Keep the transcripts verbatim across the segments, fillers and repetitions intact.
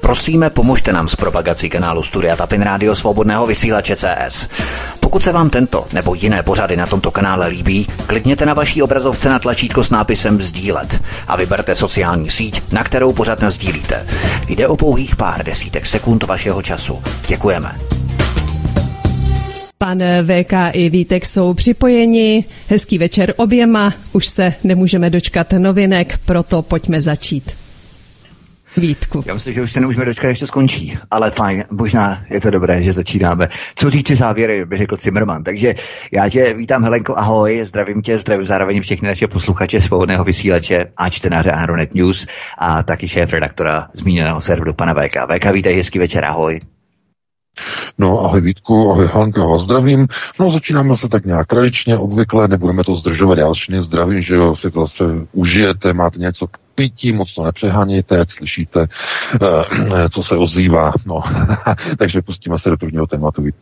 Prosíme, pomožte nám s propagací kanálu Studia Tapin Rádio Svobodného vysílače C S. Pokud se vám tento nebo jiné pořady na tomto kanále líbí, klikněte na vaší obrazovce na tlačítko s nápisem sdílet a vyberte sociální síť, na kterou pořad nasdílíte. Jde o pouhých pár desítek sekund vašeho času. Děkujeme. Pan V K i Vítek jsou připojeni. Hezký večer oběma. Už se nemůžeme dočkat novinek, proto pojďme začít. Vítku. Já myslím, že už se nemůžeme dočkat, až to skončí. Ale fajn, možná je to dobré, že začínáme. Co říci závěry, by řekl Cimrman. Takže já tě vítám, Helenko, ahoj, zdravím tě, zdravím zároveň všechny naše posluchače Svobodného vysílače a čtenáře Aeronet News a taky šéf-redaktora zmíněného serveru pana V K. V K, vítej, hezký večer, ahoj. No, ahoj Vítku, ahoj Hanka, vás zdravím. No, začínáme se tak nějak tradičně, obvykle, nebudeme to zdržovat, já všechny zdravím, že jo, si to zase užijete, máte něco k pití, moc to nepřehánějte, jak slyšíte, eh, co se ozývá, no, takže pustíme se do prvního tématu, Vítku.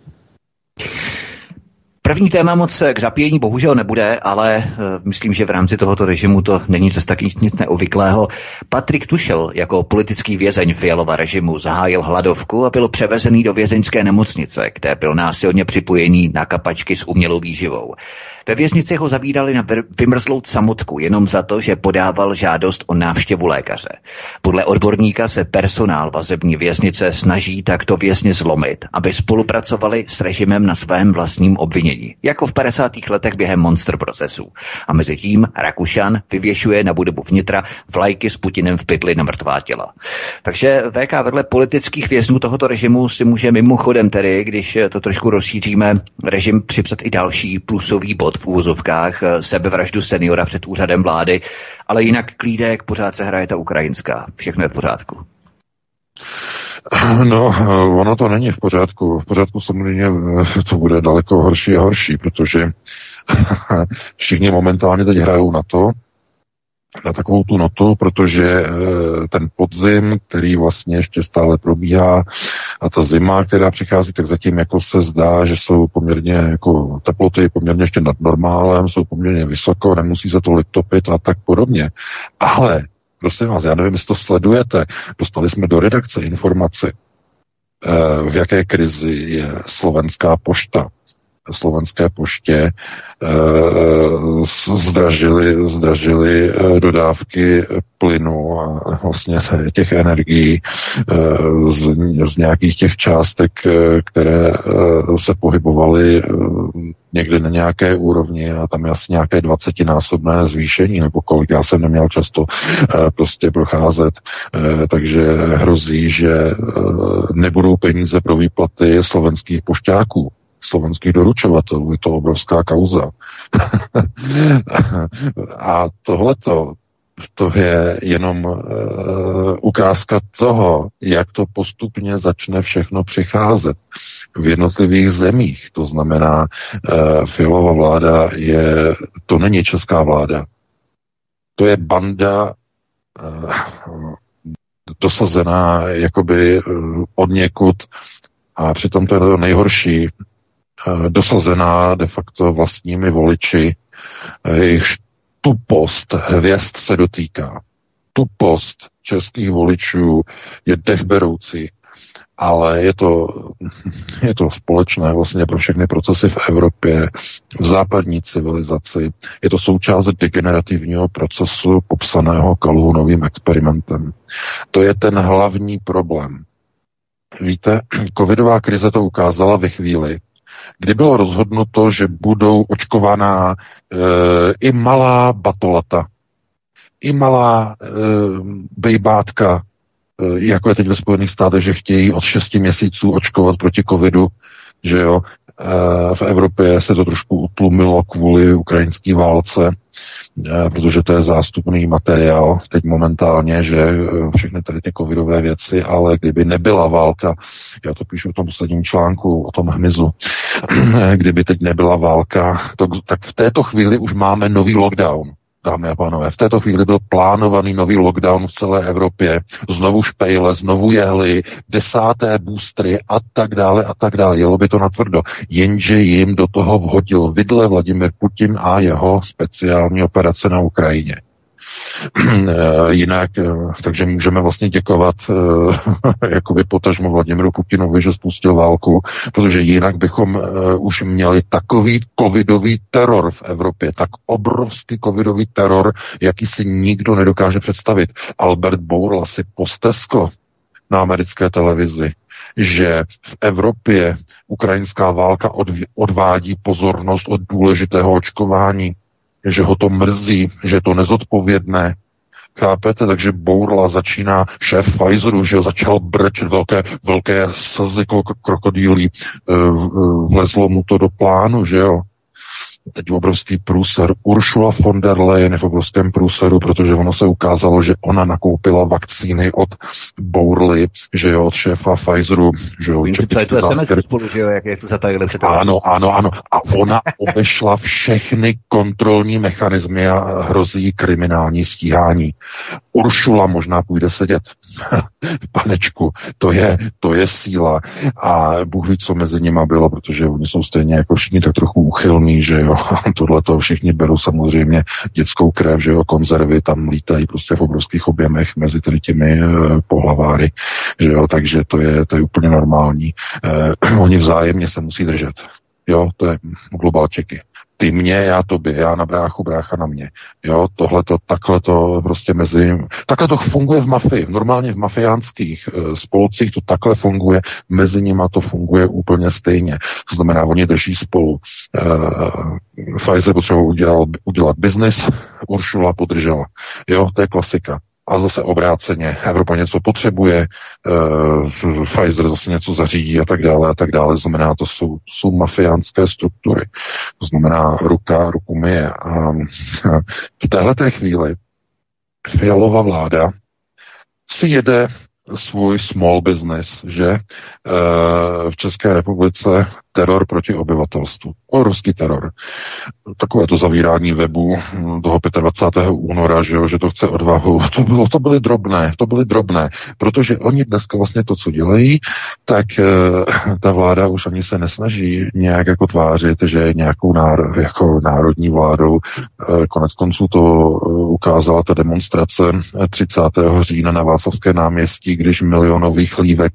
První téma moc k zapíjení bohužel nebude, ale uh, myslím, že v rámci tohoto režimu to není zase taky nic neobvyklého. Patrik Tušel jako politický vězeň Fialova režimu zahájil hladovku a byl převezený do vězeňské nemocnice, kde byl násilně připojený na kapačky s umělou výživou. Ve věznici ho zabídali na vymrzlou samotku jenom za to, že podával žádost o návštěvu lékaře. Podle odborníka se personál vazební věznice snaží takto vězně zlomit, aby spolupracovali s režimem na svém vlastním obvinění, jako v padesátých letech během monster procesů. A mezi tím Rakušan vyvěšuje na budovu vnitra vlajky s Putinem v pytli na mrtvá těla. Takže V K vedle politických vězňů tohoto režimu si může mimochodem tedy, když to trošku rozšíříme, režim připsat i další plusový bod v úvozovkách, sebevraždu seniora před úřadem vlády, ale jinak klídek, pořád se hraje ta ukrajinská. Všechno je v pořádku. No, ono to není v pořádku. V pořádku samozřejmě to bude daleko horší a horší, protože všichni momentálně teď hrajou na to, na takovou tu notu, protože ten podzim, který vlastně ještě stále probíhá a ta zima, která přichází, tak zatím jako se zdá, že jsou poměrně jako teploty poměrně ještě nad normálem, jsou poměrně vysoko, nemusí se tolik topit a tak podobně. Ale prosím vás, já nevím, jestli to sledujete, dostali jsme do redakce informaci, v jaké krizi je Slovenská pošta. Slovenské poště e, zdražili, zdražili dodávky plynu a vlastně těch energií e, z, z nějakých těch částek, které e, se pohybovaly e, někdy na nějaké úrovni a tam je asi nějaké dvacetinásobné zvýšení, nebo kolik, já jsem neměl často e, prostě procházet, e, takže hrozí, že e, nebudou peníze pro výplaty slovenských pošťáků, slovenských doručovatelů, je to obrovská kauza. A tohleto, to je jenom uh, ukázka toho, jak to postupně začne všechno přicházet v jednotlivých zemích. To znamená, uh, Fialova vláda je, to není česká vláda. To je banda uh, dosazená jakoby uh, od někud a přitom to je to nejhorší, dosazená de facto vlastními voliči, jejichž tupost hvězd se dotýká. Tupost českých voličů je dechberoucí, ale je to, je to společné vlastně pro všechny procesy v Evropě, v západní civilizaci. Je to součást degenerativního procesu popsaného Kalhounovým experimentem. To je ten hlavní problém. Víte, covidová krize to ukázala ve chvíli, kdy bylo rozhodnuto, že budou očkovaná e, i malá batolata, i malá e, bejbátka, e, jako je teď ve Spojených státech, že chtějí od šesti měsíců očkovat proti covidu, že jo, e, v Evropě se to trošku utlumilo kvůli ukrajinské válce, e, protože to je zástupný materiál teď momentálně, že všechny tady ty covidové věci, ale kdyby nebyla válka, já to píšu v tom posledním článku o tom hmyzu, kdyby teď nebyla válka, to, tak v této chvíli už máme nový lockdown. Dámy a pánové, v této chvíli byl plánovaný nový lockdown v celé Evropě, znovu špejle, znovu jehly, desáté boostry a tak dále a tak dále. Jelo by to natvrdo, jenže jim do toho vhodil vidle Vladimir Putin a jeho speciální operace na Ukrajině. Jinak, takže můžeme vlastně děkovat jakoby potažmo Vladimiru Putinovi, že spustil válku, protože jinak bychom už měli takový covidový teror v Evropě, tak obrovský covidový teror, jaký si nikdo nedokáže představit. Albert Bourla si postesko na americké televizi, že v Evropě ukrajinská válka odvádí pozornost od důležitého očkování, že ho to mrzí, že je to nezodpovědné. Chápete? Takže Bourla začíná, šéf Pfizeru, že začal brečet, velké, velké slzy krokodýlí, vlezlo mu to do plánu, že jo. Teď obrovský průser. Ursula von der Leyen je v obrovském průseru, protože ono se ukázalo, že ona nakoupila vakcíny od Bourly, že jo, od šéfa Pfizeru, že jo. Oni si psali tu es em es spolu, že jo, jak je to zatajili před. Ano, ano, ano. A ona obešla všechny kontrolní mechanismy a hrozí kriminální stíhání. Ursula možná půjde sedět. Panečku, to je, to je síla. A Bůh ví, co mezi nima bylo, protože oni jsou stejně jako všichni tak trochu uchylní, že jo. Tohle to všichni berou samozřejmě dětskou krev, že jo, konzervy tam lítají prostě v obrovských objemech mezi tady těmi eh, pohlaváry, že jo, takže to je, to je úplně normální. Eh, oni vzájemně se musí držet. Jo, to je globalčeky. Ty mě, já tobě, já na bráchu, brácha na mě. Jo, tohle to, takhle to prostě mezi... Takhle to funguje v mafii. Normálně v mafiánských e, spolcích to takhle funguje, mezi nima to funguje úplně stejně. To znamená, oni drží spolu. E, Pfizer potřeboval udělat, udělat biznis, Ursula podržela. Jo, to je klasika. A zase obráceně. Evropa něco potřebuje, uh, Pfizer zase něco zařídí a tak dále a tak dále. Znamená, to jsou, jsou mafiánské struktury. To znamená, ruka ruku myje. A v téhleté chvíli Fialova vláda si jede svůj small business, že e, v České republice teror proti obyvatelstvu. Obrovský teror. Takové to zavírání webu toho dvacátého pátého února, že, jo, že to chce odvahu. To, bylo, to byly drobné, to byly drobné, protože oni dneska vlastně to, co dělají, tak e, ta vláda už ani se nesnaží nějak jako tvářit, že je nějakou náro, jako národní vládou. E, konec konců to ukázala ta demonstrace třicátého října na Václavské náměstí, když milionový chlívek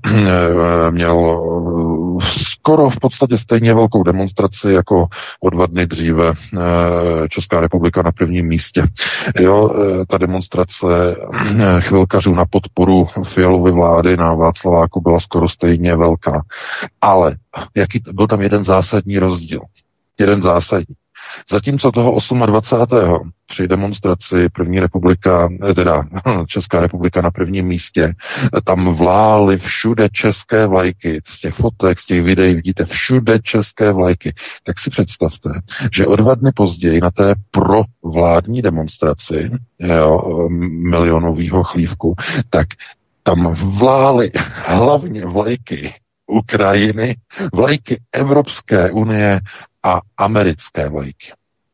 měl skoro v podstatě stejně velkou demonstraci jako o dva dny dříve Česká republika na prvním místě. Jo, ta demonstrace chvilkařů na podporu Fialovy vlády na Václaváku byla skoro stejně velká. Ale jaký byl tam jeden zásadní rozdíl? Jeden zásadní. Zatímco toho dvacátého osmého při demonstraci první republika, teda Česká republika na prvním místě, tam vlály všude české vlajky, z těch fotek, z těch videí vidíte všude české vlajky. Tak si představte, že o dva dny později na té provládní demonstraci jo, milionového chlívku, tak tam vlály hlavně vlajky Ukrajiny, vlajky Evropské unie a americké vlajky.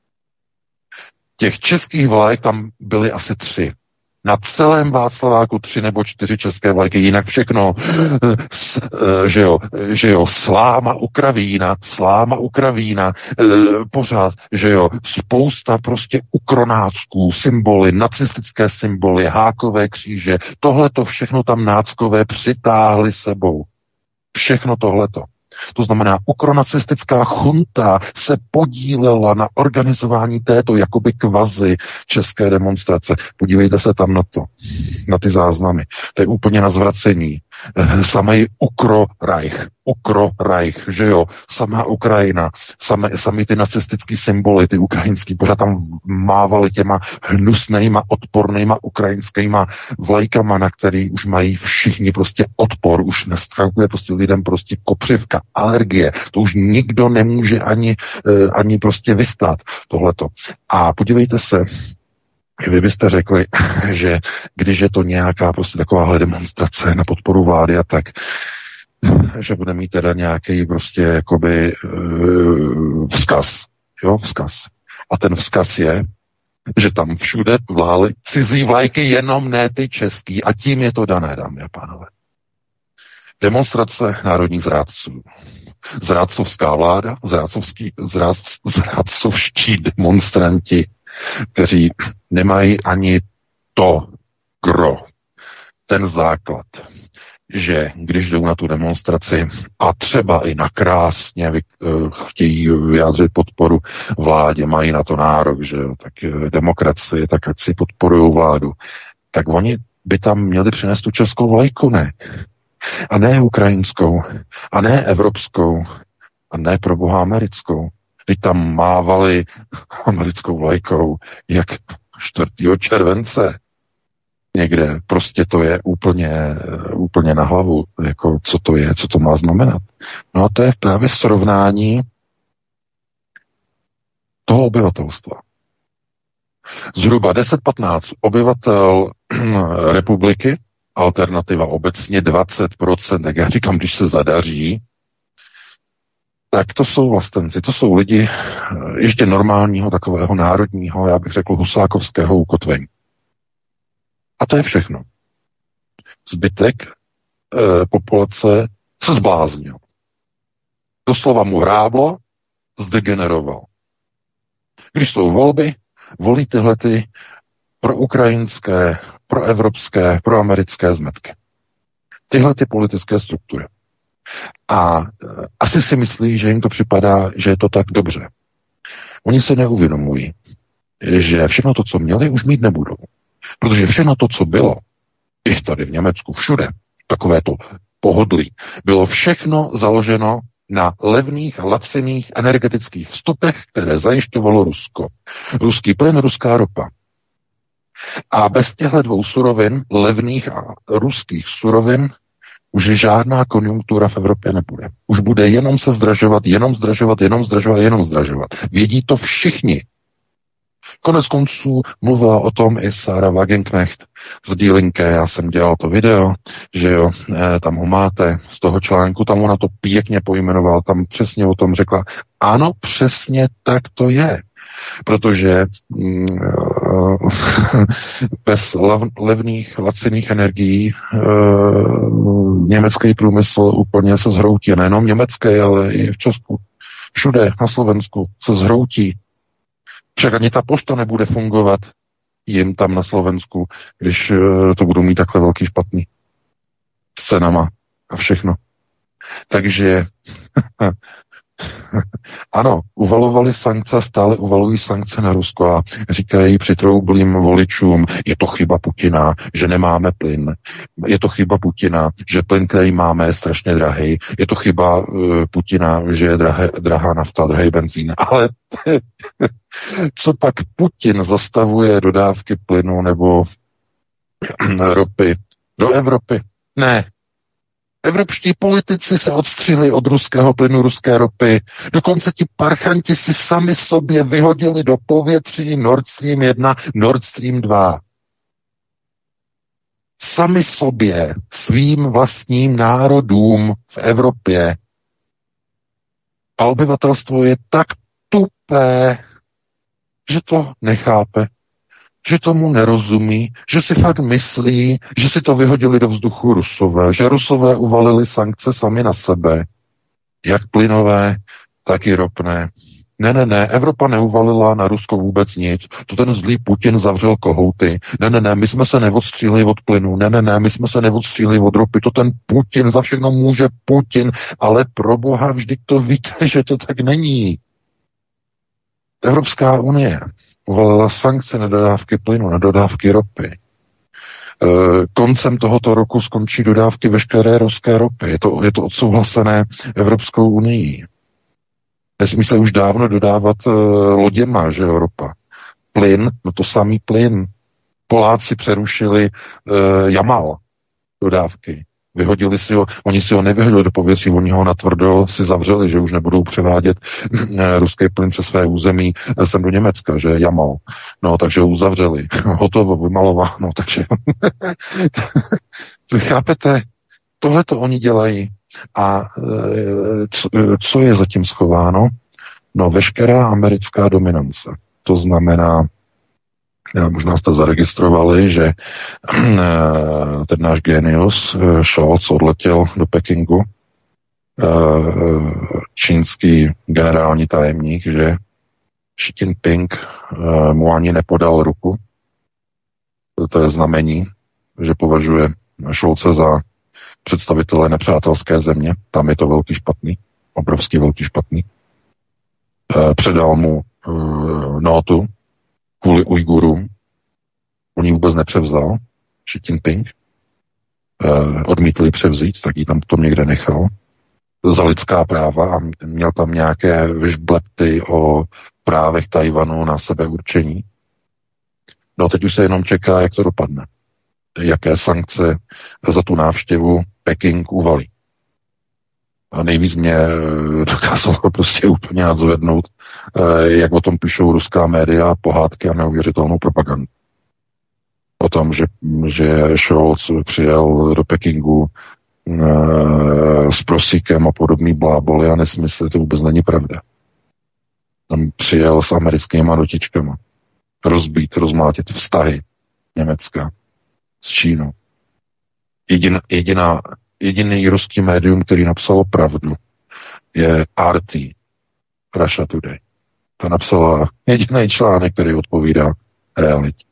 Těch českých vlajek tam byly asi tři. Na celém Václaváku tři nebo čtyři české vlajky, jinak všechno, s, že jo, že jo, sláma Ukravína, sláma Ukravína, pořád, že jo, spousta prostě ukronácků, symboly, nacistické symboly, hákové kříže, tohleto všechno tam náckové přitáhli sebou. Všechno tohleto. To znamená, ukronacistická chunta se podílela na organizování této jakoby kvazi české demonstrace. Podívejte se tam na to, na ty záznamy. To je úplně na zvracení. Samej Ukro-Reich, Ukro-Reich, že jo, samá Ukrajina, samé, sami ty nacistický symboly, ty ukrajinský, pořád tam mávali těma hnusnejma, odpornejma ukrajinskýma vlajkama, na který už mají všichni prostě odpor, už neskakuje prostě lidem prostě kopřivka, alergie, to už nikdo nemůže ani, ani prostě vystát tohleto. A podívejte se, vy byste řekli, že když je to nějaká prostě takováhle demonstrace na podporu vlády a tak, že bude mít teda nějaký prostě jakoby uh, vzkaz, jo, vzkaz. A ten vzkaz je, že tam všude vlály cizí vlajky, jenom ne ty český, a tím je to dané, dámy a pánové. Demonstrace národních zrádců. Zrádcovská vláda, zrádcovský, zrád, zrádcovští demonstranti kteří nemají ani to gro, ten základ, že když jdou na tu demonstraci a třeba i na krásně vy, uh, chtějí vyjádřit podporu vládě, mají na to nárok, že jo, tak demokracie, tak ať si podporují vládu, tak oni by tam měli přinést tu českou vlajku, ne? A ne ukrajinskou, a ne evropskou, a ne pro boha americkou. Teď tam mávali americkou vlajkou, jak čtvrtého července někde. Prostě to je úplně, úplně na hlavu, jako co to je, co to má znamenat. No a to je právě srovnání toho obyvatelstva. Zhruba deset patnáct obyvatel republiky, alternativa obecně dvacet procent, jak já říkám, když se zadaří, tak to jsou vlastenci, to jsou lidi ještě normálního, takového národního, já bych řekl husákovského ukotvení. A to je všechno. Zbytek e, populace se zbláznil. Doslova mu hráblo, zdegeneroval. Když jsou volby, volí tyhle ty proukrajinské, proevropské, proamerické zmetky. Tyhle ty politické struktury. A e, asi si myslí, že jim to připadá, že je to tak dobře. Oni se neuvědomují, že všechno to, co měli, už mít nebudou. Protože všechno to, co bylo, i tady v Německu, všude, takové to pohodlí, bylo všechno založeno na levných a laciných energetických vstupech, které zajišťovalo Rusko. Ruský plyn, ruská ropa. A bez těchto dvou surovin, levných a ruských surovin, už žádná konjunktura v Evropě nebude. Už bude jenom se zdražovat, jenom zdražovat, jenom zdražovat, jenom zdražovat. Vědí to všichni. Konec konců mluvila o tom i Sarah Wagenknecht z Die Linke, já jsem dělal to video, že jo, tam ho máte z toho článku, tam ona to pěkně pojmenovala, tam přesně o tom řekla, ano, přesně tak to je. Protože mm, bez lev, levných, laciných energií uh, německý průmysl úplně se zhroutí. Nejenom německý, ale i v Česku. Všude na Slovensku se zhroutí. Však ani ta pošta nebude fungovat jim tam na Slovensku, když uh, to budou mít takhle velký špatný. S cenama a všechno. Takže ano, uvalovali sankce, stále uvalují sankce na Rusko a říkají přitroublým voličům, je to chyba Putina, že nemáme plyn, je to chyba Putina, že plyn, který máme, je strašně drahý, je to chyba uh, Putina, že je drahé, drahá nafta, drahý benzín, ale co pak Putin zastavuje dodávky plynu nebo ropy do Evropy? Ne. Evropští politici se odstřihli od ruského plynu, ruské ropy. Dokonce ti parchanti si sami sobě vyhodili do povětří Nord Stream jedna, Nord Stream dva. Sami sobě, svým vlastním národům v Evropě. A obyvatelstvo je tak tupé, že to nechápe, že tomu nerozumí, že si fakt myslí, že si to vyhodili do vzduchu Rusové, že Rusové uvalili sankce sami na sebe, jak plynové, tak i ropné. Ne, ne, ne, Evropa neuvalila na Rusko vůbec nic, to ten zlý Putin zavřel kohouty. Ne, ne, ne, my jsme se neodstřílili od plynu, ne, ne, ne, my jsme se neodstřílili od ropy, to ten Putin, za všechno může Putin, ale pro boha vždyť to víte, že to tak není. Evropská unie uvalila sankce na dodávky plynu, na dodávky ropy. E, koncem tohoto roku skončí dodávky veškeré ruské ropy. Je to, je to odsouhlasené Evropskou unii. Nesmí se už dávno dodávat e, loděma, že jo, ropa. Plyn, no to samý plyn. Poláci přerušili e, Jamal dodávky. Vyhodili si ho, oni si ho nevyhodili do povětří, oni ho natvrdo si zavřeli, že už nebudou převádět e, ruský plyn přes své území e, sem do Německa, že Jamal. No, takže ho uzavřeli. Hotovo, vymalováno, takže chápete, tohle to oni dělají. A e, co, co je zatím schováno? No, veškerá americká dominance. To znamená, možná jste zaregistrovali, že ten náš genius Scholz odletěl do Pekingu, čínský generální tajemník, že Xi Jinping uh, mu ani nepodal ruku. To je znamení, že považuje Scholze za představitele nepřátelské země. Tam je to velký špatný, obrovský velký špatný. Uh, předal mu uh, nótu kvůli Ujgurům. On ji vůbec nepřevzal. Xi Jinping. Uh, odmítl ji převzít, tak ji tam potom někde nechal. Za lidská práva a měl tam nějaké vyžblepty o právech Tajvanu na sebeurčení. No teď už se jenom čeká, jak to dopadne. Jaké sankce za tu návštěvu Peking uvalí. A nejvíc mě dokázalo prostě úplně nadzvednout, jak o tom píšou ruská média, pohádky a neuvěřitelnou propagandu. O tom, že, že Scholz přijel do Pekingu s prosíkem a podobný bláboli a nesmysly, to vůbec není pravda. Tam přijel s americkýma dotičkama. Rozbít, rozmlátit vztahy Německa s Čínou. Jedin, jediná, jediný ruský médium, který napsalo pravdu, je R T, Russia Today. Ta napsala jediný článek, který odpovídá realitě.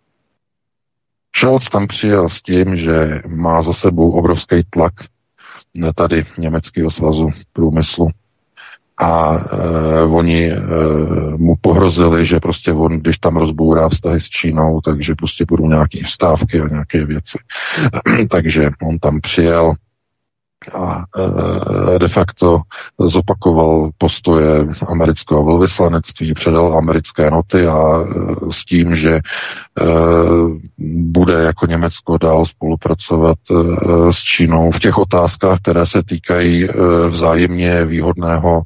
Scholz tam přijel s tím, že má za sebou obrovský tlak tady Německého svazu průmyslu a e, oni e, mu pohrozili, že prostě on, když tam rozbourá vztahy s Čínou, takže prostě budou nějaké vstávky a nějaké věci. Takže on tam přijel a e, de facto zopakoval postoje amerického velvyslanectví, předal americké noty a e, s tím, že e, bude jako Německo dál spolupracovat e, s Čínou v těch otázkách, které se týkají e, vzájemně výhodného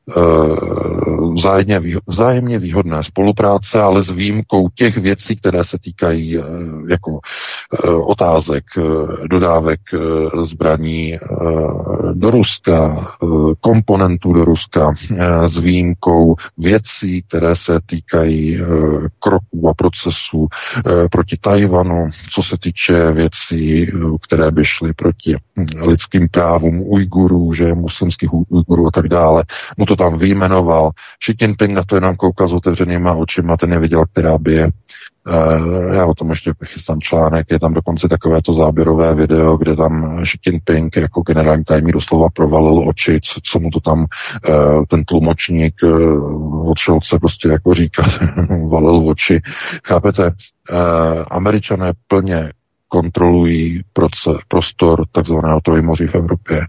Vzájemně, vzájemně výhodné spolupráce, ale s výjimkou těch věcí, které se týkají jako otázek dodávek zbraní do Ruska, komponentů do Ruska, s výjimkou věcí, které se týkají kroků a procesů proti Tajvanu, co se týče věcí, které by šly proti lidským právům Ujgurů, že muslimských Ujgurů a tak dále. No to tam vyjmenoval. Xi Jinping na to jenom koukal s otevřenýma očima, ten neviděl, která by je. Já o tom ještě chystám článek, je tam dokonce takovéto záběrové video, kde tam Xi Jinping jako generální tajemník doslova provalil oči, co, co mu to tam ten tlumočník od Scholze prostě jako říká, valil oči. Chápete? Američané plně kontrolují proces, prostor takzvaného Trojmoří v Evropě.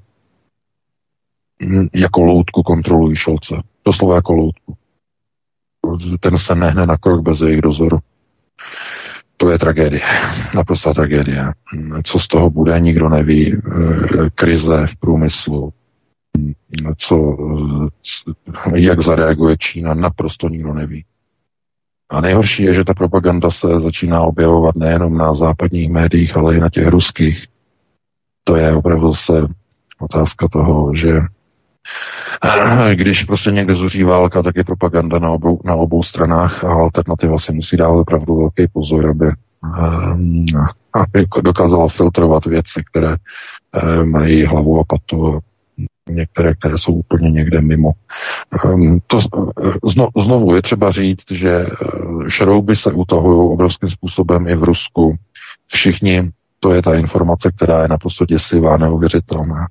Jako loutku kontrolují Scholze. Doslova jako loutku. Ten se nehne na krok bez jejich dozoru. To je tragédie. Naprostá tragédie. Co z toho bude, nikdo neví. Krize v průmyslu. Co, jak zareaguje Čína, naprosto nikdo neví. A nejhorší je, že ta propaganda se začíná objevovat nejenom na západních médiích, ale i na těch ruských. To je opravdu se otázka toho, že když prostě někde zuří válka, tak je propaganda na obou, na obou stranách a alternativa si musí dávat opravdu velký pozor, aby, aby dokázala filtrovat věci, které mají hlavu a patu a některé, které jsou úplně někde mimo. To, zno, znovu je třeba říct, že šrouby se utahují obrovským způsobem i v Rusku. Všichni, to je ta informace, která je naprosto děsivá, neuvěřitelná.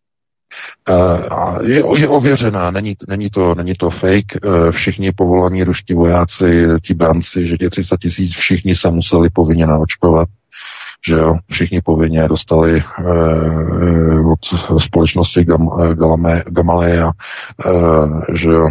A je, je ověřená, není, není, to, není to fake, všichni povolaní ruští vojáci, ti branci, že těch tři sta tisíc, všichni se museli povinně naočkovat, že jo, všichni povinně dostali eh, od společnosti Gam, Galame, Gamaleya, eh, že jo,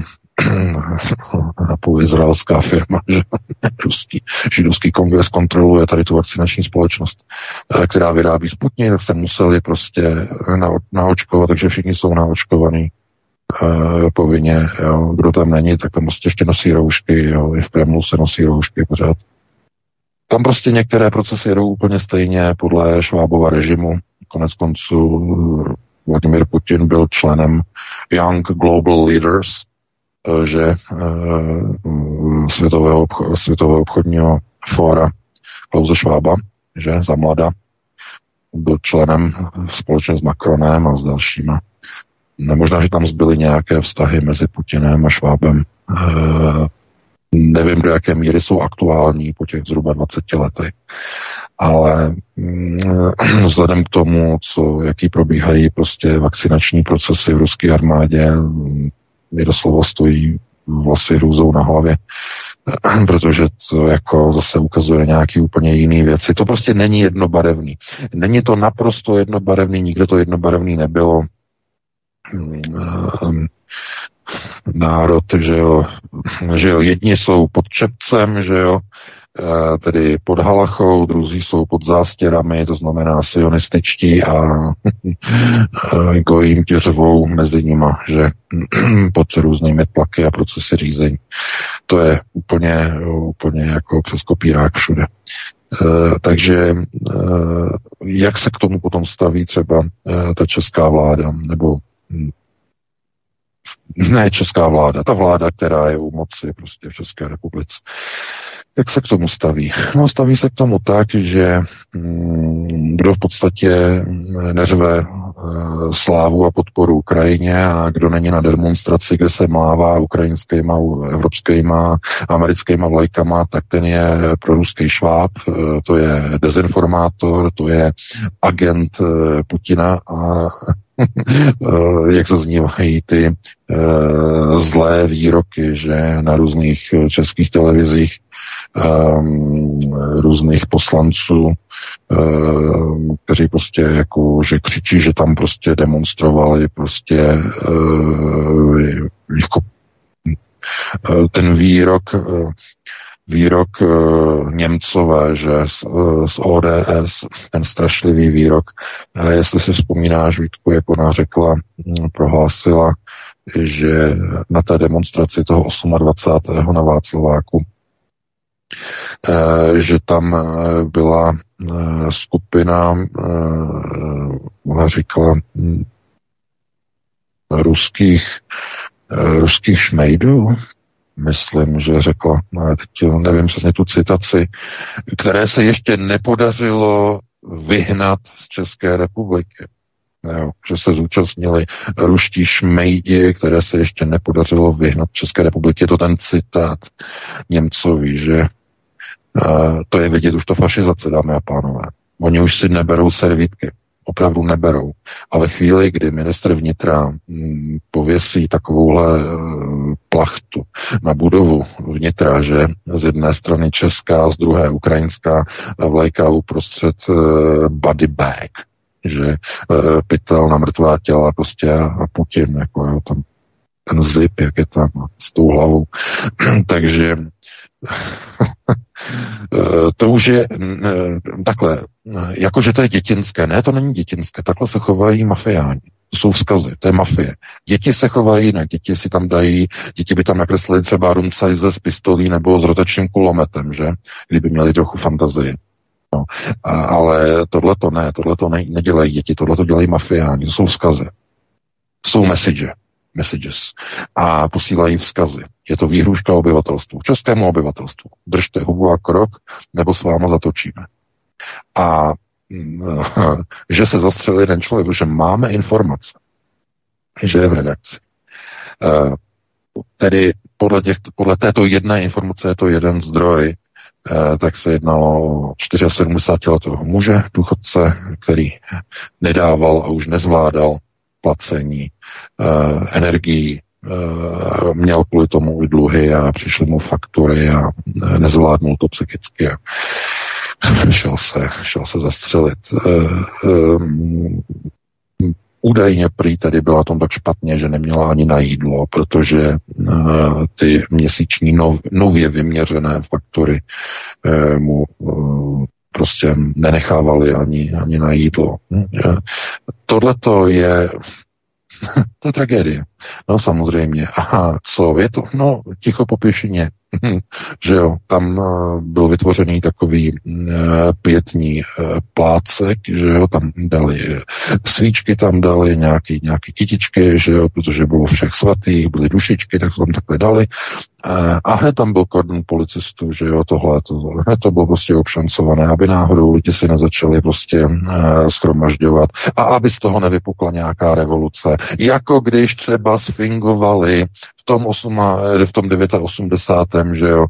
izraelská firma, že ruský, židovský kongres kontroluje tady tu vakcinační společnost, která vyrábí Sputnik, tak se museli prostě naočkovat, takže všichni jsou naočkovaní uh, povinně, jo. Kdo tam není, tak tam prostě ještě nosí roušky, jo. I v Kremlu se nosí roušky pořád. Tam prostě některé procesy jedou úplně stejně podle Švábova režimu. Konec konců Vladimír Putin byl členem Young Global Leaders, že uh, světového, obcho- světového obchodního fóra Klause Schwaba, že za mlada byl členem společně s Macronem a s dalšíma. Nemožná, že tam zbyly nějaké vztahy mezi Putinem a Schwabem. Uh, nevím, do jaké míry jsou aktuální po těch zhruba dvaceti letech. Ale vzhledem k tomu, co, jaký probíhají prostě vakcinační procesy v ruské armádě, mi doslova stojí vlasy hrůzou na hlavě, protože to jako zase ukazuje nějaký úplně jiný věci. To prostě není jednobarevný. Není to naprosto jednobarevný, nikde to jednobarevný nebylo. Národ, že jo, že jo, jedni jsou pod čepcem, že jo, tedy pod halachou, druzí jsou pod zástěrami, to znamená sionističtí a gojím těřvou mezi nima, že pod různými tlaky a procesy řízení. To je úplně, úplně jako přes kopírák všude. Takže jak se k tomu potom staví třeba ta česká vláda, nebo ne česká vláda, ta vláda, která je u moci prostě v České republice. Jak se k tomu staví? No, staví se k tomu tak, že mm, kdo v podstatě neřve slávu a podporu Ukrajině a kdo není na demonstraci, kde se mlává ukrajinskýma, evropskýma, americkýma vlajkama, tak ten je proruský šváb, to je dezinformátor, to je agent Putina a jak zaznívají ty uh, zlé výroky, že na různých českých televizích um, různých poslanců, uh, kteří prostě jako, že křičí, že tam prostě demonstrovali prostě uh, jako uh, ten výrok uh, výrok uh, Němcové, že z, uh, z O D S, ten strašlivý výrok, uh, jestli si vzpomínáš, Vítku, jak ona řekla, um, prohlásila, že na té demonstraci toho dvacátého osmého na Václaváku, uh, že tam uh, byla uh, skupina, uh, ona říkala, um, ruských, uh, ruských šmejdů, myslím, že řekla, no, teď nevím přesně tu citaci, které se ještě nepodařilo vyhnat z České republiky. Jo, že se zúčastnili ruští šmejdi, které se ještě nepodařilo vyhnat z České republiky. Je to ten citát Němcový, že uh, to je vidět už to fašizace, dámy a pánové. Oni už si neberou servítky. Opravdu neberou. A ve chvíli, kdy ministr vnitra m, pověsí takovouhle e, plachtu na budovu vnitra, že z jedné strany česká, z druhé ukrajinská vlajka uprostřed e, body bag, že e, pytel na mrtvá těla prostě a, a Putin, jako jo, tam ten zip, jak je tam s tou hlavou. Takže to už je takhle, jakože to je dětinské. Ne, to není dětinské, takhle se chovají mafiáni. To jsou vzkazy, to je mafie. Děti se chovají jinak, děti si tam dají, děti by tam nakreslili třeba rumcajze s pistolí nebo s rotačním kulometem, že? Kdyby měli trochu fantazie. No. A, ale tohle to ne, tohle to ne, nedělají děti, tohle to dělají mafiáni, to jsou vzkazy. Jsou message. messages a posílají vzkazy. Je to výhruška obyvatelstvu, českému obyvatelstvu. Držte hubu a krok, nebo s váma zatočíme. A že se zastřelil jeden člověk, že máme informace, že je v redakci. Tedy podle, těch, podle této jedné informace, je to jeden zdroj, tak se jednalo o sedmdesátčtyřletého muže, důchodce, který nedával a už nezvládal placení uh, energií, uh, měl kvůli tomu i dluhy a přišly mu faktury a uh, nezvládnul to psychicky a šel se, šel se zastřelit. Uh, um, údajně prý tady byla tom tak špatně, že neměla ani na jídlo, protože uh, ty měsíční nov, nově vyměřené faktury uh, mu uh, prostě nenechávali ani, ani na jídlo. Tohle to je to je tragédie. No samozřejmě. Aha, co je to? No, ticho po pěšině. Že jo, tam uh, byl vytvořený takový uh, pětní uh, plácek, že jo, tam dali uh, svíčky, tam dali nějaký, nějaký kytičky, že jo, protože bylo všech svatých, byly dušičky, tak to tam takhle dali A hned tam byl kordon policistů, že jo, tohle, to, hned to bylo prostě obšancované, aby náhodou lidi si nezačali prostě uh, schromažďovat a aby z toho nevypukla nějaká revoluce. Jako když třeba sfingovali v tom, osma, v tom osmdesátém devátém že jo,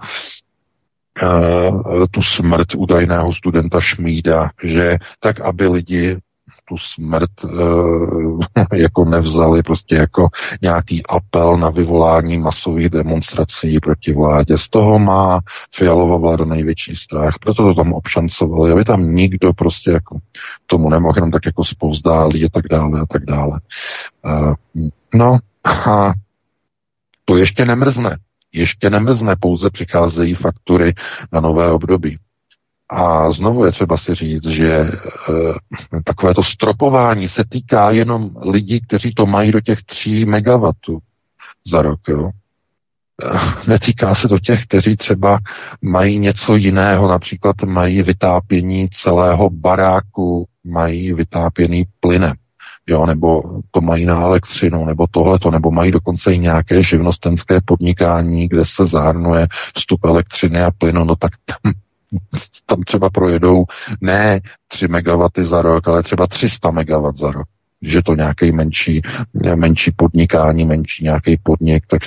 uh, tu smrt údajného studenta Šmída, že tak, aby lidi tu smrt e, jako nevzali prostě jako nějaký apel na vyvolání masových demonstrací proti vládě. Z toho má Fialova vláda největší strach, proto to tam obšancovali, aby tam nikdo prostě jako tomu nemohl jenom tak jako zpovzdálí a tak dále a tak dále. E, no a to ještě nemrzne. Ještě nemrzne, pouze přicházejí faktury na nové období. A znovu je třeba si říct, že e, takovéto stropování se týká jenom lidí, kteří to mají do těch tří megawattů za rok. Jo? E, netýká se to těch, kteří třeba mají něco jiného, například mají vytápění celého baráku, mají vytápěný plynem. Jo, nebo to mají na elektřinu, nebo tohleto, nebo mají dokonce i nějaké živnostenské podnikání, kde se zahrnuje vstup elektřiny a plynu, no tak tam tam třeba projedou ne tři megawaty za rok, ale třeba tři sta megawatt za rok. Že to nějaký menší, menší podnikání, menší nějaký podnik, tak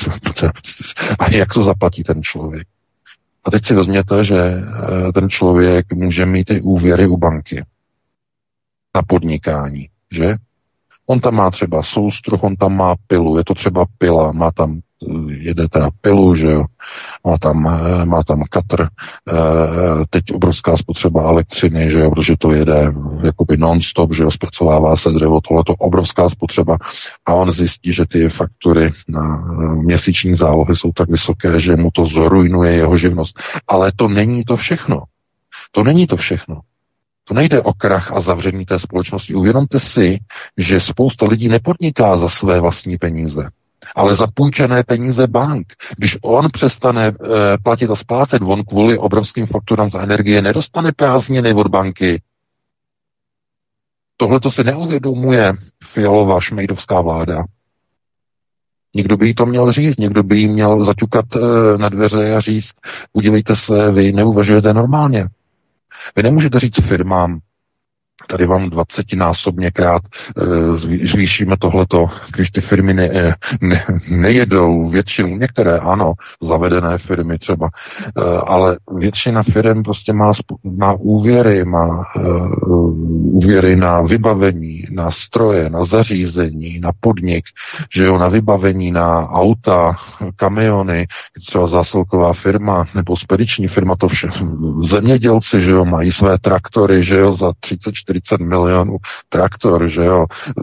a jak to zaplatí ten člověk? A teď si vezměte, že ten člověk může mít i úvěry u banky na podnikání, že? On tam má třeba soustruh, on tam má pilu, je to třeba pila, má tam jede teda pilu, že jo, má tam, má tam katr, teď obrovská spotřeba elektřiny, že jo, protože to jede jakoby non-stop, že jo, zpracovává se dřevo, tohleto obrovská spotřeba a on zjistí, že ty faktury na měsíční zálohy jsou tak vysoké, že mu to zrujnuje jeho živnost. Ale to není to všechno. To není to všechno. To nejde o krach a zavření té společnosti. Uvědomte si, že spousta lidí nepodniká za své vlastní peníze, ale za půjčené peníze bank. Když on přestane e, platit a splácet, on kvůli obrovským fakturám za energie nedostane prázdniny od banky. Tohle to si neuvědomuje Fialová šmejdovská vláda. Někdo by jí to měl říct, někdo by jí měl zaťukat e, na dveře a říct, podívejte se, vy neuvažujete normálně. Vy nemůžete říct firmám, tady vám dvacetinásobně krát e, zvýšíme tohleto, když ty firmy ne, ne, nejedou, většinu, některé ano, zavedené firmy třeba, e, ale většina firm prostě má, má úvěry, má e, úvěry na vybavení, na stroje, na zařízení, na podnik, že jo, na vybavení, na auta, kamiony, třeba zásilková firma nebo spediční firma, to vše, zemědělci, že jo, mají své traktory, že jo, za třicet čtyřicet milionů traktor, že jo,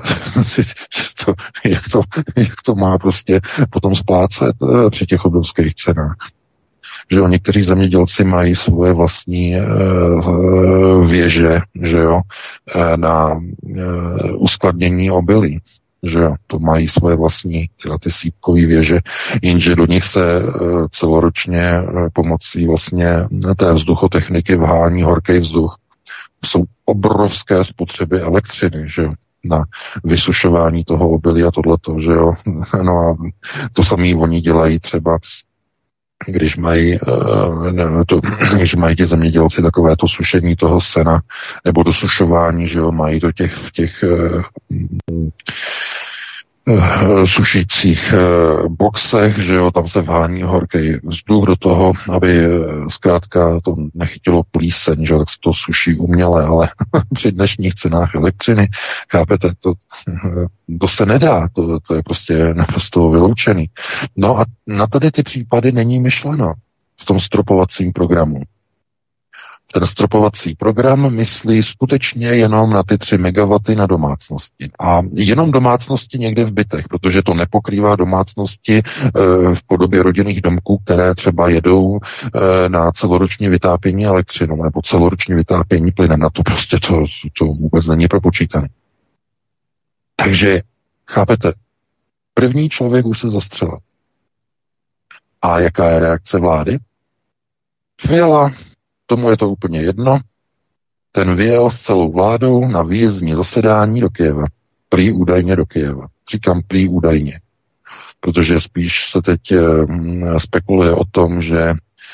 to, jak, to, jak to má prostě potom splácet při těch obrovských cenách. Že jo, někteří zemědělci mají svoje vlastní uh, věže, že jo, na uh, uskladnění obilí, že jo, to mají svoje vlastní tyhle ty sýpkové věže, jenže do nich se uh, celoročně uh, pomocí vlastně té vzduchotechniky vhání horký vzduch. Jsou obrovské spotřeby elektřiny, že jo, na vysušování toho obilí a tohleto, že jo. No a to samý oni dělají třeba, když mají, ne, to, když mají ti zemědělci takové to sušení toho sena, nebo dosušování, že jo, mají to těch v těch uh, sušících boxech, že jo, tam se vhání horký vzduch do toho, aby zkrátka to nechytilo plíseň, že jo, tak se to suší uměle, ale při dnešních cenách elektřiny, chápete, to, to se nedá, to, to je prostě naprosto vyloučený. No a na tady ty případy není myšleno v tom stropovacím programu. Ten stropovací program myslí skutečně jenom na ty tři megawaty na domácnosti. A jenom domácnosti někde v bytech, protože to nepokrývá domácnosti e, v podobě rodinných domků, které třeba jedou e, na celoroční vytápění elektřinou nebo celoroční vytápění plynem. Na to prostě to, to vůbec není propočítané. Takže, chápete, první člověk už se zastřelil. A jaká je reakce vlády? Fiala, tomu je to úplně jedno. Ten vyjel s celou vládou na výjezdní zasedání do Kyjeva. Prý údajně do Kyjeva. Říkám prý údajně. protože spíš se teď spekuluje o tom, že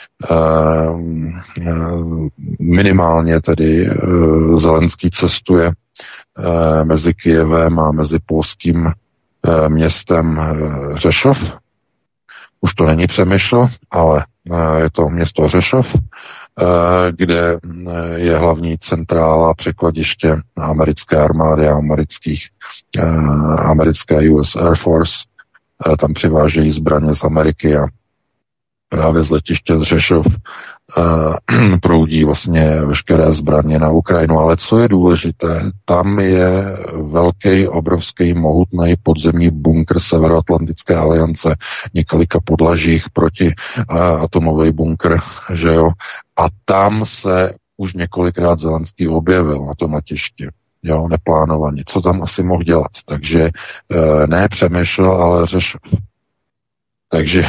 minimálně tedy Zelenský cestuje mezi Kyjevem a mezi polským městem Řešov. Už to není Přemysl, ale je to město Řešov, kde je hlavní centrála překladiště americké armády a amerických, americké U S Air Force. Tam přivážejí zbraně z Ameriky a právě z letiště z Řešov uh, proudí vlastně veškeré zbraně na Ukrajinu. Ale co je důležité, tam je velký, obrovský, mohutný podzemní bunkr Severoatlantické aliance, několika podlažích proti uh, atomový bunkr, že jo. A tam se už několikrát Zelenský objevil na tom letišti. Jo, neplánovaně. Co tam asi mohl dělat? Takže uh, ne Přemysl, ale Řešov. Takže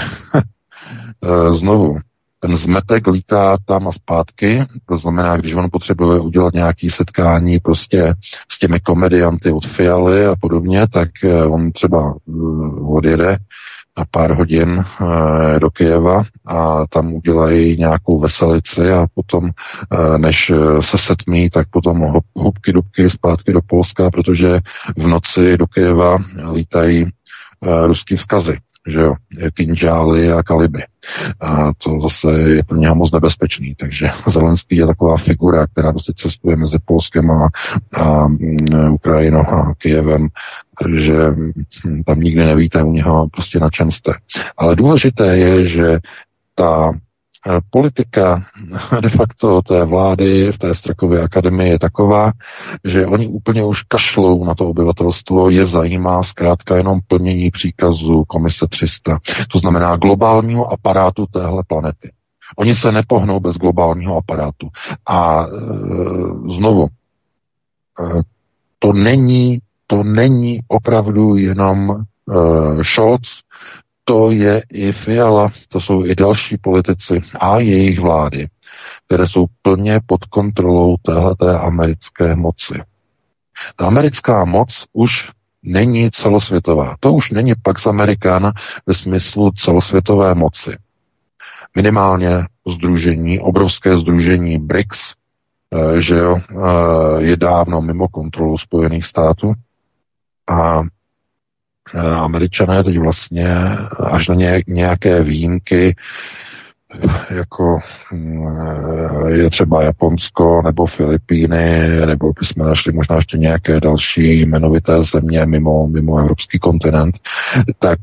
znovu, ten zmetek lítá tam a zpátky, to znamená, když on potřebuje udělat nějaké setkání prostě s těmi komedianty od Fialy a podobně, tak on třeba odjede na pár hodin do Kyjeva a tam udělají nějakou veselici a potom, než se setmí, tak potom hubky dubky zpátky do Polska, protože v noci do Kyjeva lítají ruský vzkazy, že jo, kinžály a kalibry. A to zase je pro něho moc nebezpečný, takže Zelenský je taková figura, která prostě cestuje mezi Polskem a, a Ukrajinou a Kyjevem, takže tam nikdy nevíte u něho prostě na čem jste. Ale důležité je, že ta politika de facto té vlády v té Strakově akademii je taková, že oni úplně už kašlou na to obyvatelstvo, je zajímá zkrátka jenom plnění příkazu Komise tři sta, to znamená globálního aparátu téhle planety. Oni se nepohnou bez globálního aparátu. A e, znovu, e, to není, to není opravdu jenom e, Scholz, to je i Fiala, to jsou i další politici a jejich vlády, které jsou plně pod kontrolou téhleté americké moci. Ta americká moc už není celosvětová. To už není Pax Americana ve smyslu celosvětové moci. Minimálně sdružení, obrovské sdružení B R I C S, že jo, je dávno mimo kontrolu Spojených států a Američané teď vlastně až na nějaké výjimky, jako je třeba Japonsko nebo Filipíny, nebo bychom našli možná ještě nějaké další jmenovité země mimo, mimo evropský kontinent, tak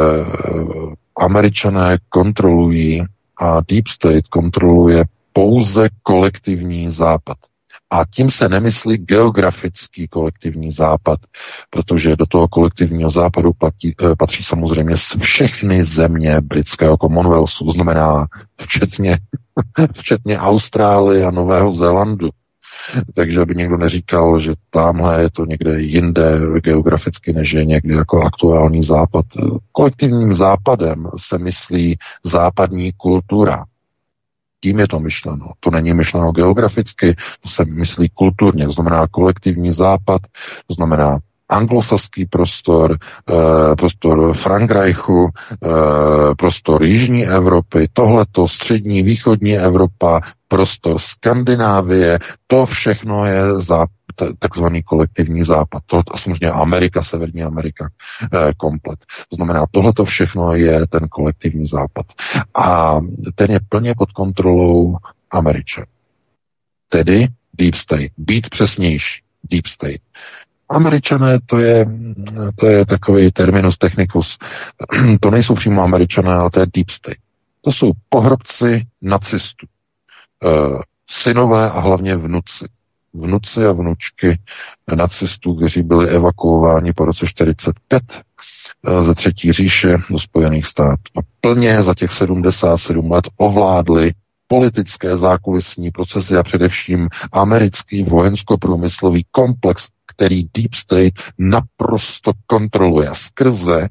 Američané kontrolují a Deep State kontroluje pouze kolektivní západ. A tím se nemyslí geografický kolektivní západ, protože do toho kolektivního západu platí, patří samozřejmě všechny země britského Commonwealthu, to znamená včetně, včetně Austrálie a Nového Zélandu. Takže aby někdo neříkal, že tamhle je to někde jinde geograficky, než je někdy jako aktuální západ. Kolektivním západem se myslí západní kultura. Tím je to myšleno. To není myšleno geograficky, to se myslí kulturně, to znamená kolektivní západ, to znamená anglosaský prostor, eh, prostor Frankreichu, eh, prostor Jižní Evropy, tohleto střední, východní Evropa, prostor Skandinávie, to všechno je západ, takzvaný kolektivní západ. To a samozřejmě Amerika, Severní Amerika, eh, komplet. To znamená, tohleto všechno je ten kolektivní západ. A ten je plně pod kontrolou Američanů. Tedy Deep State. Být přesnější. Deep State. Američané, to je, to je takový terminus technicus. To nejsou přímo Američané, ale to je Deep State. To jsou pohrobci nacistů. Eh, synové a hlavně vnuci. Vnuci a vnučky nacistů, kteří byli evakuováni po roce čtyřicet pět ze Třetí říše do Spojených států. A plně za těch sedmdesát sedm let ovládli politické zákulisní procesy a především americký vojensko-průmyslový komplex, který Deep State naprosto kontroluje. A skrze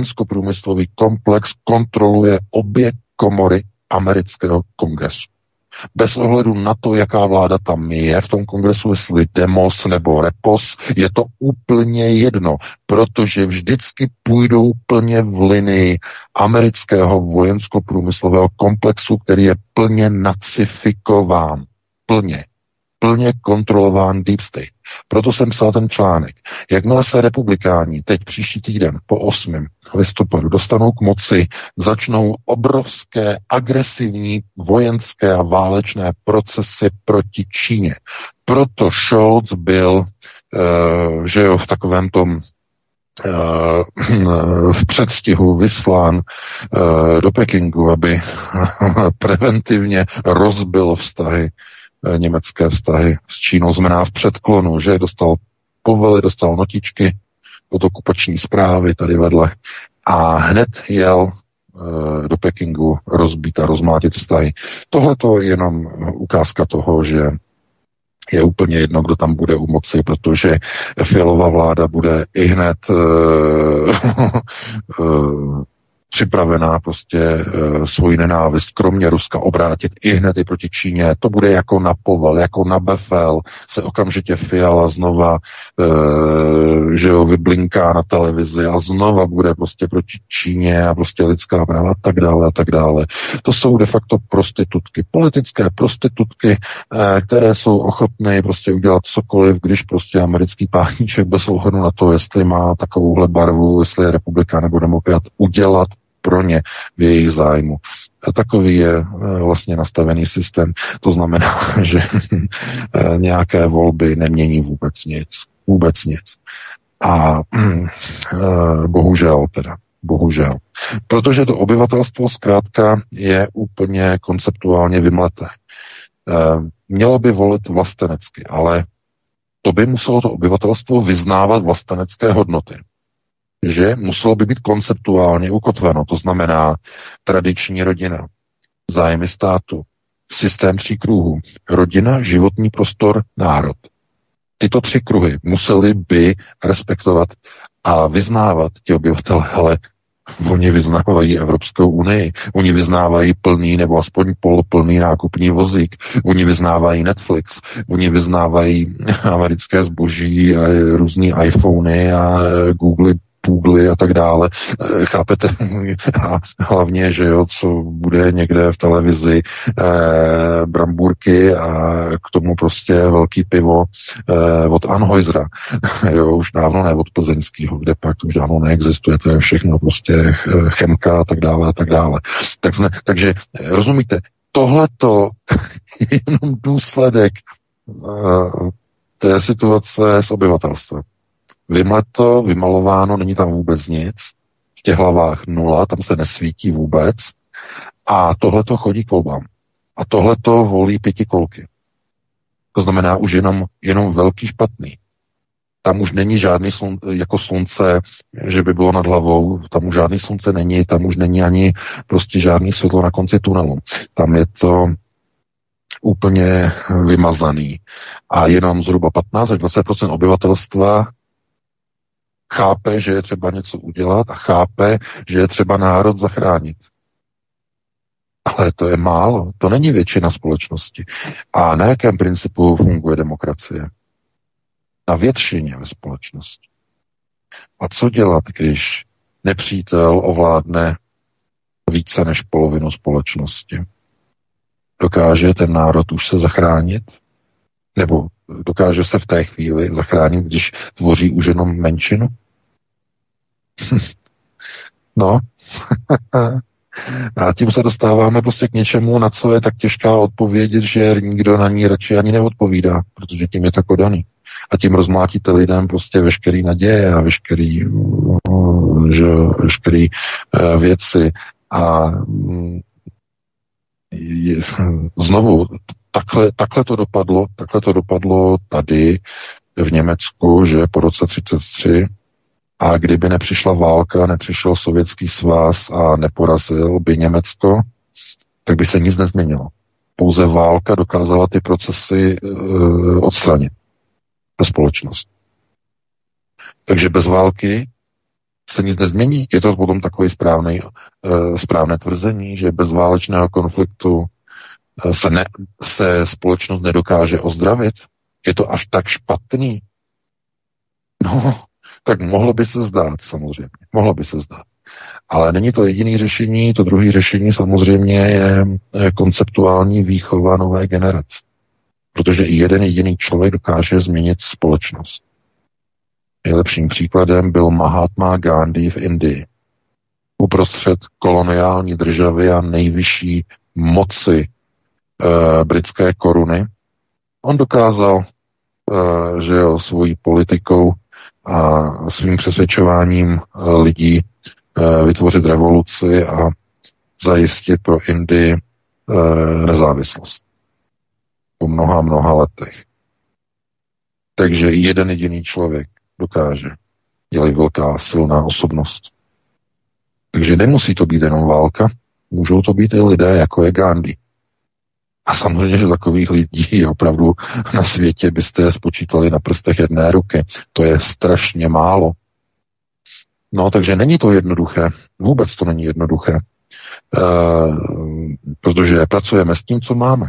vojensko-průmyslový komplex kontroluje obě komory amerického kongresu. Bez ohledu na to, jaká vláda tam je v tom kongresu, jestli demos nebo repos, je to úplně jedno, protože vždycky půjdou plně v linii amerického vojensko-průmyslového komplexu, který je plně nacifikován. Plně. Plně kontrolován Deep State. Proto jsem psal ten článek. Jakmile se republikáni teď příští týden po osmém listopadu dostanou k moci, začnou obrovské agresivní vojenské a válečné procesy proti Číně. Proto Scholz byl uh, že jo, v takovém tom uh, v předstihu vyslán uh, do Pekingu, aby preventivně rozbil vztahy německé vztahy s Čínou, znamená v předklonu, že dostal povely, dostal notičky od okupační zprávy tady vedle a hned jel e, do Pekingu rozbít a rozmlátit vztahy. Tohle to je jenom ukázka toho, že je úplně jedno, kdo tam bude u moci, protože Fialová vláda bude i hned e, e, připravená prostě e, svoji nenávist, kromě Ruska, obrátit i hned i proti Číně. To bude jako na povel, jako na befel, se okamžitě Fiala znova e, že jo, vyblinká na televizi a znova bude prostě proti Číně a prostě lidská práva a tak dále a tak dále. To jsou de facto prostitutky, politické prostitutky, e, které jsou ochotné prostě udělat cokoliv, když prostě americký páníček bez ohledu na to, jestli má takovouhle barvu, jestli je republikán nebo demokrat, udělat pro ně v jejich zájmu. A takový je vlastně nastavený systém. To znamená, že nějaké volby nemění vůbec nic. Vůbec nic. A bohužel teda. Bohužel. Protože to obyvatelstvo zkrátka je úplně konceptuálně vymleté. Mělo by volit vlastenecky, ale to by muselo to obyvatelstvo vyznávat vlastenecké hodnoty. Že muselo by být konceptuálně ukotveno, to znamená tradiční rodina, zájmy státu, systém tří kruhů, rodina, životní prostor, národ. Tyto tři kruhy museli by respektovat a vyznávat ti obyvatele, ale oni vyznávají Evropskou unii, oni vyznávají plný nebo aspoň poloplný nákupní vozík, oni vyznávají Netflix, oni vyznávají americké zboží, a různý iPhony a Google, Google a tak dále. Chápete? A hlavně, že jo, co bude někde v televizi eh, bramburky a k tomu prostě velký pivo eh, od Anheuser. Jo, už dávno ne od plzeňského, kde pak to už dávno neexistuje, to je všechno prostě chemka a tak dále a tak dále. Tak, takže rozumíte, tohleto je jenom důsledek eh, té situace s obyvatelstvem. Vymleto, vymalováno, není tam vůbec nic, v těch hlavách nula, tam se nesvítí vůbec a tohleto chodí k volbám. A tohleto volí pětikolky. To znamená už jenom, jenom velký špatný. Tam už není žádný slun, jako slunce, že by bylo nad hlavou, tam už žádný slunce není, tam už není ani prostě žádný světlo na konci tunelu. Tam je to úplně vymazaný. A jenom zhruba patnáct až dvacet procent obyvatelstva chápe, že je třeba něco udělat a chápe, že je třeba národ zachránit. Ale to je málo, to není většina společnosti. A na jakém principu funguje demokracie? Na většině ve společnosti. A co dělat, když nepřítel ovládne více než polovinu společnosti? Dokáže ten národ už se zachránit? Nebo dokáže se v té chvíli zachránit, když tvoří už jenom menšinu? No. A tím se dostáváme prostě k něčemu, na co je tak těžká odpovědět, že nikdo na ní radši ani neodpovídá, protože tím je tak daný. A tím rozmlátíte lidem prostě veškerý naděje a veškerý, že, veškerý uh, věci. A je, znovu, takhle, takhle to dopadlo, takhle to dopadlo tady v Německu, že po roce třicet tři, a kdyby nepřišla válka, nepřišel Sovětský svaz a neporazil by Německo, tak by se nic nezměnilo. Pouze válka dokázala ty procesy e, odstranit ve společnost. Takže bez války se nic nezmění. Je to potom takový správný, e, správné tvrzení, že bez válečného konfliktu se, ne, se společnost nedokáže ozdravit? Je to až tak špatný? No, tak mohlo by se zdát samozřejmě. Mohlo by se zdát. Ale není to jediné řešení, to druhé řešení samozřejmě je konceptuální výchova nové generace. Protože i jeden jediný člověk dokáže změnit společnost. Nejlepším příkladem byl Mahatma Gandhi v Indii. Uprostřed koloniální državy a nejvyšší moci e, britské koruny. On dokázal, e, že jo, svojí politikou a svým přesvědčováním e, lidí e, vytvořit revoluci a zajistit pro Indii e, nezávislost. Po mnoha, mnoha letech. Takže jeden jediný člověk dokáže. Je-li velká, silná osobnost. Takže nemusí to být jenom válka, můžou to být i lidé, jako je Gandhi. A samozřejmě, že takových lidí opravdu na světě byste spočítali na prstech jedné ruky. To je strašně málo. No, takže není to jednoduché. Vůbec to není jednoduché. E, protože pracujeme s tím, co máme.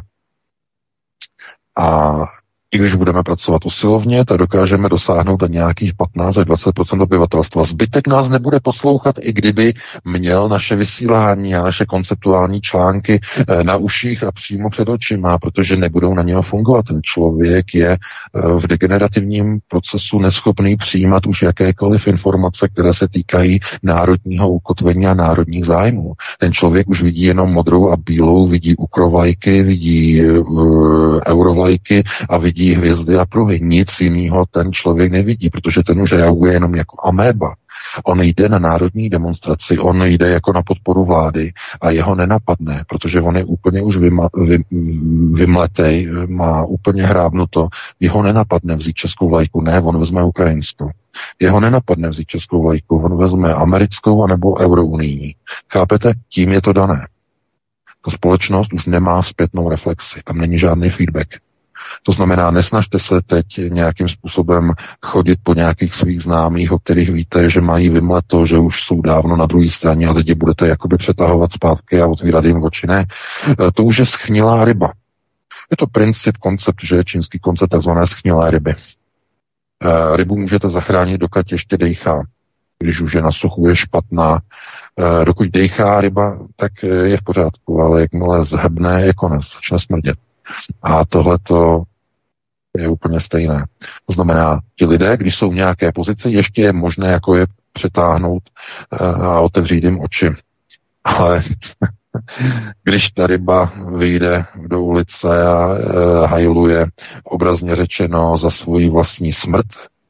A i když budeme pracovat usilovně, tak dokážeme dosáhnout nějakých patnáct až dvacet procent obyvatelstva. Zbytek nás nebude poslouchat, i kdyby měl naše vysílání a naše konceptuální články na uších a přímo před očima, protože nebudou na něho fungovat. Ten člověk je v degenerativním procesu neschopný přijímat už jakékoliv informace, které se týkají národního ukotvení a národních zájmů. Ten člověk už vidí jenom modrou a bílou, vidí ukrovlajky, vidí uh, eurovlajky a vidí hvězdy a pruhy. Nic jiného ten člověk nevidí, protože ten už reaguje jenom jako améba. On jde na národní demonstraci, on jde jako na podporu vlády a jeho nenapadne, protože on je úplně už vyma, vy, vymletej, má úplně hrábnuto. Jeho nenapadne vzít českou vlajku, ne, on vezme ukrajinskou. Jeho nenapadne vzít českou vlajku, on vezme americkou anebo eurounijní. Chápete? Tím je to dané. Ta společnost už nemá zpětnou reflexi, tam není žádný feedback. To znamená, nesnažte se teď nějakým způsobem chodit po nějakých svých známých, o kterých víte, že mají vymleto, že už jsou dávno na druhé straně a teď je budete jakoby přetahovat zpátky a otvírat jim oči. Ne, to už je schnilá ryba. Je to princip, koncept, že je čínský koncept takzvané schnilé ryby. Rybu můžete zachránit, dokud ještě dejchá. Když už je na suchu, je špatná. Dokud dejchá ryba, tak je v pořádku, ale jakmile zhebne, je konec, začne smrdět. A tohleto je úplně stejné. To znamená, ti lidé, když jsou v nějaké pozici, ještě je možné jako je přetáhnout a otevřít jim oči. Ale když ta ryba vyjde do ulice a hajluje, obrazně řečeno, za svoji vlastní smrt,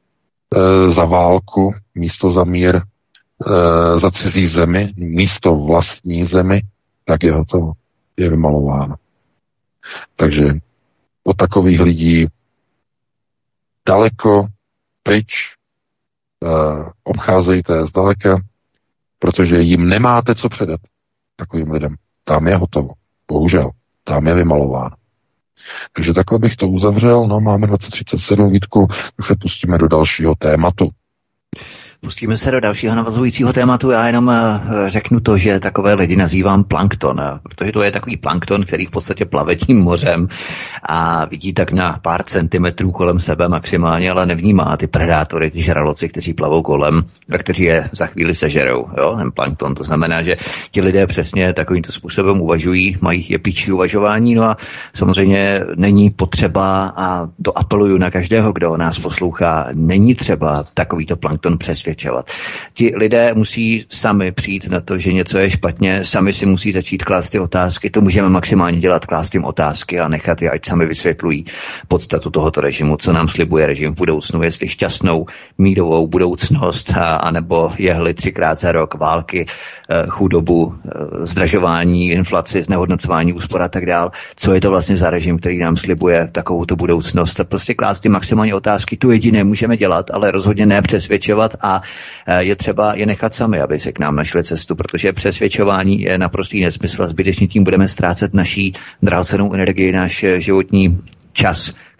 za válku, místo za mír, za cizí zemi, místo vlastní zemi, tak je hotovo. Je vymalováno. Takže od takových lidí daleko pryč, eh, obcházejte zdaleka, protože jim nemáte co předat takovým lidem. Tam je hotovo. Bohužel. Tam je vymalováno. Takže takhle bych to uzavřel. No, máme dvacet třicet sedm, Vítku, tak se pustíme do dalšího tématu. Pustíme se do dalšího navazujícího tématu. Já jenom řeknu to, že takové lidi nazývám plankton, protože to je takový plankton, který v podstatě plave tím mořem a vidí tak na pár centimetrů kolem sebe maximálně, ale nevnímá ty predátory, ty žraloci, kteří plavou kolem a kteří je za chvíli sežerou. Jo? Ten plankton, to znamená, že ti lidé přesně takovýmto způsobem uvažují, mají jepičí uvažování, no a samozřejmě není potřeba, a to apeluju na každého, kdo nás poslouchá, není třeba takovýto plankton přesvědčit. Ti lidé musí sami přijít na to, že něco je špatně, sami si musí začít klást ty otázky, to můžeme maximálně dělat, klást jim otázky a nechat je, ať sami vysvětlují podstatu tohoto režimu, co nám slibuje režim v budoucnu, jestli šťastnou mírovou budoucnost, a, anebo jehly třikrát za rok války, chudobu, zdražování, inflaci, znehodnocování úspor a tak dál. Co je to vlastně za režim, který nám slibuje takovouto budoucnost? Prostě klást maximálně otázky, tu jediné můžeme dělat, ale rozhodně ne přesvědčovat a je třeba je nechat sami, aby se k nám našli cestu, protože přesvědčování je naprostý nesmysl a zbytečně tím budeme ztrácet naší drahocennou energii, náš životní čas,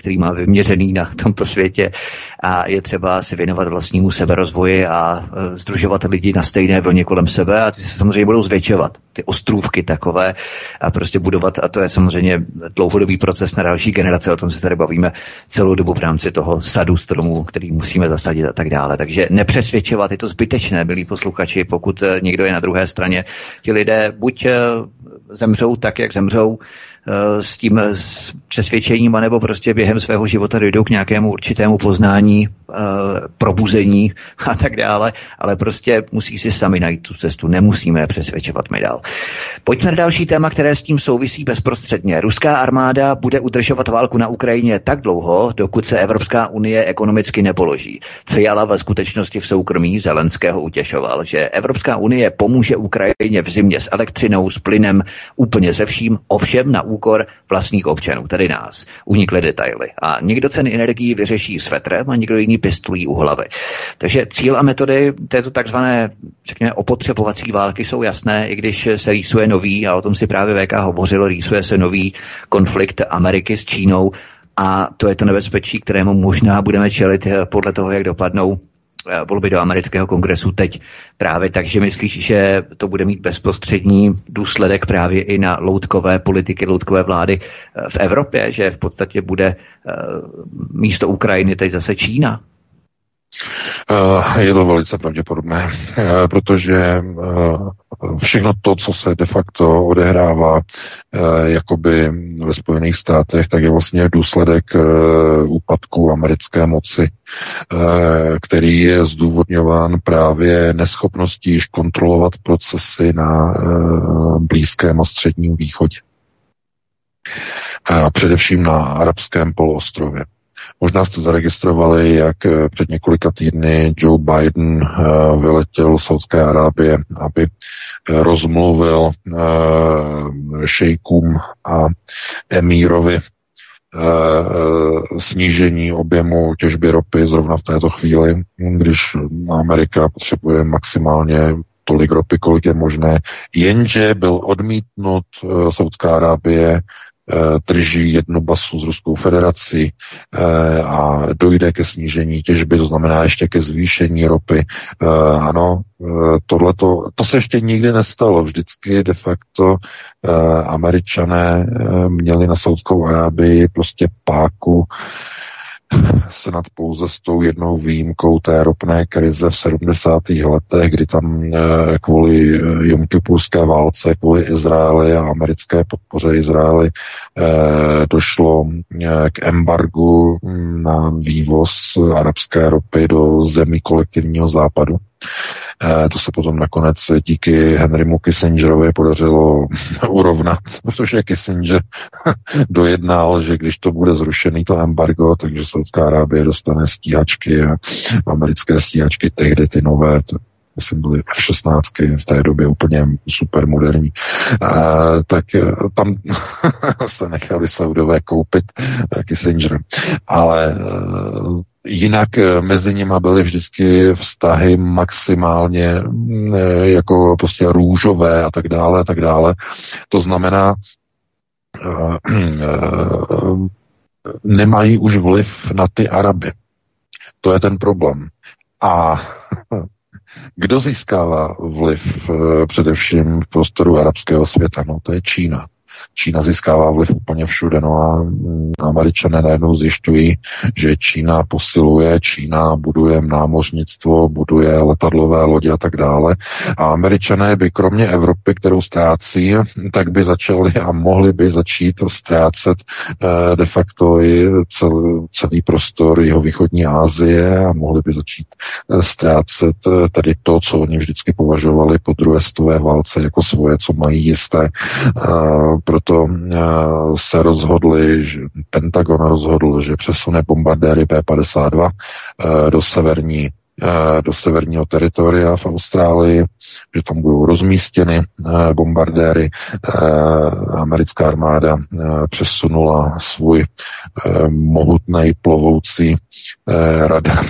který má vyměřený na tomto světě a je třeba se věnovat vlastnímu seberozvoji a sdružovat lidi na stejné vlně kolem sebe a ty se samozřejmě budou zvětšovat, ty ostrůvky takové a prostě budovat, a to je samozřejmě dlouhodobý proces na další generace, o tom se tady bavíme celou dobu v rámci toho sadu stromů, který musíme zasadit a tak dále. Takže nepřesvědčovat, je to zbytečné, milí posluchači, pokud někdo je na druhé straně. Ti lidé buď zemřou tak, jak zemřou, s tím s přesvědčením, anebo prostě během svého života dojdou k nějakému určitému poznání, probuzení a tak dále, ale prostě musí si sami najít tu cestu, nemusíme přesvědčovat my dál. Pojďme na další téma, které s tím souvisí bezprostředně. Ruská armáda bude udržovat válku na Ukrajině tak dlouho, dokud se Evropská unie ekonomicky nepoloží. Fiala ve skutečnosti v soukromí Zelenského utěšoval, že Evropská unie pomůže Ukrajině v zimě s elektřinou, s plynem, úplně se vším, ovšem na úkor vlastních občanů, tedy nás. Unikly detaily. A někdo ceny energií vyřeší s vetrem a někdo jiný pistolí u hlavy. Takže cíl a metody této takzvané, řekněme, opotřebovací války jsou jasné, i když se rýsuje nový, a o tom si právě V K hovořilo, rýsuje se nový konflikt Ameriky s Čínou a to je to nebezpečí, kterému možná budeme čelit podle toho, jak dopadnou volby do amerického kongresu teď právě, takže myslíš, že to bude mít bezprostřední důsledek právě i na loutkové politiky, loutkové vlády v Evropě, že v podstatě bude místo Ukrajiny teď zase Čína? Je to velice pravděpodobné, protože všechno to, co se de facto odehrává jakoby ve Spojených státech, tak je vlastně důsledek úpadku americké moci, který je zdůvodňován právě neschopností již kontrolovat procesy na Blízkém a Středním východě. A především na arabském poloostrově. Možná jste zaregistrovali, jak před několika týdny Joe Biden vyletěl z Saúdské Arábie, aby rozmluvil šejkům a emírovi snížení objemu těžby ropy zrovna v této chvíli, když Amerika potřebuje maximálně tolik ropy, kolik je možné, jenže byl odmítnut Saúdská Arábie drží jednu basu s Ruskou federací a dojde ke snížení těžby, to znamená ještě ke zvýšení ropy. Ano, tohleto, to se ještě nikdy nestalo. Vždycky de facto Američané měli na Saúdskou Arábii prostě páku snad pouze s tou jednou výjimkou té ropné krize v sedmdesátých letech, kdy tam kvůli jomkipurské válce, kvůli Izraeli a americké podpoře Izraeli došlo k embargu na vývoz arabské ropy do zemí kolektivního západu. To se potom nakonec díky Henrymu Kissingerovi podařilo urovnat, protože Kissinger dojednal, že když to bude zrušený to embargo, takže Saudská Arábie dostane stíhačky a americké stíhačky tehdy ty nové, to, myslím, byly F šestnáct v té době úplně super moderní, a, tak tam se nechali Saudové koupit Kissinger. Ale jinak mezi nimi byly vždycky vztahy maximálně jako prostě růžové a tak dále a tak dále. To znamená, nemají už vliv na ty Araby. To je ten problém. A kdo získává vliv především v prostoru arabského světa? No, to je Čína. Čína získává vliv úplně všude, no a Američané najednou zjišťují, že Čína posiluje, Čína buduje námořnictvo, buduje letadlové lodě a tak dále. A Američané by kromě Evropy, kterou ztrácí, tak by začali a mohli by začít ztrácet eh, de facto i cel, celý prostor jihovýchodní Asie a mohli by začít eh, ztrácet eh, tady to, co oni vždycky považovali po druhé světové válce jako svoje, co mají jisté. Eh, proto uh, se rozhodli, že Pentagon rozhodl, že přesune bombardéry P padesát dva uh, do severní uh, do severního teritoria v Austrálii, že tam budou rozmístěny uh, bombardéry. Uh, americká armáda uh, přesunula svůj uh, mohutný plovoucí uh, radar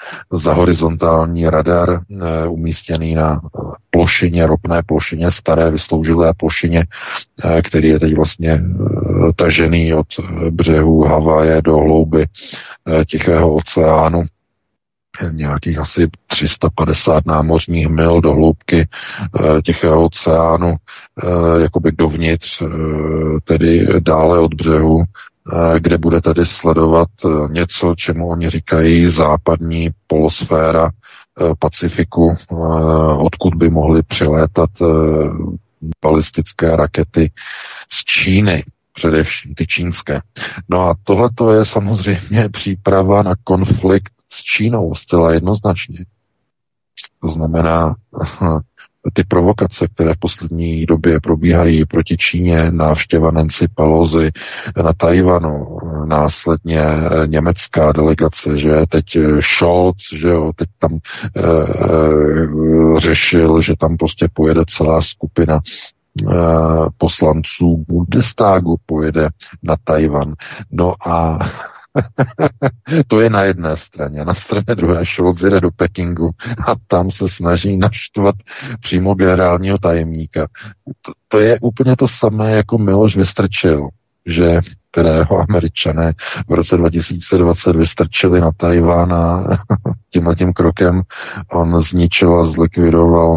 za horizontální radar umístěný na plošině, ropné plošině, staré vysloužilé plošině, který je teď vlastně tažený od břehu Havaje do hlouby Tichého oceánu, nějakých asi tři sta padesát námořních mil do hloubky e, Tichého oceánu, e, jakoby dovnitř, e, tedy dále od břehu, e, kde bude tedy sledovat e, něco, čemu oni říkají západní polosféra e, Pacifiku, e, odkud by mohly přilétat e, balistické rakety z Číny, především ty čínské. No a tohleto je samozřejmě příprava na konflikt s Čínou zcela jednoznačně. To znamená, ty provokace, které v poslední době probíhají proti Číně, návštěva Nancy Pelosi na Tajvanu, následně německá delegace, že teď Scholz, že jo, teď tam e, e, řešil, že tam prostě pojede celá skupina poslanců Bundestagu, pojede na Tajvan. No a to je na jedné straně. Na straně druhé Scholz jede do Pekingu a tam se snaží naštvat přímo generálního tajemníka. To, to je úplně to samé, jako Miloš Vystrčil, že kterého Američané v roce dva tisíce dvacet vystrčili na Tajván a tímhletím krokem on zničil a zlikvidoval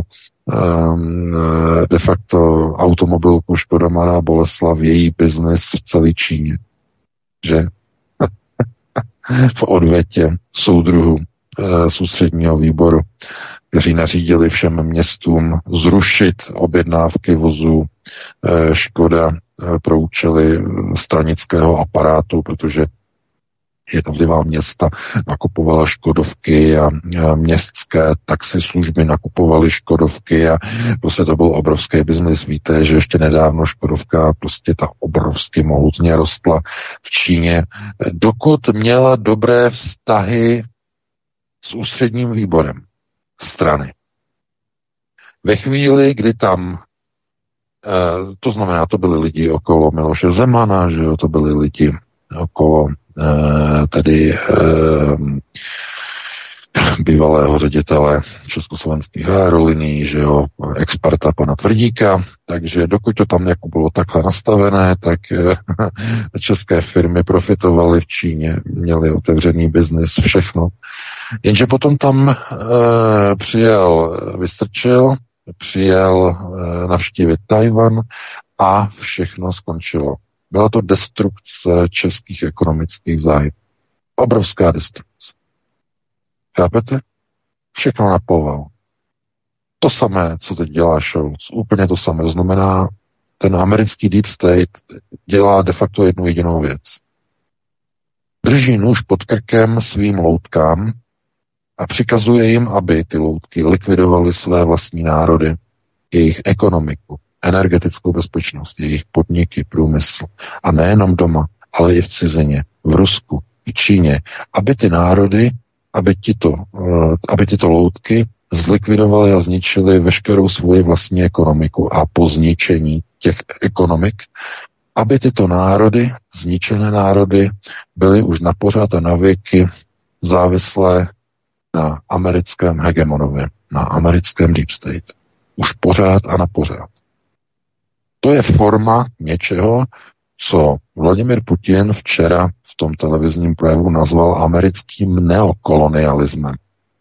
de facto automobilku Škoda Mladá Boleslav, její biznis v celé Číně. Že? V odvětě soudruhu z ústředního výboru, kteří nařídili všem městům zrušit objednávky vozů Škoda pro účely stranického aparátu, protože jednotlivá města nakupovala Škodovky a městské taxislužby nakupovaly Škodovky a prostě to byl obrovský biznis. Víte, že ještě nedávno Škodovka prostě ta obrovsky mohutně rostla v Číně, dokud měla dobré vztahy s ústředním výborem strany. Ve chvíli, kdy tam to znamená, to byli lidi okolo Miloše Zemana, že jo, to byli lidi okolo tedy bývalého ředitele československých aerolinií, že jo, experta pana Tvrdíka, takže dokud to tam jako bylo takhle nastavené, tak české firmy profitovaly v Číně, měly otevřený biznis, všechno. Jenže potom tam e, přijel Vystrčil, přijel e, navštívit Tajvan a všechno skončilo. Byla to destrukce českých ekonomických zájmů. Obrovská destrukce. Chápete? Všechno napoval. To samé, co teď dělá Scholz, úplně to samé. To znamená, ten americký deep state dělá de facto jednu jedinou věc. Drží nůž pod krkem svým loutkám a přikazuje jim, aby ty loutky likvidovaly své vlastní národy, jejich ekonomiku, energetickou bezpečnost, jejich podniky, průmysl. A nejenom doma, ale i v cizině, v Rusku, v Číně, aby ty národy, aby tyto, aby tyto loutky zlikvidovaly a zničily veškerou svoji vlastní ekonomiku a po zničení těch ekonomik, aby tyto národy, zničené národy, byly už na pořád a na věky závislé na americkém hegemonovi, na americkém deep state. Už pořád a na pořád. To je forma něčeho, co Vladimír Putin včera v tom televizním projevu nazval americkým neokolonialismem.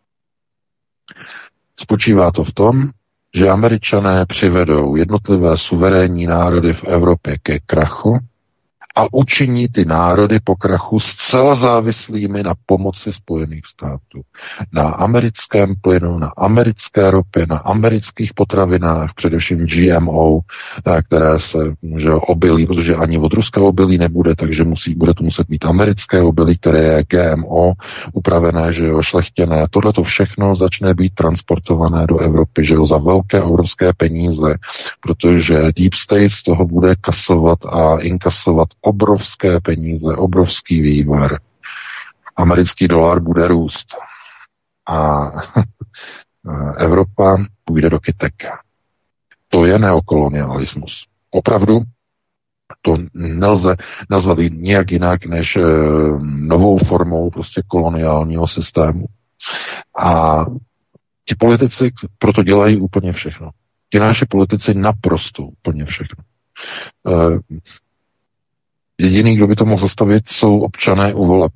Spočívá to v tom, že Američané přivedou jednotlivé suverénní národy v Evropě ke krachu a učiní ty národy po krachu zcela závislými na pomoci Spojených států. Na americkém plynu, na americké ropě, na amerických potravinách, především G M O, které se že obilí, protože ani od Ruska obilí nebude, takže musí, bude to muset být americké obilí, které je G M O, upravené, že jo, šlechtěné. Tohle to všechno začne být transportované do Evropy, že jo, za velké, obrovské peníze, protože Deep State z toho bude kasovat a inkasovat obrovské peníze, obrovský vývar. Americký dolar bude růst a Evropa půjde do kytek. To je neokolonialismus. Opravdu to nelze nazvat nijak jinak než novou formou prostě koloniálního systému. A ti politici proto dělají úplně všechno. Ti naši politici naprosto úplně všechno. Uh, jediný, kdo by to mohl zastavit, jsou občané u voleb.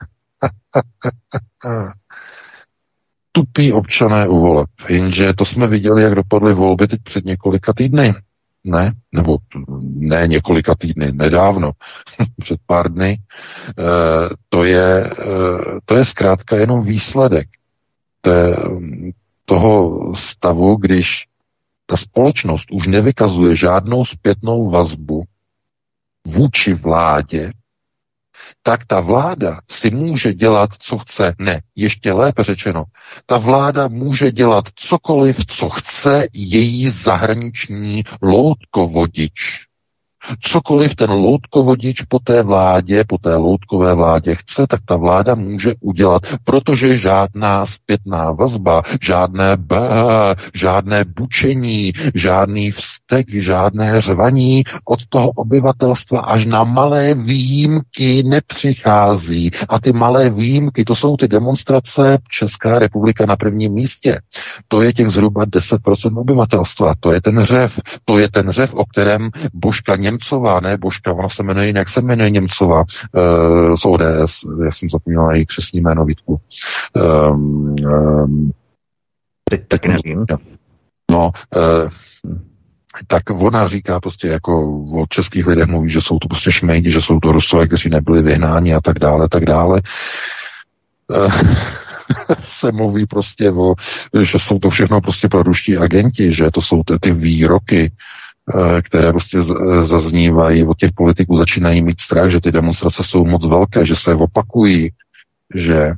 Tupí občané u voleb. Jenže to jsme viděli, jak dopadly volby teď před několika týdny. Ne, nebo ne několika týdny, nedávno, před pár dny. E, to, je, e, to je zkrátka jenom výsledek té, toho stavu, když ta společnost už nevykazuje žádnou zpětnou vazbu vůči vládě, tak ta vláda si může dělat, co chce. Ne, ještě lépe řečeno, ta vláda může dělat cokoliv, co chce její zahraniční loutkovodič. Cokoliv ten loutkovodič po té vládě, po té loutkové vládě chce, tak ta vláda může udělat, protože žádná zpětná vazba, žádné b, žádné bučení, žádný vztek, žádné řvaní od toho obyvatelstva až na malé výjimky nepřichází. A ty malé výjimky, to jsou ty demonstrace Česká republika na prvním místě. To je těch zhruba deset procent obyvatelstva. To je ten řev. To je ten řev, o kterém Božka Němcová, ne Božka, ona se jmenuje jinak, se jmenuje Němcová uh, z O D S, já jsem zapomněl na její křestní jméno, Vítku. Um, um, Teď taky nevím. No, uh, tak ona říká prostě jako o českých lidech mluví, že jsou to prostě šmejdi, že jsou to Rusové, kteří nebyli vyhnáni a tak dále, tak dále. Uh, se mluví prostě o, že jsou to všechno prostě proruští agenti, že to jsou ty, ty výroky, které prostě zaznívají od těch politiků, začínají mít strach, že ty demonstrace jsou moc velké, že se opakují, že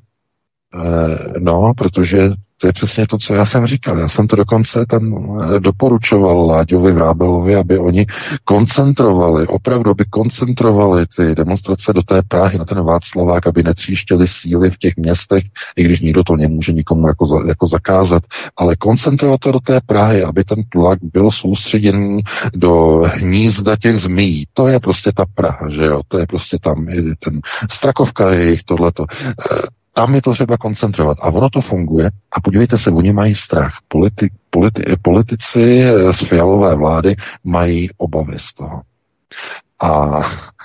no, protože to je přesně to, co já jsem říkal. Já jsem to dokonce tam doporučoval Láďovi Vrábelovi, aby oni koncentrovali, opravdu, aby koncentrovali ty demonstrace do té Prahy, na ten Václavák, aby netříštěli síly v těch městech, i když nikdo to nemůže nikomu jako, za, jako zakázat, ale koncentrovat to do té Prahy, aby ten tlak byl soustředěný do hnízda těch zmí. To je prostě ta Praha, že jo? To je prostě tam ten Strakovka jejich, tohleto. Tam je to třeba koncentrovat. A ono to funguje. A podívejte se, oni mají strach. Politi, politi, politici z Fialové vlády mají obavy z toho. A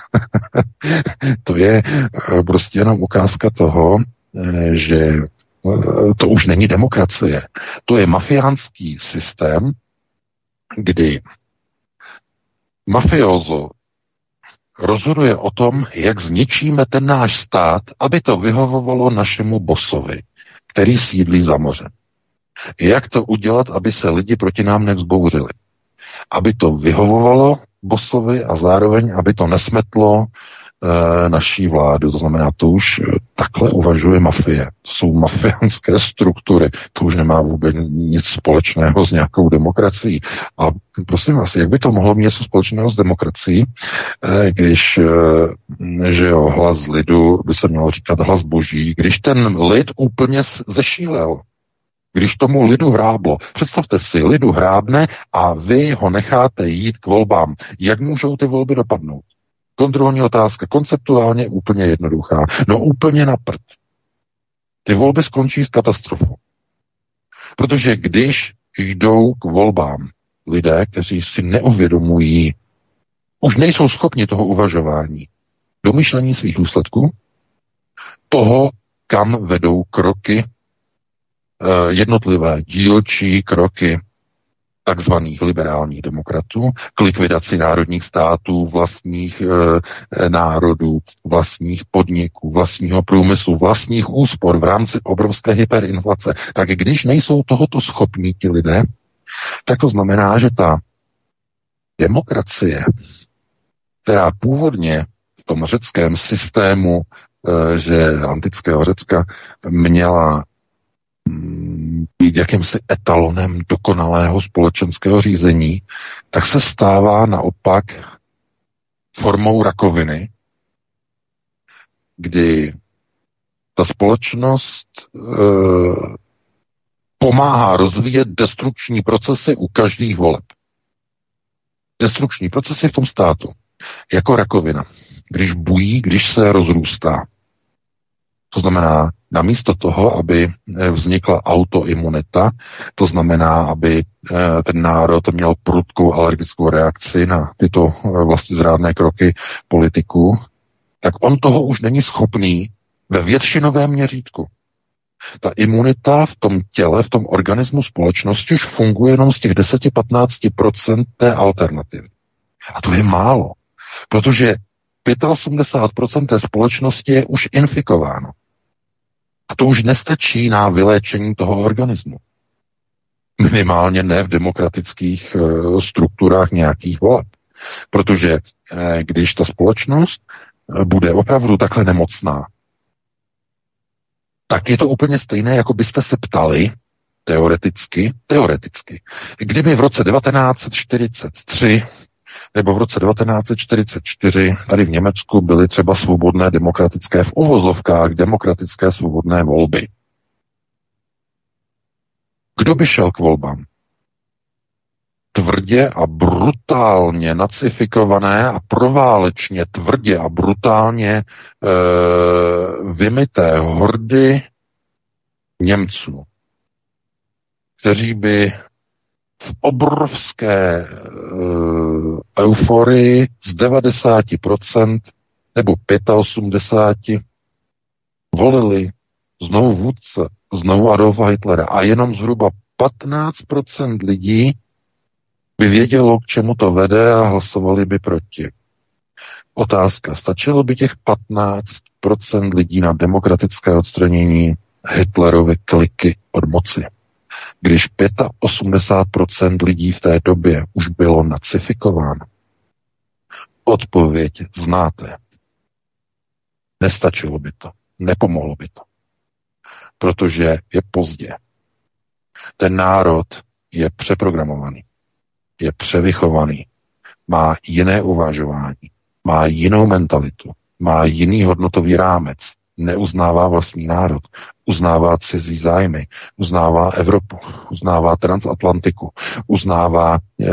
to je prostě jenom ukázka toho, že to už není demokracie. To je mafiánský systém, kdy mafiozo rozhoduje o tom, jak zničíme ten náš stát, aby to vyhovovalo našemu bosovi, který sídlí za mořem. Jak to udělat, aby se lidi proti nám nevzbouřili? Aby to vyhovovalo bosovi a zároveň, aby to nesmetlo e, naší vládu. To znamená, to už takhle uvažuje mafie. To jsou mafiánské struktury. To už nemá vůbec nic společného s nějakou demokracií. A prosím vás, jak by to mohlo mít něco společného s demokracií, e, když, e, že jo, hlas lidu by se mělo říkat hlas boží, když ten lid úplně zešílel. Když tomu lidu hráblo. Představte si, lidu hrábne a vy ho necháte jít k volbám. Jak můžou ty volby dopadnout? Kontrolní otázka, konceptuálně úplně jednoduchá. No úplně na prd. Ty volby skončí s katastrofou. Protože když jdou k volbám lidé, kteří si neuvědomují, už nejsou schopni toho uvažování, domyšlení svých důsledků, toho, kam vedou kroky, jednotlivé dílčí kroky takzvaných liberálních demokratů k likvidaci národních států, vlastních e, národů, vlastních podniků, vlastního průmyslu, vlastních úspor v rámci obrovské hyperinflace. Tak když nejsou tohoto schopní ti lidé, tak to znamená, že ta demokracie, která původně v tom řeckém systému, e, že antického Řecka měla být jakýmsi etalonem dokonalého společenského řízení, tak se stává naopak formou rakoviny, kdy ta společnost e, pomáhá rozvíjet destrukční procesy u každých voleb. Destrukční procesy v tom státu. Jako rakovina. Když bují, když se rozrůstá. To znamená, Namísto toho, aby vznikla autoimunita, to znamená, aby ten národ měl prudkou alergickou reakci na tyto vlastizrádné kroky politiků, tak on toho už není schopný ve většinovém měřítku. Ta imunita v tom těle, v tom organismu společnosti už funguje jenom z těch deset až patnáct procent té alternativy. A to je málo, protože osmdesát pět procent té společnosti je už infikováno. A to už nestačí na vyléčení toho organismu. Minimálně ne v demokratických e, strukturách nějakých voleb. Protože e, když ta společnost e, bude opravdu takhle nemocná, tak je to úplně stejné, jako byste se ptali, teoreticky, teoreticky, kdyby v roce devatenáct set čtyřicet tři nebo v roce devatenáct set čtyřicet čtyři tady v Německu byly třeba svobodné demokratické v uvozovkách demokratické svobodné volby. Kdo by šel k volbám? Tvrdě a brutálně nacifikované a proválečně tvrdě a brutálně e, vymyté hordy Němců, kteří by v obrovské e, euforii z devadesát procent nebo osmdesát pět procent volili znovu vůdce, znovu Adolfa Hitlera a jenom zhruba patnáct procent lidí by vědělo, k čemu to vede a hlasovali by proti. Otázka, stačilo by těch patnáct procent lidí na demokratické odstranění Hitlerovy kliky od moci, když osmdesát pět procent lidí v té době už bylo nacifikováno? Odpověď znáte. Nestačilo by to, nepomohlo by to, protože je pozdě. Ten národ je přeprogramovaný, je převychovaný, má jiné uvažování, má jinou mentalitu, má jiný hodnotový rámec, neuznává vlastní národ, uznává cizí zájmy, uznává Evropu, uznává transatlantiku, uznává e,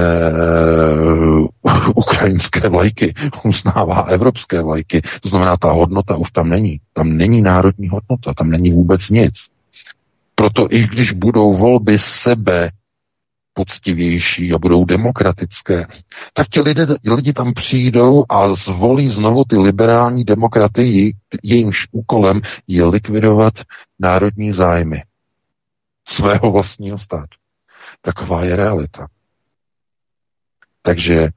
ukrajinské vlajky, uznává evropské vlajky. To znamená, ta hodnota už tam není. Tam není národní hodnota, tam není vůbec nic. Proto i když budou volby sebe poctivější a budou demokratické, tak ti lidé, lidi tam přijdou a zvolí znovu ty liberální demokraty, jejímž úkolem je likvidovat národní zájmy svého vlastního státu. Taková je realita. Takže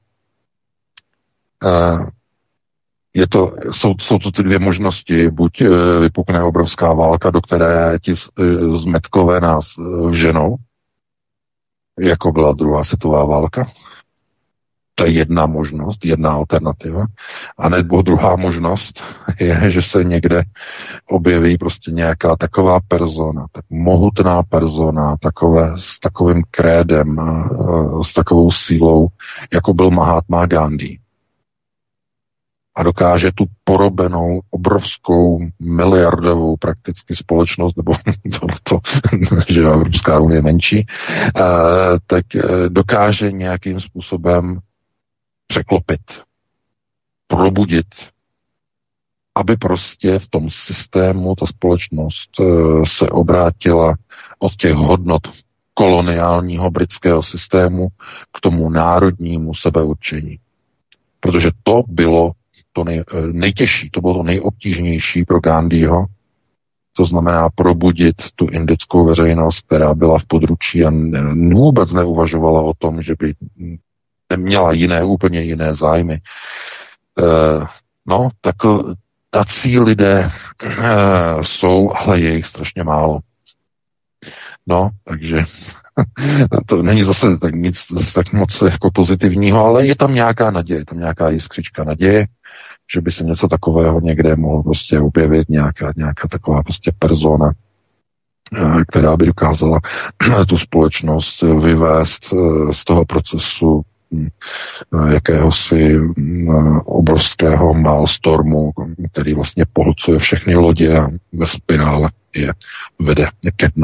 uh, je to, jsou, jsou to ty dvě možnosti. Buď uh, vypukne obrovská válka, do které ti uh, zmetkové nás uh, vženou, jako byla druhá světová válka. To je jedna možnost, jedna alternativa. A nebo druhá možnost je, že se někde objeví prostě nějaká taková persona, tak mohutná persona, takové, s takovým krédem, s takovou sílou, jako byl Mahatma Gandhi. A dokáže tu porobenou, obrovskou, miliardovou prakticky společnost, nebo to, to že Evropská unie je menší, eh, tak dokáže nějakým způsobem překlopit, probudit, aby prostě v tom systému ta společnost eh, se obrátila od těch hodnot koloniálního britského systému k tomu národnímu sebeurčení. Protože to bylo to nej, nejtěžší, to bylo to nejobtížnější pro Gandhiho, to znamená probudit tu indickou veřejnost, která byla v područí a ne, vůbec neuvažovala o tom, že by neměla jiné, úplně jiné zájmy. E, no, tak tací lidé e, jsou, ale je jich strašně málo. No, takže to není zase tak nic tak moc jako pozitivního, ale je tam nějaká naděje, je tam nějaká jiskřička naděje, že by se něco takového někde mohlo prostě objevit, nějaká, nějaká taková prostě persona, která by dokázala tu společnost vyvést z toho procesu jakéhosi obrovského maelstormu, který vlastně pohlcuje všechny lodě a ve spirále je vede ke dnu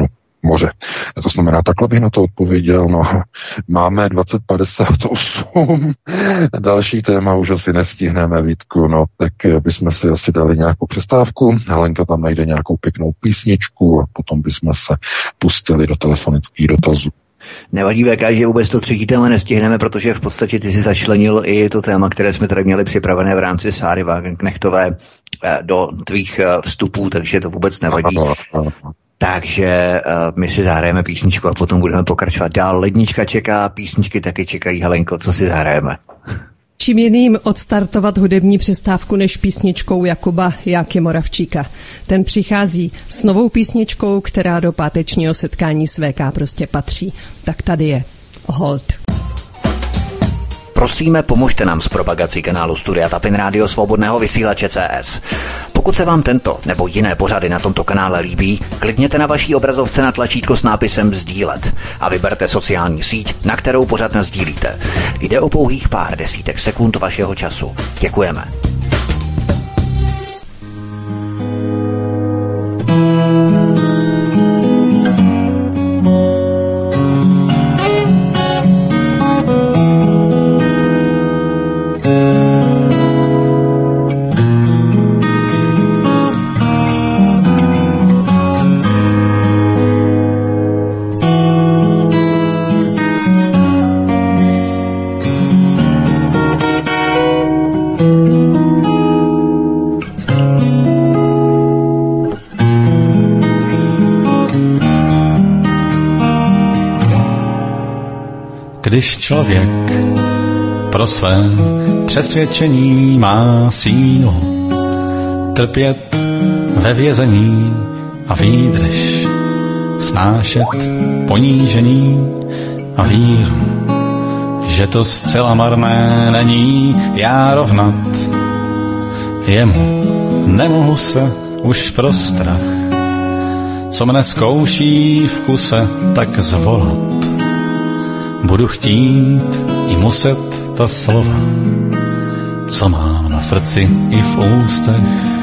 moře. To znamená, takhle bych na to odpověděl. No, máme dvacet padesát osm. Další téma už asi nestihneme, Vítku. No, tak bychom si asi dali nějakou přestávku. Helenka tam najde nějakou pěknou písničku a potom bychom se pustili do telefonických dotazů. Nevadí, V K, že vůbec to třetí téma nestihneme, protože v podstatě ty si začlenil i to téma, které jsme tady měli připravené v rámci Sáry Wagenknechtové do tvých vstupů, takže to vůbec nevadí. Ano, ano. Takže uh, my si zahrajeme písničku a potom budeme pokračovat dál. Lednička čeká, písničky taky čekají. Helenko, co si zahrajeme? Čím jiným odstartovat hudební přestávku než písničkou Jakuba Jáky Moravčíka. Ten přichází s novou písničkou, která do pátečního setkání s V K prostě patří. Tak tady je Hold. Prosíme, pomožte nám s propagací kanálu Studia Tapin Rádio Svobodného vysílače C S. Pokud se vám tento nebo jiné pořady na tomto kanále líbí, klikněte na vaší obrazovce na tlačítko s nápisem sdílet a vyberte sociální síť, na kterou pořad nasdílíte. Jde o pouhých pár desítek sekund vašeho času. Děkujeme. Když člověk pro své přesvědčení má sílu trpět ve vězení a výdrž snášet ponížení a víru, že to zcela marné není, já rovnat jemu nemohu se už pro strach, co mne zkouší v kuse, tak zvolat. Budu chtít i muset ta slova, co mám na srdci i v ústech.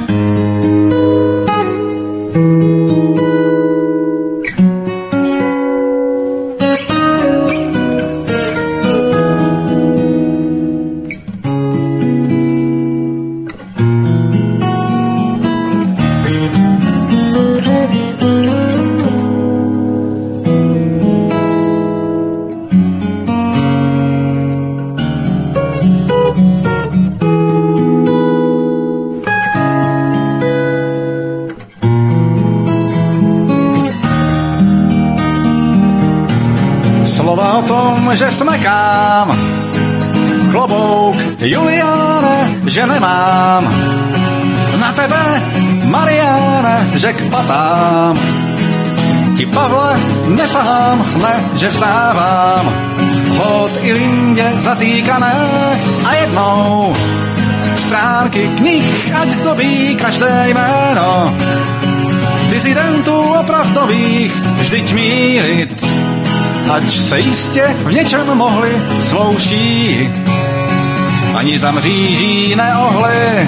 Že smekám klobouk, Juliáne, že nemám na tebe, Mariáne, že k patám ti, Pavle, nesahám, ne, že vzdávám hod i Lindě zatýkané a jednou stránky knih, ať zdobí každé jméno dizidentů opravdových, vždyť mílit, ať se jistě v něčem mohli svou šíji ani za mříží neohli.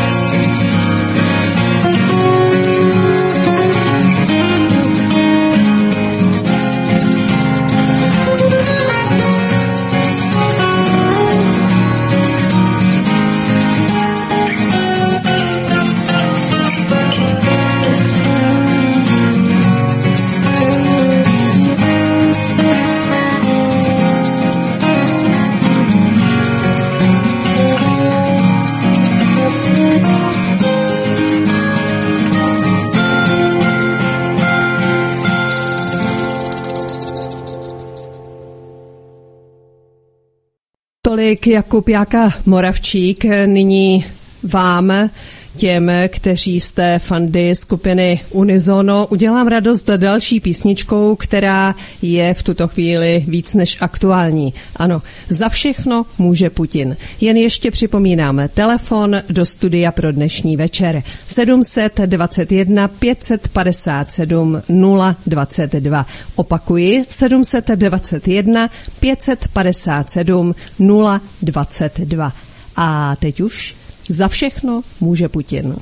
Tolik Jakub Jáka Moravčík. Nyní vám, těm, kteří jste fandy skupiny Unisono, udělám radost další písničkou, která je v tuto chvíli víc než aktuální. Ano, za všechno může Putin. Jen ještě připomínáme telefon do studia pro dnešní večer sedm set dvacet jedna pět set padesát sedm nula dvacet dva. Opakuji sedm set dvacet jedna pět set padesát sedm nula dvacet dva. A teď už za všechno může Putin.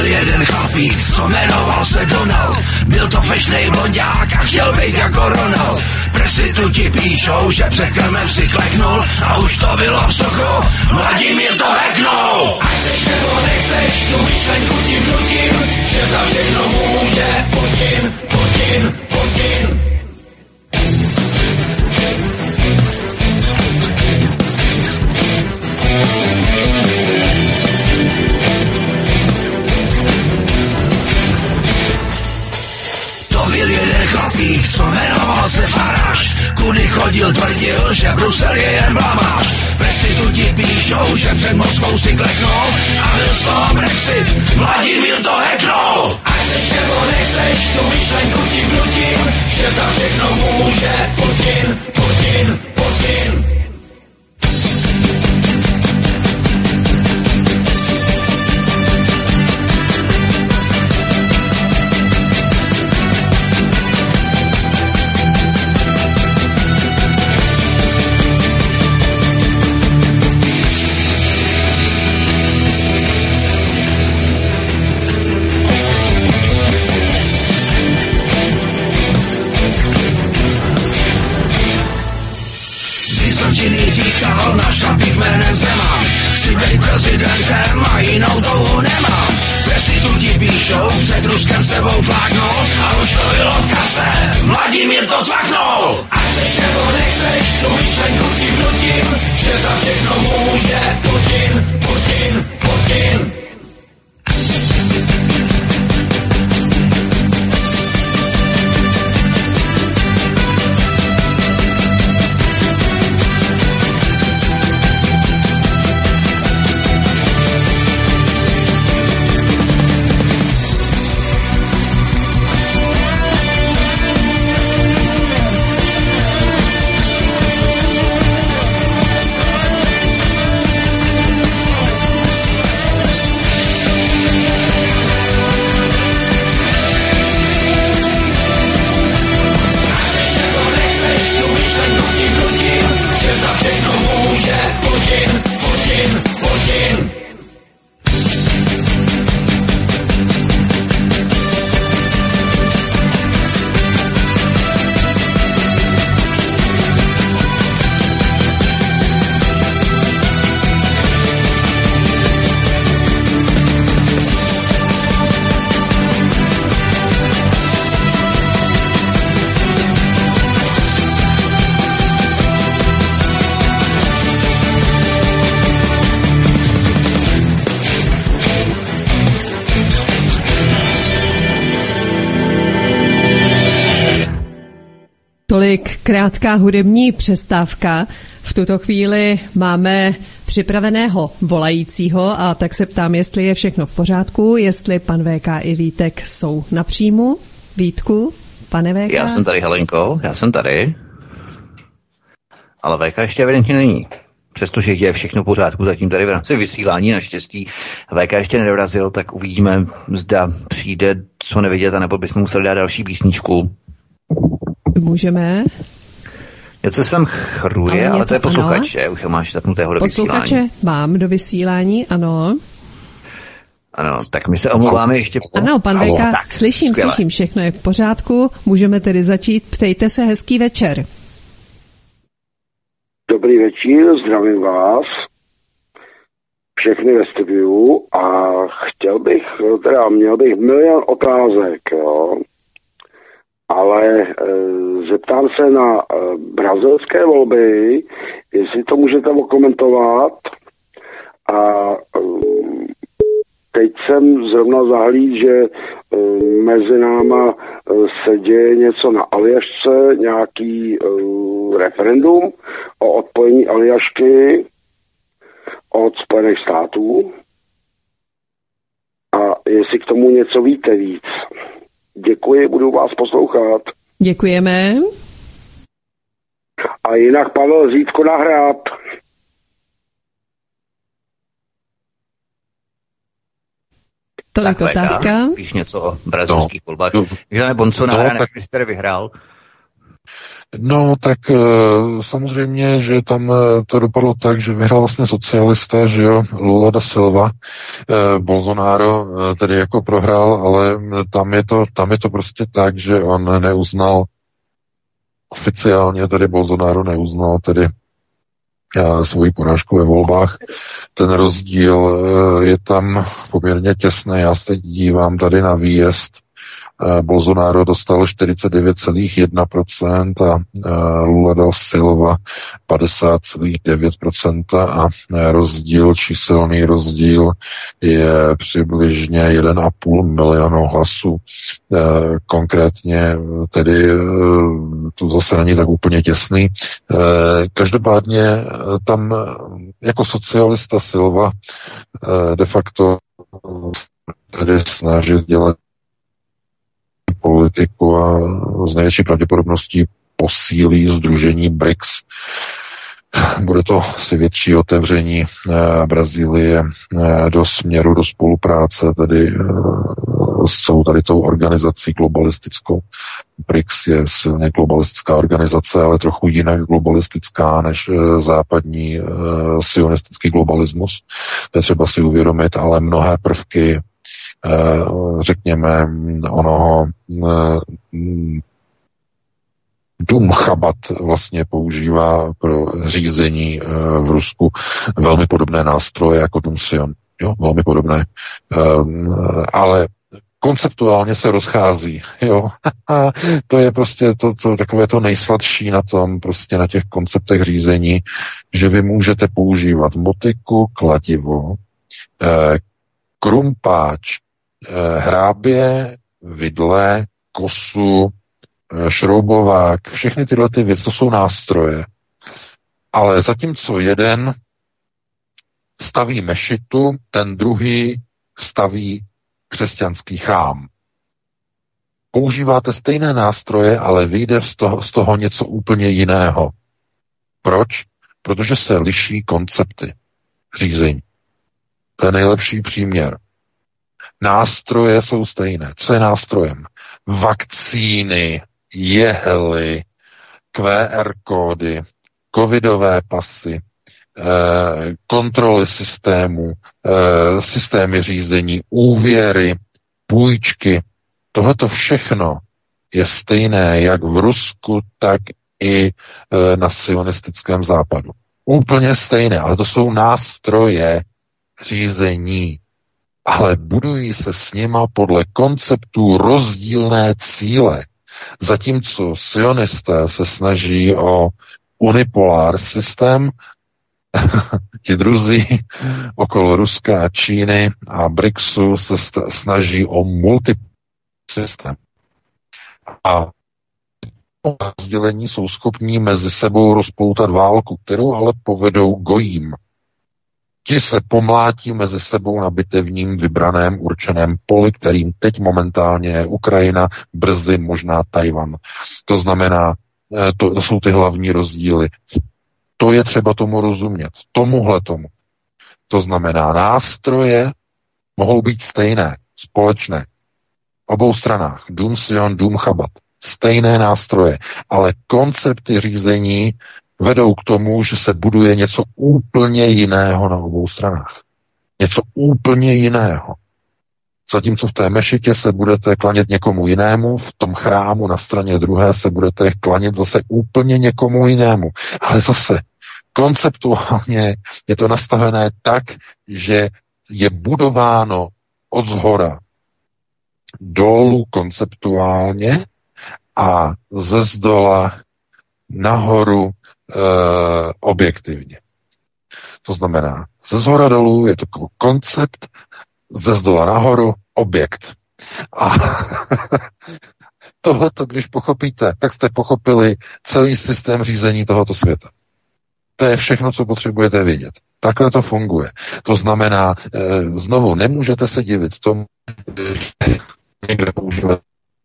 jeden chlapík, co jmenoval se Donald. Byl to fešnej blonďák a chtěl být jako Ronald. Prostituti píšou, že před krmem si kleknul a už to bylo v soku, Vladimír to heknul. Ať chceš nebo nechceš, tu myšlenku tím nutím, že za všechno může Putin, Putin, Putin. Byl jeden chlapík, co jmenoval se Faráš, kudy chodil, tvrdil, že Brusel je jen blamáž. Prostituti píšou, že před Moskvou si kleknul a byl z toho Brexit, Vladimír to heknul. Ať chceš nebo nechceš, tu myšlenku ti vnutím, že za všechno může Putin, Putin, Putin. Říkal náš chlapík jménem Zeman, chci být prezidentem a jinou touhu nemám. Prostituti píšou, před Ruskem sebou fláknul a už to bylo v kase, Vladimír to zvaknul. A chceš nebo nechceš, tu myšlenku ti vnutím, že za všechno může Putin, Putin, Putin. Tolik krátká hudební přestávka. V tuto chvíli máme připraveného volajícího a tak se ptám, jestli je všechno v pořádku, jestli pan V K i Vítek jsou na příjmu. Vítku, pane V K? Já jsem tady, Helenko, já jsem tady. Ale V K ještě evidentně není. Přestože je všechno v pořádku, zatím tady v rámci vysílání naštěstí V K ještě nedorazil, tak uvidíme, zda přijde co nevidět, anebo bychom museli dát další písničku. Můžeme. Něco se tam chruje, ale, ale to je posluchač, že? Už ho máš zapnutého do posluchače vysílání. Posluchače mám do vysílání, ano. Ano, tak my se omlouváme ještě. Ano, pan Halo, V K, tak, slyším, skvěle. slyším, všechno je v pořádku. Můžeme tedy začít. Ptejte se, hezký večer. Dobrý večer, zdravím vás. Všechny ve studiu a chtěl bych, teda měl bych milion otázek, jo. Ale e, zeptám se na e, brazilské volby, jestli to můžete okomentovat. A e, teď jsem zrovna zahlíd, že e, mezi náma e, se děje něco na Aljašce, nějaký e, referendum o odpojení Aljašky od Spojených států. A jestli k tomu něco víte víc. Děkuji, budu vás poslouchat. Děkujeme. A jinak Pavel Zítko na hrad. Tolik tak, otázka. Víš něco o brazilských no. volbách. Že ne, Bonco na no, hra, tak... který vyhrál. No, tak samozřejmě, že tam to dopadlo tak, že vyhrál vlastně socialista, že jo, Lula da Silva, Bolsonaro tedy jako prohrál, ale tam je to, tam je to prostě tak, že on neuznal oficiálně, tedy Bolsonaro neuznal tedy svoji porážku ve volbách. Ten rozdíl je tam poměrně těsný. Já se teď dívám tady na výjezd. Bolsonaro dostal čtyřicet devět celá jedna procenta a Lula da Silva padesát celá devět procenta a rozdíl, číselný rozdíl je přibližně jeden a půl milionu hlasů. Konkrétně tedy to zase není tak úplně těsný. Každopádně tam jako socialista Silva de facto tedy snažit dělat politiku a z největší pravděpodobností posílí sdružení B R I C S. Bude to asi větší otevření Brazílie do směru, do spolupráce, tedy s celou tady tou organizací globalistickou. B R I C S je silně globalistická organizace, ale trochu jinak globalistická než západní sionistický globalismus. To je třeba si uvědomit, ale mnohé prvky řekněme onoho Dům Chabat vlastně používá pro řízení v Rusku velmi podobné nástroje jako Dům Sion. Jo, velmi podobné. Ale konceptuálně se rozchází. Jo. To je prostě to, to, takové to nejsladší na tom, prostě na těch konceptech řízení, že vy můžete používat motiku, kladivo, krumpáč, hrábě, vidle, kosu, šroubovák, všechny tyhle ty věci, to jsou nástroje. Ale zatímco jeden staví mešitu, ten druhý staví křesťanský chrám. Používáte stejné nástroje, ale vyjde z toho, z toho něco úplně jiného. Proč? Protože se liší koncepty řízení. To je nejlepší příměr. Nástroje jsou stejné. Co je nástrojem? Vakcíny, jehly, Q R kódy, covidové pasy, kontroly systému, systémy řízení, úvěry, půjčky. Tohleto všechno je stejné jak v Rusku, tak i na sionistickém západu. Úplně stejné, ale to jsou nástroje řízení. Ale budují se s nima podle konceptů rozdílné cíle. Zatímco sionisté se snaží o unipolár systém, ti druzí okolo Ruska a Číny a BRICSu se snaží o multisystém. A rozdělení jsou schopní mezi sebou rozpoutat válku, kterou ale povedou gojím. Ti se pomlátí mezi sebou na bitevním vybraném určeném poli, kterým teď momentálně je Ukrajina, brzy možná Tajvan. To znamená, to, to jsou ty hlavní rozdíly. To je třeba tomu rozumět. Tomuhle tomu. To znamená, nástroje mohou být stejné, společné. Obou stranách. Dům Sion, Dům Chabat. Stejné nástroje. Ale koncepty řízení vedou k tomu, že se buduje něco úplně jiného na obou stranách. Něco úplně jiného. Zatímco v té mešitě se budete klanět někomu jinému, v tom chrámu na straně druhé se budete klanět zase úplně někomu jinému. Ale zase konceptuálně je to nastavené tak, že je budováno od zhora dolů konceptuálně a ze zdola nahoru e, objektivně. To znamená, ze zhora dolů je to koncept, ze zdola nahoru objekt. A tohleto, když pochopíte, tak jste pochopili celý systém řízení tohoto světa. To je všechno, co potřebujete vědět. Takhle to funguje. To znamená, e, znovu, nemůžete se divit tomu, že někde používat.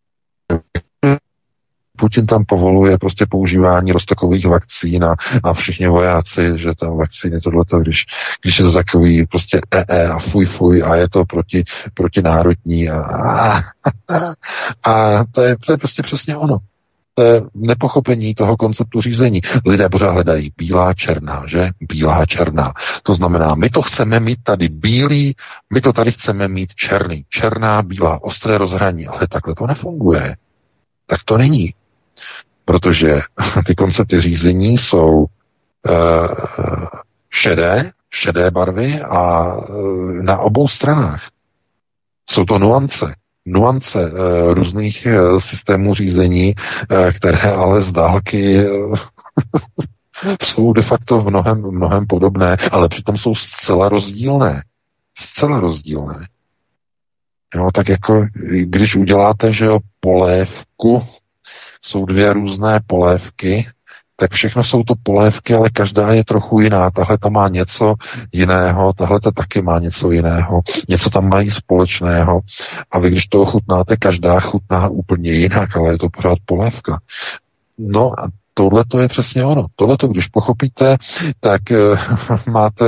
Putin tam povoluje prostě používání roztokových vakcín a, a všichni vojáci, že tam vakcíny tohleto, když, když je to takový prostě ee a fuj fuj a je to proti, protinárodní a, a, a to, je, to je prostě přesně ono. nepochopení toho konceptu řízení. Lidé pořád hledají bílá, černá, že? Bílá, černá. To znamená, my to chceme mít tady bílý, my to tady chceme mít černý. Černá, bílá, ostré rozhraní, ale takhle to nefunguje. Tak to není. Protože ty koncepty řízení jsou uh, šedé, šedé barvy a uh, na obou stranách. Jsou to nuance. nuance e, různých e, systémů řízení, e, které ale z dálky e, jsou de facto v mnohem, mnohem podobné, ale přitom jsou zcela rozdílné. Zcela rozdílné. Jo, tak jako když uděláte, že jo, polévku, jsou dvě různé polévky, tak všechno jsou to polévky, ale každá je trochu jiná. Tahle tam má něco jiného, tahle ta taky má něco jiného. Něco tam mají společného. A vy, když to ochutnáte, každá chutná úplně jinak, ale je to pořád polévka. No a tohle to je přesně ono. Tohle to, když pochopíte, tak uh, máte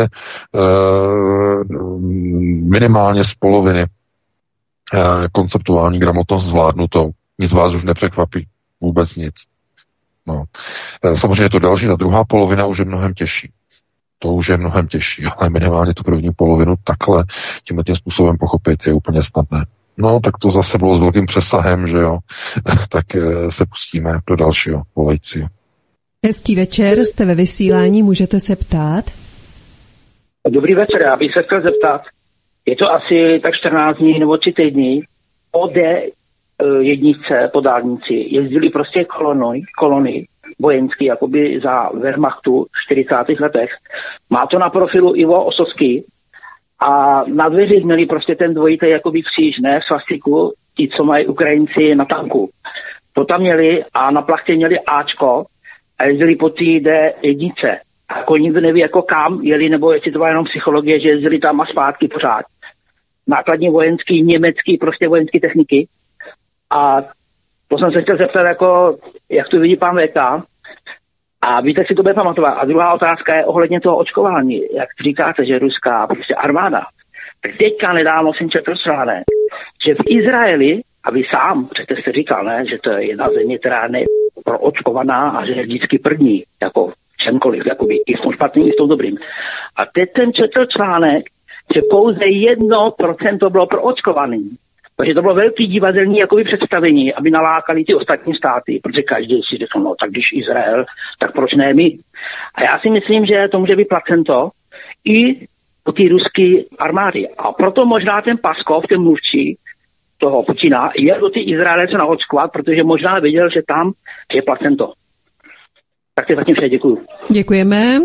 uh, minimálně z poloviny uh, konceptuální gramotnost zvládnutou. Nic vás už nepřekvapí. Vůbec nic. No. Samozřejmě to další, ta druhá polovina už je mnohem těžší. To už je mnohem těžší, ale minimálně tu první polovinu takhle tímhle tím způsobem pochopit je úplně snadné. No, tak to zase bylo s velkým přesahem, že jo. Tak se pustíme do dalšího volajícího. Hezký večer, jste ve vysílání, můžete se ptát? Dobrý večer, já bych se chtěl zeptat. Je to asi tak čtrnáct dní nebo tři týdny. O D jedničce po dálnici jezdili prostě kolony, kolony vojenský, jakoby za Wehrmachtu v čtyřicátých letech. Má to na profilu Ivo Osovský a na dveřích měli prostě ten dvojitý jakoby kříž, ne, svastiku, ti, co mají Ukrajinci na tanku. To tam měli a na plachtě měli Ačko a jezdili po té D jedničce. Jako nikdo neví, jako kam jeli, nebo jestli to byla jenom psychologie, že jezdili tam a zpátky pořád. Nákladní vojenský, německý, prostě vojenský techniky. A to jsem se chtěl zeptat, jako, jak to vidí pan V K. A víte, si to bude pamatovat. A druhá otázka je ohledně toho očkování. Jak říkáte, že ruská prostě armáda. Tak teďka nedávno jsem četl článek, že v Izraeli, a vy sám, přece jste říkal, ne, že to je jedna země, která je proočkovaná a že je vždycky první, jako čemkoliv, jakoby, i v tom špatným, i v tom dobrým. A teď jsem četl článek, že pouze jedno procento bylo proočkovaný. Takže to bylo velký divadelní jakoby představení, aby nalákali ty ostatní státy, protože každý si řekl, no tak když Izrael, tak proč ne my? A já si myslím, že to může být placento i u té ruské armády. A proto možná ten Paskov, ten mluvčí toho Putina, je do ty Izraelce naočkovat, protože možná viděl, že tam je placento. Tak to zatím vše, děkuju. Děkujeme.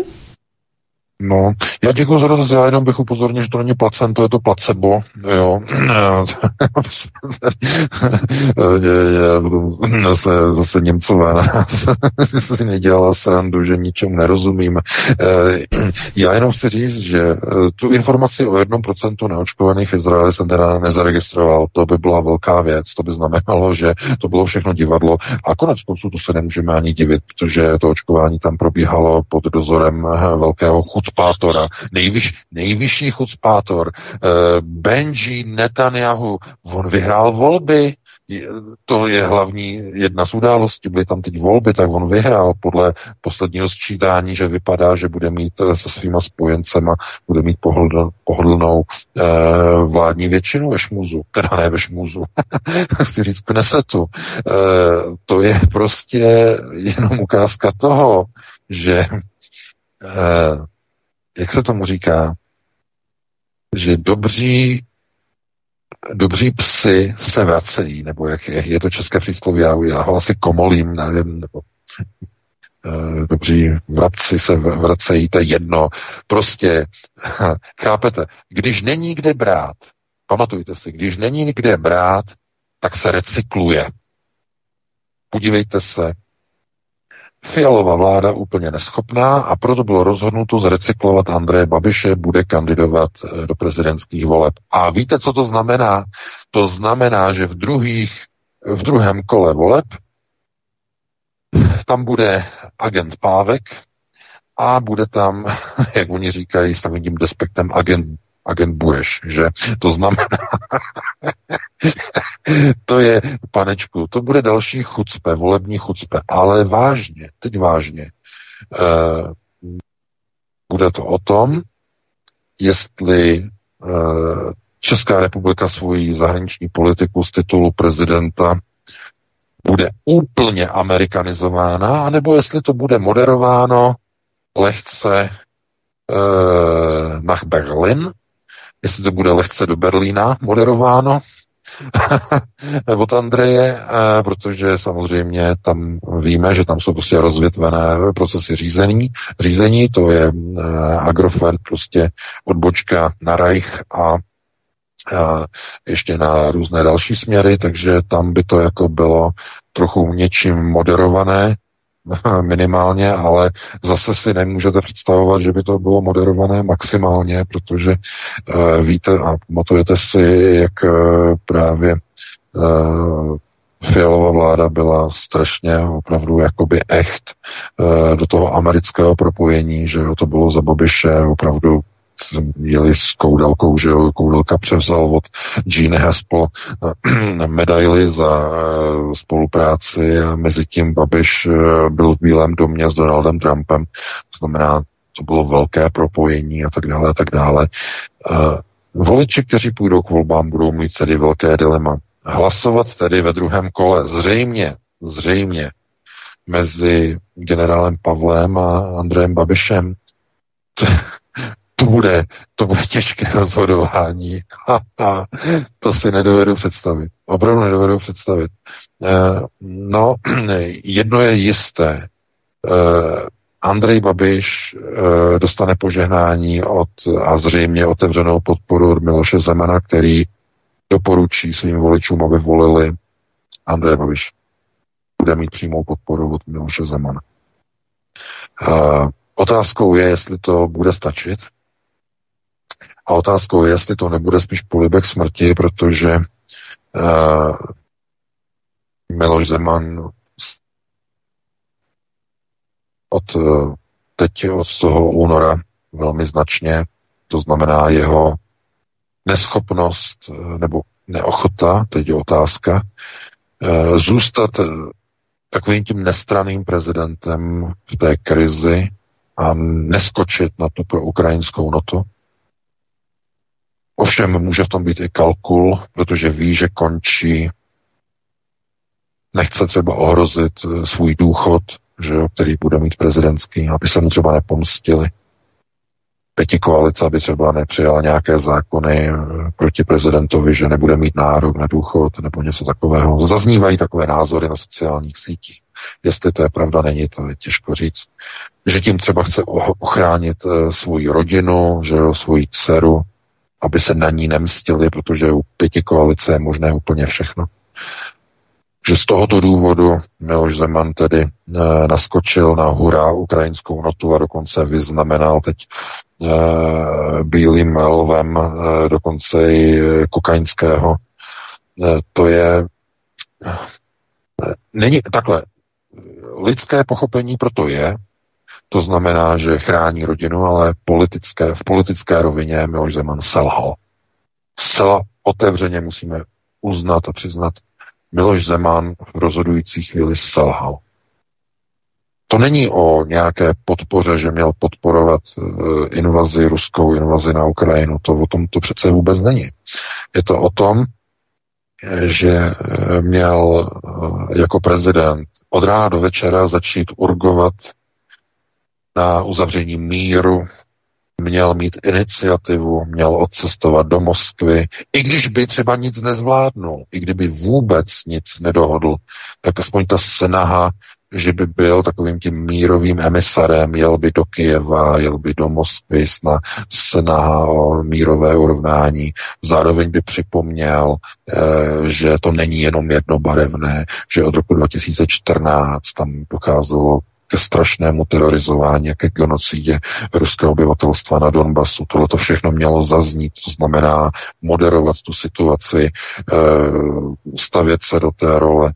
No, já děkuji za dotaz, já jenom bych upozornil, že to není placento, je to placebo, jo. zase, zase Němcové na nás si nedělala srandu, že ničemu nerozumíme. Já jenom chci říct, že tu informaci o jednom procentu neočkovaných v Izraeli jsem teda nezaregistroval, to by byla velká věc, to by znamenalo, že to bylo všechno divadlo a konec konců to se nemůžeme ani divit, protože to očkování tam probíhalo pod dozorem velkého chucpátora, nejvyš, nejvyšší chucpátor, Benji Netanyahu, on vyhrál volby, to je hlavní jedna z událostí, byly tam teď volby, tak on vyhrál podle posledního sčítání, že vypadá, že bude mít se svýma spojencema, bude mít pohodl, pohodlnou eh, vládní většinu ve šmuzu, teda ne ve šmuzu, chci říct Knesetu. Eh, to je prostě jenom ukázka toho, že eh, jak se tomu říká, že dobří dobří psy se vracejí, nebo jak je, je to české přísloví, já, já ho asi komolím, nevím, nebo e, dobří vrabci se vracejí, to je jedno. Prostě, chápete, když není kde brát, pamatujte si, když není kde brát, tak se recykluje. Podívejte se, Fialová vláda úplně neschopná a proto bylo rozhodnuto zrecyklovat Andreje Babiše, bude kandidovat do prezidentských voleb. A víte, co to znamená? To znamená, že v, druhých, v druhém kole voleb tam bude agent Pávek a bude tam, jak oni říkají s takovým despektem, agent, agent Bureš, že? To znamená, to je, panečku, to bude další chucpe, volební chucpe, ale vážně, teď vážně, eh, bude to o tom, jestli eh, Česká republika svoji zahraniční politiku z titulu prezidenta bude úplně amerikanizována, anebo jestli to bude moderováno lehce e, nach Berlin, jestli to bude lehce do Berlína moderováno od Andreje, e, protože samozřejmě tam víme, že tam jsou prostě rozvětvené procesy řízení, řízení to je e, Agrofert, prostě odbočka na Reich a a ještě na různé další směry, takže tam by to jako bylo trochu něčím moderované, minimálně, ale zase si nemůžete představovat, že by to bylo moderované maximálně, protože uh, víte a pamatujete si, jak uh, právě uh, Fialova vláda byla strašně opravdu jakoby echt uh, do toho amerického propojení, že jo, to bylo za Babiše opravdu jeli s koudelkou, že jo, koudelka převzal od Gene Haspel medaili za uh, spolupráci a mezi tím Babiš uh, byl v Bílém domě s Donaldem Trumpem, to znamená, to bylo velké propojení a tak dále a tak dále. Uh, voliči, kteří půjdou k volbám, budou mít tedy velké dilema. Hlasovat tedy ve druhém kole zřejmě, zřejmě mezi generálem Pavlem a Andrejem Babišem. To bude, to bude těžké rozhodování. To si nedovedu představit. Opravdu nedovedu představit. No, jedno je jisté. Andrej Babiš dostane požehnání od, a zřejmě otevřenou podporu od Miloše Zemana, který doporučí svým voličům, aby volili Andreje Babiš. Bude mít přímou podporu od Miloše Zemana. Otázkou je, jestli to bude stačit. A otázkou je, jestli to nebude spíš polibek smrti, protože uh, Miloš Zeman od uh, teď od toho února velmi značně, to znamená jeho neschopnost uh, nebo neochota, teď je otázka, uh, zůstat uh, takovým tím nestranným prezidentem v té krizi a neskočit na tu pro ukrajinskou notu. Ovšem může v tom být i kalkul, protože ví, že končí, nechce třeba ohrozit svůj důchod, že jo, který bude mít prezidentský, aby se mu třeba nepomstili. Pětikoalice, aby třeba nepřijala nějaké zákony proti prezidentovi, že nebude mít nárok na důchod nebo něco takového. Zaznívají takové názory na sociálních sítích. Jestli to je pravda, není, to je těžko říct. Že tím třeba chce ochránit svoji rodinu, že jo, svoji dceru, aby se na ní nemstili, protože u pětikoalice je možné úplně všechno. Že z tohoto důvodu Miloš Zeman tedy e, naskočil na hurá ukrajinskou notu a dokonce vyznamenal teď e, bílým lvem e, dokonce i kokainského. E, to je e, není takhle. Lidské pochopení proto je, to znamená, že chrání rodinu, ale politické, v politické rovině Miloš Zeman selhal. Zcela otevřeně musíme uznat a přiznat, Miloš Zeman v rozhodující chvíli selhal. To není o nějaké podpoře, že měl podporovat uh, invazi, ruskou invazi na Ukrajinu. To o tom to přece vůbec není. Je to o tom, že měl uh, jako prezident od rána do večera začít urgovat na uzavření míru, měl mít iniciativu, měl odcestovat do Moskvy, i když by třeba nic nezvládnul, i kdyby vůbec nic nedohodl, tak aspoň ta snaha, že by byl takovým tím mírovým emisarem, jel by do Kyjeva, jel by do Moskvy, snaha o mírové urovnání, zároveň by připomněl, že to není jenom jednobarevné, že od roku dva tisíce čtrnáct tam docházelo ke strašnému terorizování a ke genocidě ruského obyvatelstva na Donbasu. Tohle to všechno mělo zaznít, to znamená moderovat tu situaci, stavět se do té role,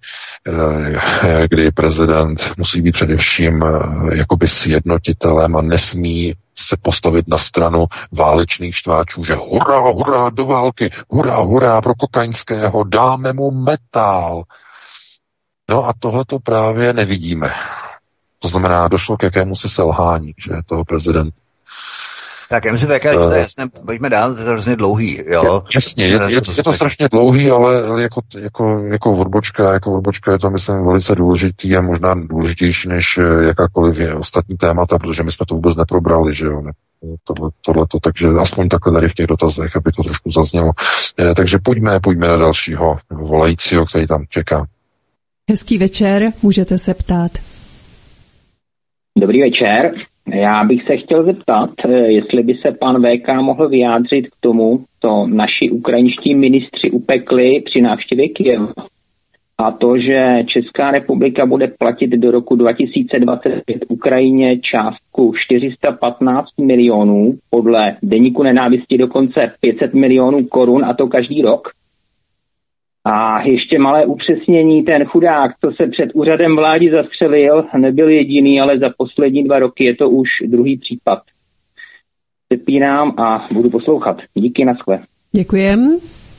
kdy prezident musí být především jakoby sjednotitelem a nesmí se postavit na stranu válečných štváčů, že hurá, hurá do války, hurá, hurá pro Kokaňského, dáme mu metál. No a tohle to právě nevidíme. To znamená, došlo k jakémusi selhání, že toho prezidenta. Tak já myslím, že to je jasné, pojďme dál, to je hrozně dlouhý, jo. Jasně, je, je, je to strašně dlouhý, ale jako, jako, jako odbočka, jako odbočka je to, myslím, velice důležitý a možná důležitější než jakákoliv je ostatní témata, protože my jsme to vůbec neprobrali, že jo, ne, tohle, tohleto, takže aspoň takhle tady v těch dotazech, aby to trošku zaznělo. E, takže pojďme, pojďme na dalšího volajícího, který tam čeká. Hezký večer, můžete se ptát. Dobrý večer. Já bych se chtěl zeptat, jestli by se pan V K mohl vyjádřit k tomu, co naši ukrajinští ministři upekli při návštěvě Kyjeva. A to, že Česká republika bude platit do roku dva tisíce dvacet pět Ukrajině částku čtyři sta patnáct milionů, podle deníku Nenávisti dokonce pět set milionů korun, a to každý rok. A ještě malé upřesnění, ten chudák, co se před úřadem vlády zastřelil, nebyl jediný, ale za poslední dva roky je to už druhý případ. Přepínám a budu poslouchat. Díky, naschle. Děkujem.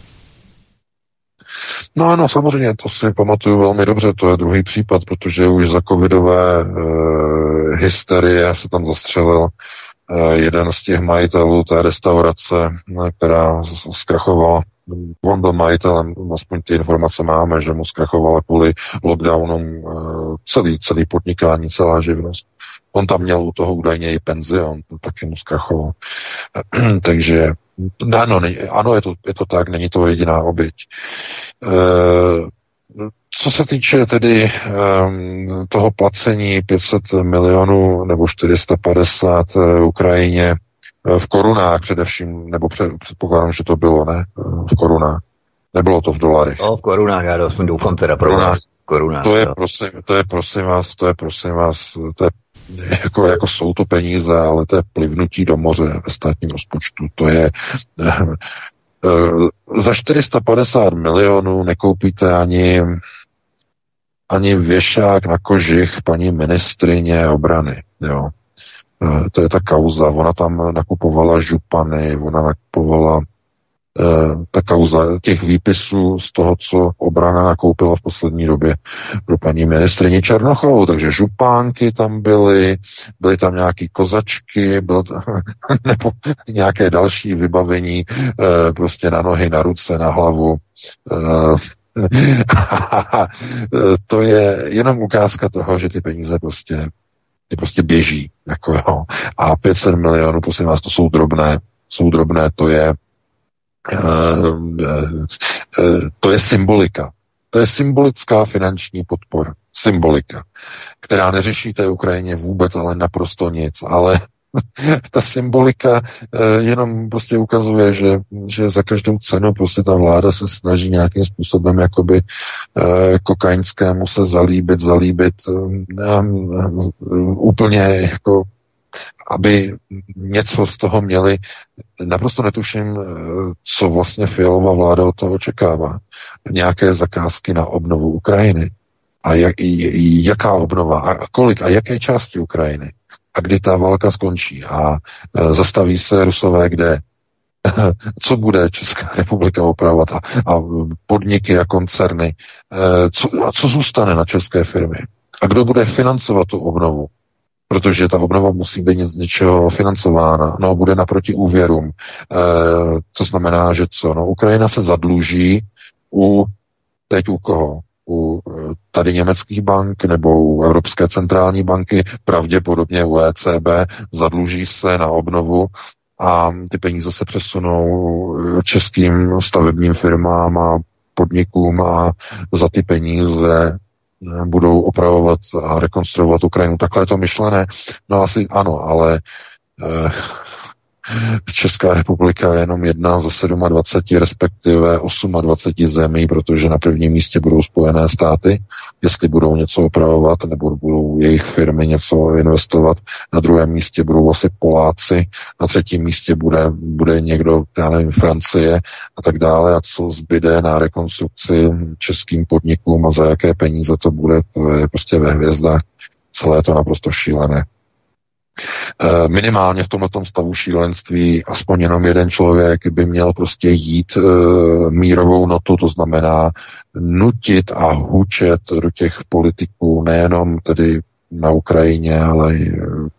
No ano, samozřejmě, to si pamatuju velmi dobře, to je druhý případ, protože už za covidové e, hysterie se tam zastřelil e, jeden z těch majitelů té restaurace, která zkrachovala. On byl majitelem, aspoň ty informace máme, že mu zkrachovala kvůli lockdownům celý, celý podnikání, celá živnost. On tam měl u toho údajně i penzion, taky mu zkrachoval. Takže ano, ano je, to, je to tak, není to jediná oběť. Co se týče tedy toho placení pět set milionů nebo čtyři sta padesát Ukrajině, v korunách především, nebo před, předpokládám, že to bylo, ne? V korunách. Nebylo to v dolarech. No, v korunách, já doufám teda pro korunách. korunách. To je, prosím, to je prosím vás, to je prosím vás, to je jako, jako jsou to peníze, ale to je plivnutí do moře ve státním rozpočtu. To je za čtyři sta padesát milionů nekoupíte ani ani věšák na kožich paní ministryně obrany, jo. To je ta kauza, ona tam nakupovala župany, ona nakupovala eh, ta kauza těch výpisů z toho, co obrana nakoupila v poslední době pro paní ministryni Černochovou, takže župánky tam byly, byly tam nějaký kozačky, bylo tam, nebo nějaké další vybavení, eh, prostě na nohy, na ruce, na hlavu. Eh, to je jenom ukázka toho, že ty peníze prostě ty prostě běží, jako jo. A pět set milionů, prosím vás, to jsou drobné, jsou drobné, to je uh, uh, to je symbolika. To je symbolická finanční podpora. Symbolika, která neřeší té Ukrajině vůbec, ale naprosto nic. Ale ta symbolika eh, jenom prostě ukazuje, že, že za každou cenu prostě ta vláda se snaží nějakým způsobem jakoby eh, kokainskému se zalíbit, zalíbit eh, eh, úplně jako aby něco z toho měli. Naprosto netuším, co vlastně Fialová vláda od toho očekává. Nějaké zakázky na obnovu Ukrajiny. A jak, jaká obnova? A kolik? A jaké části Ukrajiny? A kdy ta válka skončí? A e, zastaví se Rusové kde? Co bude Česká republika opravovat? A, a podniky a koncerny? E, co, a co zůstane na české firmy? A kdo bude financovat tu obnovu? Protože ta obnova musí být z něčeho financována. No, bude naproti úvěrům. E, to znamená, že co? No, Ukrajina se zadluží u, teď u koho? U tady německých bank nebo u Evropské centrální banky, pravděpodobně u E C B, zadluží se na obnovu a ty peníze se přesunou českým stavebním firmám a podnikům a za ty peníze budou opravovat a rekonstruovat Ukrajinu. Takhle je to myšlené. No asi ano, ale eh, Česká republika je jenom jedna ze dvacet sedm, respektive dvacet osm zemí, protože na prvním místě budou Spojené státy, jestli budou něco opravovat, nebo budou jejich firmy něco investovat. Na druhém místě budou asi Poláci, na třetím místě bude, bude někdo, já nevím, Francie a tak dále. A co zbyde na rekonstrukci českým podnikům a za jaké peníze to bude, to je prostě ve hvězdách. Celé je to naprosto šílené. Minimálně v tomto stavu šílenství aspoň jenom jeden člověk by měl prostě jít mírovou notu, to znamená nutit a hučet do těch politiků, nejenom tedy na Ukrajině, ale i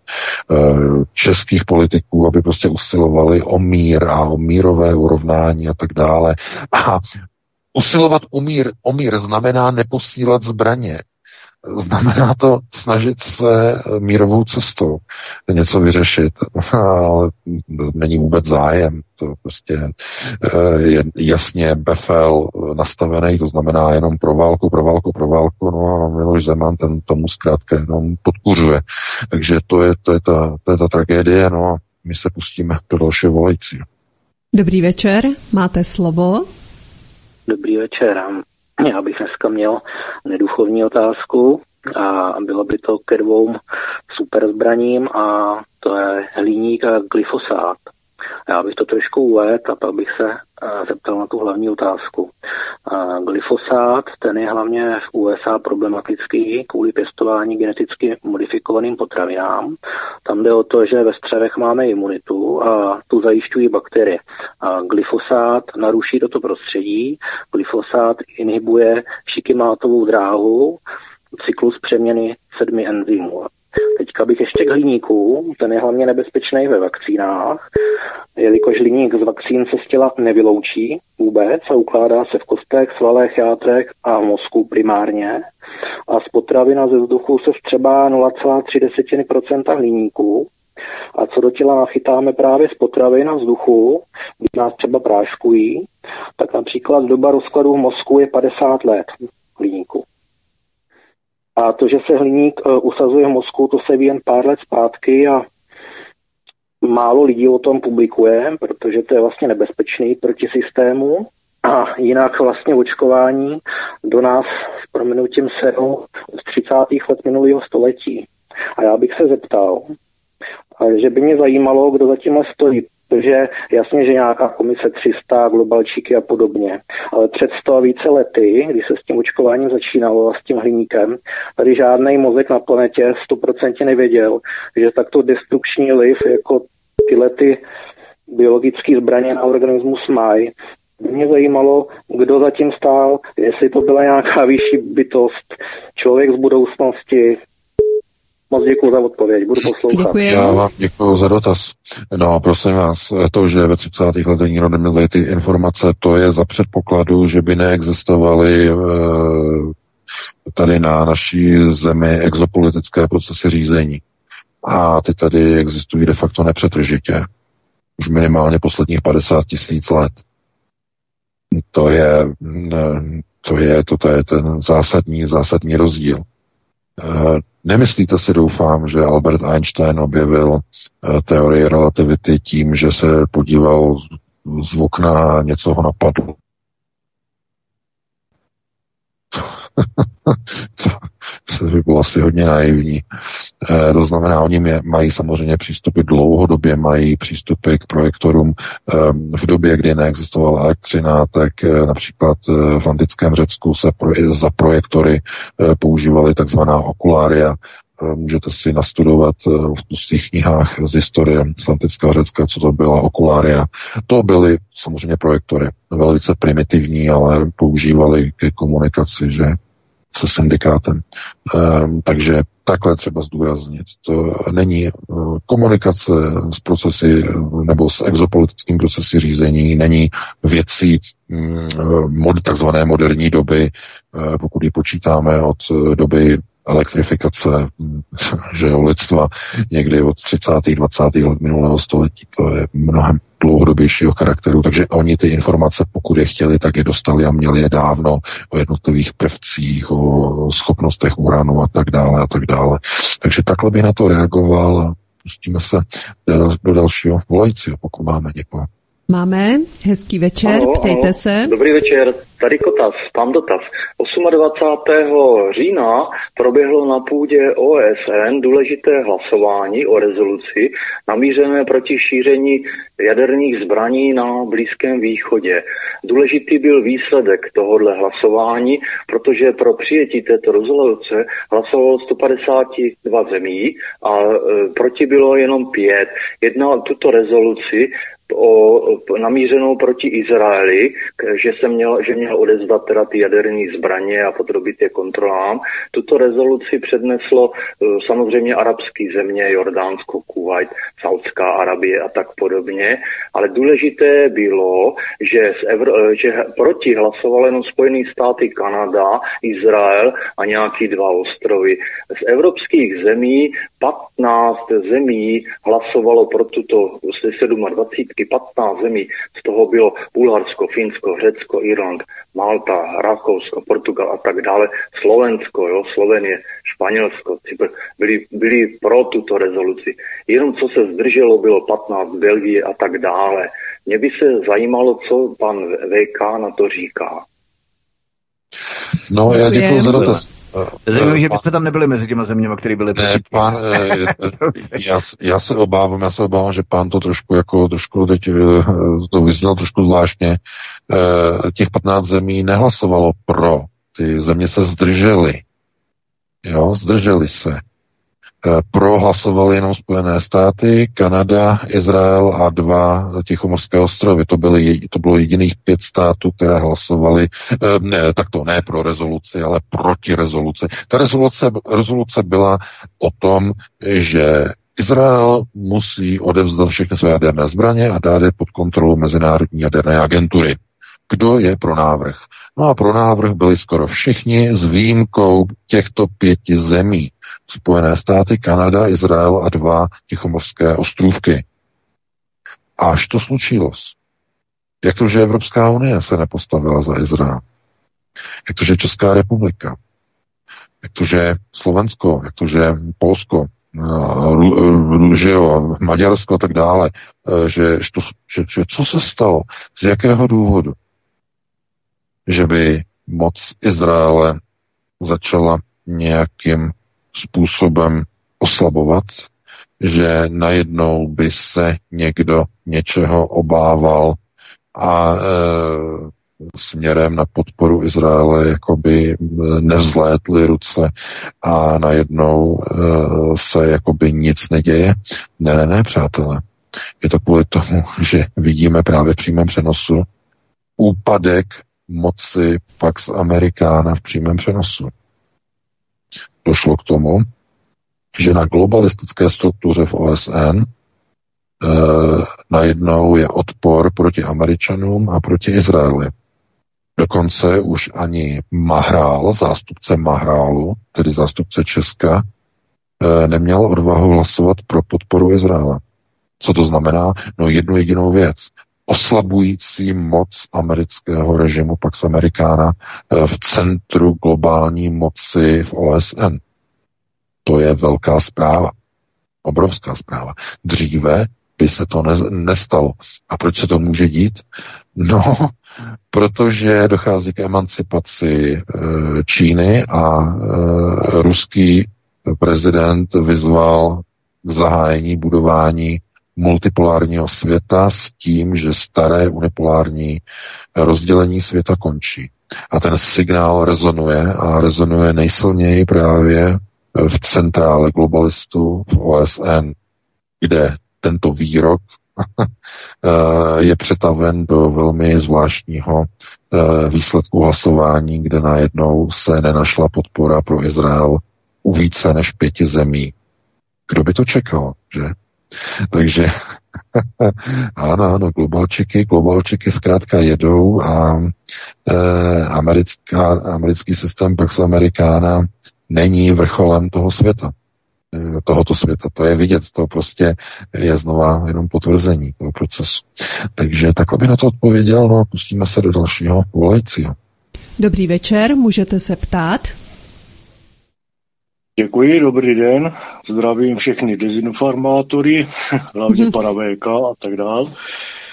českých politiků, aby prostě usilovali o mír a o mírové urovnání a tak dále. A usilovat o mír, o mír znamená neposílat zbraně. Znamená to snažit se mírovou cestou něco vyřešit, ale není vůbec zájem. To prostě je jasně Befel nastavený, to znamená jenom pro válku, pro válku, pro válku, no a Miloš Zeman ten tomu zkrátka jenom podkuřuje. Takže to je, to je, ta, to je ta tragédie, no a my se pustíme do dalšího volajícího. Dobrý večer, máte slovo. Dobrý večer. Já bych dneska měl neduchovní otázku a bylo by to ke dvou superzbraním a to je hliník a glyfosát. Já bych to trošku uvedl a pak bych se zeptal na tu hlavní otázku. Glyfosát, ten je hlavně v U S A problematický kvůli pěstování geneticky modifikovaným potravinám. Tam jde o to, že ve střevech máme imunitu a tu zajišťují bakterie. A glyfosát naruší toto prostředí. Glyfosát inhibuje šikimátovou dráhu, cyklus přeměny sedmi enzymů. Teďka bych ještě k hliníku, ten je hlavně nebezpečný ve vakcínách, jelikož hliník z vakcín se z těla nevyloučí vůbec a ukládá se v kostech, svalech, játrech a v mozku primárně. A z potravin a ze vzduchu se vstřebá nula celá tři procenta hliníku. A co do těla nachytáme právě z potravin a vzduchu, když nás třeba práškují, tak například doba rozkladu v mozku je padesát let hliníku. A to, že se hliník uh, usazuje v mozku, to se ví jen pár let zpátky a málo lidí o tom publikuje, protože to je vlastně nebezpečný proti systému. A jinak vlastně očkování do nás s prominutím sedou z třicátých let minulého století. A já bych se zeptal, že by mě zajímalo, kdo za tímhle stojí. Protože jasně, že nějaká komise tři sta, globalčíky a podobně, ale před sto a více lety, když se s tím očkováním začínalo a s tím hliníkem, tady žádný mozek na planetě stoprocentně nevěděl, že takto destrukční vliv, jako tyhle ty biologické zbraně na organismus mají. Mě zajímalo, kdo zatím stál, jestli to byla nějaká vyšší bytost, člověk z budoucnosti. Moc děkuji za odpověď, budu poslouchat. Děkuji. Já vám děkuji za dotaz. No, prosím vás, to, že ve třicátých letech nikdo neměl ty informace, to je za předpokladu, že by neexistovaly tady na naší zemi exopolitické procesy řízení. A ty tady existují de facto nepřetržitě. Už minimálně posledních padesát tisíc let. To je, to je, to, to je ten zásadní, zásadní rozdíl. Nemyslíte si, doufám, že Albert Einstein objevil teorii relativity tím, že se podíval z okna, něco ho napadlo. to by bylo asi hodně naivní. E, to znamená, oni mě, mají samozřejmě přístupy dlouhodobě, mají přístupy k projektorům. E, v době, kdy neexistovala elektřina, tak e, například e, v antickém Řecku se pro, za projektory e, používaly takzvaná okulária. E, můžete si nastudovat e, v těch knihách z historie z antického Řecka, co to byla okulária. To byly samozřejmě projektory, velice primitivní, ale používali ke komunikaci, že se syndikátem. Um, takže takhle třeba zdůraznit. To není uh, komunikace s procesy nebo s exopolitickým procesy řízení, není věcí um, mod, takzvané moderní doby, uh, pokud ji počítáme od uh, doby elektrifikace že jo, lidstva někdy od třicátých dvacátých let minulého století. To je mnohem dlouhodobějšího charakteru, takže oni ty informace, pokud je chtěli, tak je dostali a měli je dávno o jednotlivých prvcích, o schopnostech uranu a tak dále a tak dále. Takže takhle bych na to reagoval a pustíme se do dalšího volajícího, pokud máme. Děkuji. Máme, hezký večer, ano, ptejte ano. se. Dobrý večer, tady Kotas, mám dotaz. dvacátého osmého října proběhlo na půdě O S N důležité hlasování o rezoluci namířené proti šíření jaderných zbraní na Blízkém východě. Důležitý byl výsledek tohohle hlasování, protože pro přijetí této rezoluce hlasovalo sto padesát dva zemí a e, proti bylo jenom pět. Jedna tuto rezoluci o, namířenou proti Izraeli, že se měl, že měl odezvat teda ty jaderné zbraně a podrobit je kontrolám. Tuto rezoluci předneslo samozřejmě arabské země, Jordánsko, Kuvajt, Saudská Arabie a tak podobně, ale důležité bylo, že, z Evro- že proti hlasovalo jenom Spojené státy, Kanada, Izrael a nějaký dva ostrovy. Z evropských zemí patnáct zemí hlasovalo pro tuto dvacet sedm, patnáct zemí, z toho bylo Bulharsko, Finsko, Řecko, Irland, Malta, Rakousko, Portugal a tak dále, Slovensko, jo, Slovenie, Španělsko, Cypr, byli, byli pro tuto rezoluci. Jenom co se zdrželo, bylo patnáct, Belgie a tak dále. Mě by se zajímalo, co pan V K na to říká. No, já děkuji za dotaz. Zajímavé, že bychom tam nebyli mezi těma zeměmi, které byly ne, pán, já, já se obávám, já se obávám, že pán to trošku jako, trošku teď to vyzněl trošku zvláštně. Těch patnáct zemí nehlasovalo pro, ty země se zdržely. Jo, zdrželi se. Pro hlasovali jenom Spojené státy, Kanada, Izrael a dva Tichomorské ostrovy. To, byly, to bylo jediných pět států, které hlasovali, ne, tak to ne pro rezoluci, ale proti rezoluci. Ta rezoluce, rezoluce byla o tom, že Izrael musí odevzdat všechny své jaderné zbraně a dát je pod kontrolu Mezinárodní jaderné agentury. Kdo je pro návrh? No a pro návrh byli skoro všichni s výjimkou těchto pěti zemí. Spojené státy, Kanada, Izrael a dva Tichomorské ostrůvky. Až to slučilo. Jak to, že Evropská unie se nepostavila za Izrael? Jak to, že Česká republika? Jak to, že Slovensko? Jak to, že Polsko? Že jo, Maďarsko a tak dále? Že, že, to, že, že co se stalo? Z jakého důvodu? Že by moc Izraele začala nějakým způsobem oslabovat, že najednou by se někdo něčeho obával a e, směrem na podporu Izraele jakoby nevzlétly ruce a najednou e, se jakoby nic neděje. Ne, ne, ne, přátelé. Je to kvůli tomu, že vidíme právě v přímém přenosu úpadek moci Pax Americana v přímém přenosu. Došlo k tomu, že na globalistické struktuře v O S N e, najednou je odpor proti Američanům a proti Izraeli. Dokonce už ani Mahrál, zástupce Mahrálu, tedy zástupce Česka, e, neměl odvahu hlasovat pro podporu Izraele. Co to znamená? No jednu jedinou věc. Oslabující moc amerického režimu Pax Americana v centru globální moci v O S N. To je velká zpráva. Obrovská zpráva. Dříve by se to ne- nestalo. A proč se to může dít? No, protože dochází k emancipaci e, Číny a e, ruský prezident vyzval k zahájení budování multipolárního světa s tím, že staré unipolární rozdělení světa končí. A ten signál rezonuje a rezonuje nejsilněji právě v centrále globalistů v O S N, kde tento výrok je přetaven do velmi zvláštního výsledku hlasování, kde najednou se nenašla podpora pro Izrael u více než pěti zemí. Kdo by to čekal, že? Takže ano, ano, globalčiky, globalčiky zkrátka jedou a e, americká, americký systém Pax Americana není vrcholem toho světa, e, tohoto světa. To je vidět, to prostě je znova jenom potvrzení toho procesu. Takže takhle by na to odpověděl, no a pustíme se do dalšího volajícího. Dobrý večer, můžete se ptát? Děkuji, dobrý den. Zdravím všechny dezinformátory, hlavně pana V K a tak dále.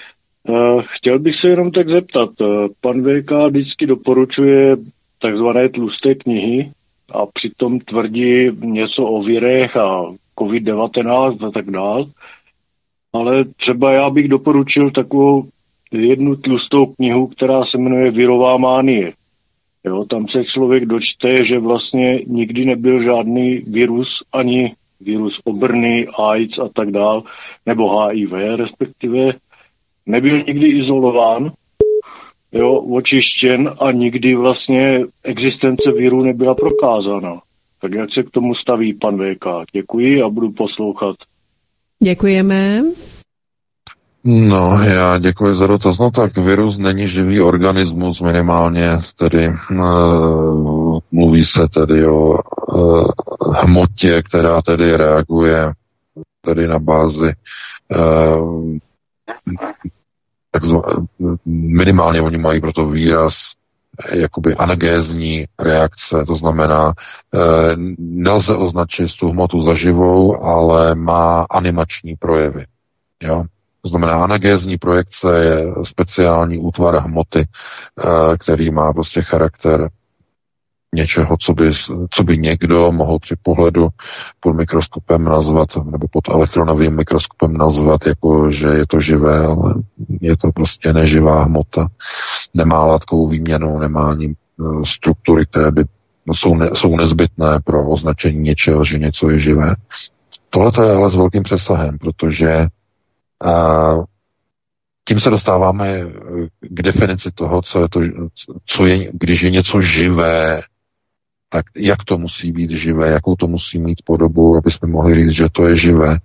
Chtěl bych se jenom tak zeptat. Pan V K vždycky doporučuje takzvané tlusté knihy a přitom tvrdí něco o virech a covid devatenáct a tak dále. Ale třeba já bych doporučil takovou jednu tlustou knihu, která se jmenuje Virová mánie. Jo, tam se člověk dočte, že vlastně nikdy nebyl žádný virus, ani virus obrny, AIDS a tak dále, nebo H I V respektive, nebyl nikdy izolován, jo, očištěn a nikdy vlastně existence viru nebyla prokázána. Tak jak se k tomu staví pan V K? Děkuji a budu poslouchat. Děkujeme. No, já děkuji za dotaz. No tak virus není živý organismus, minimálně tedy uh, mluví se tedy o uh, hmotě, která tedy reaguje tedy na bázi uh, takzvané, minimálně oni mají proto výraz jakoby anagézní reakce, to znamená, uh, nelze označit tu hmotu za živou, ale má animační projevy. Jo? To znamená, anagézní projekce je speciální útvar hmoty, který má prostě charakter něčeho, co by, co by někdo mohl při pohledu pod mikroskopem nazvat, nebo pod elektronovým mikroskopem nazvat, jako že je to živé, ale je to prostě neživá hmota. Nemá látkovou výměnu, nemá ani struktury, které by jsou, ne, jsou nezbytné pro označení něčeho, že něco je živé. Tohle je ale s velkým přesahem, protože a tím se dostáváme k definici toho, co je to, co je, když je něco živé, tak jak to musí být živé, jakou to musí mít podobu, aby jsme mohli říct, že to je živé.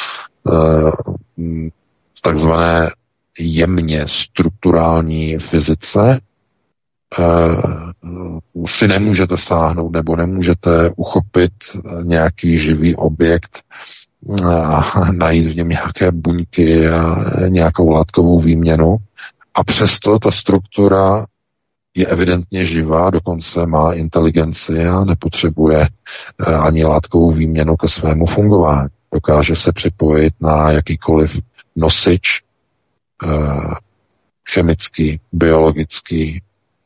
V takzvané jemně strukturální fyzice si nemůžete sáhnout nebo nemůžete uchopit nějaký živý objekt a najít v něm nějaké buňky a nějakou látkovou výměnu. A přesto ta struktura je evidentně živá, dokonce má inteligenci a nepotřebuje ani látkovou výměnu ke svému fungování. Dokáže se připojit na jakýkoliv nosič, chemický, biologický,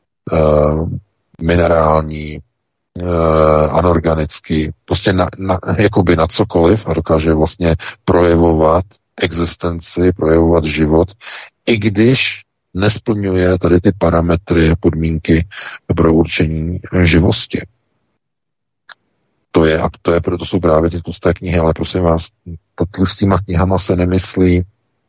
minerální, anorganický, prostě na, na, jakoby na cokoliv a dokáže vlastně projevovat existenci, projevovat život, i když nesplňuje tady ty parametry a podmínky pro určení živosti. To je, a to je, proto jsou právě ty tlusté knihy, ale prosím vás, tlustýma knihama se nemyslí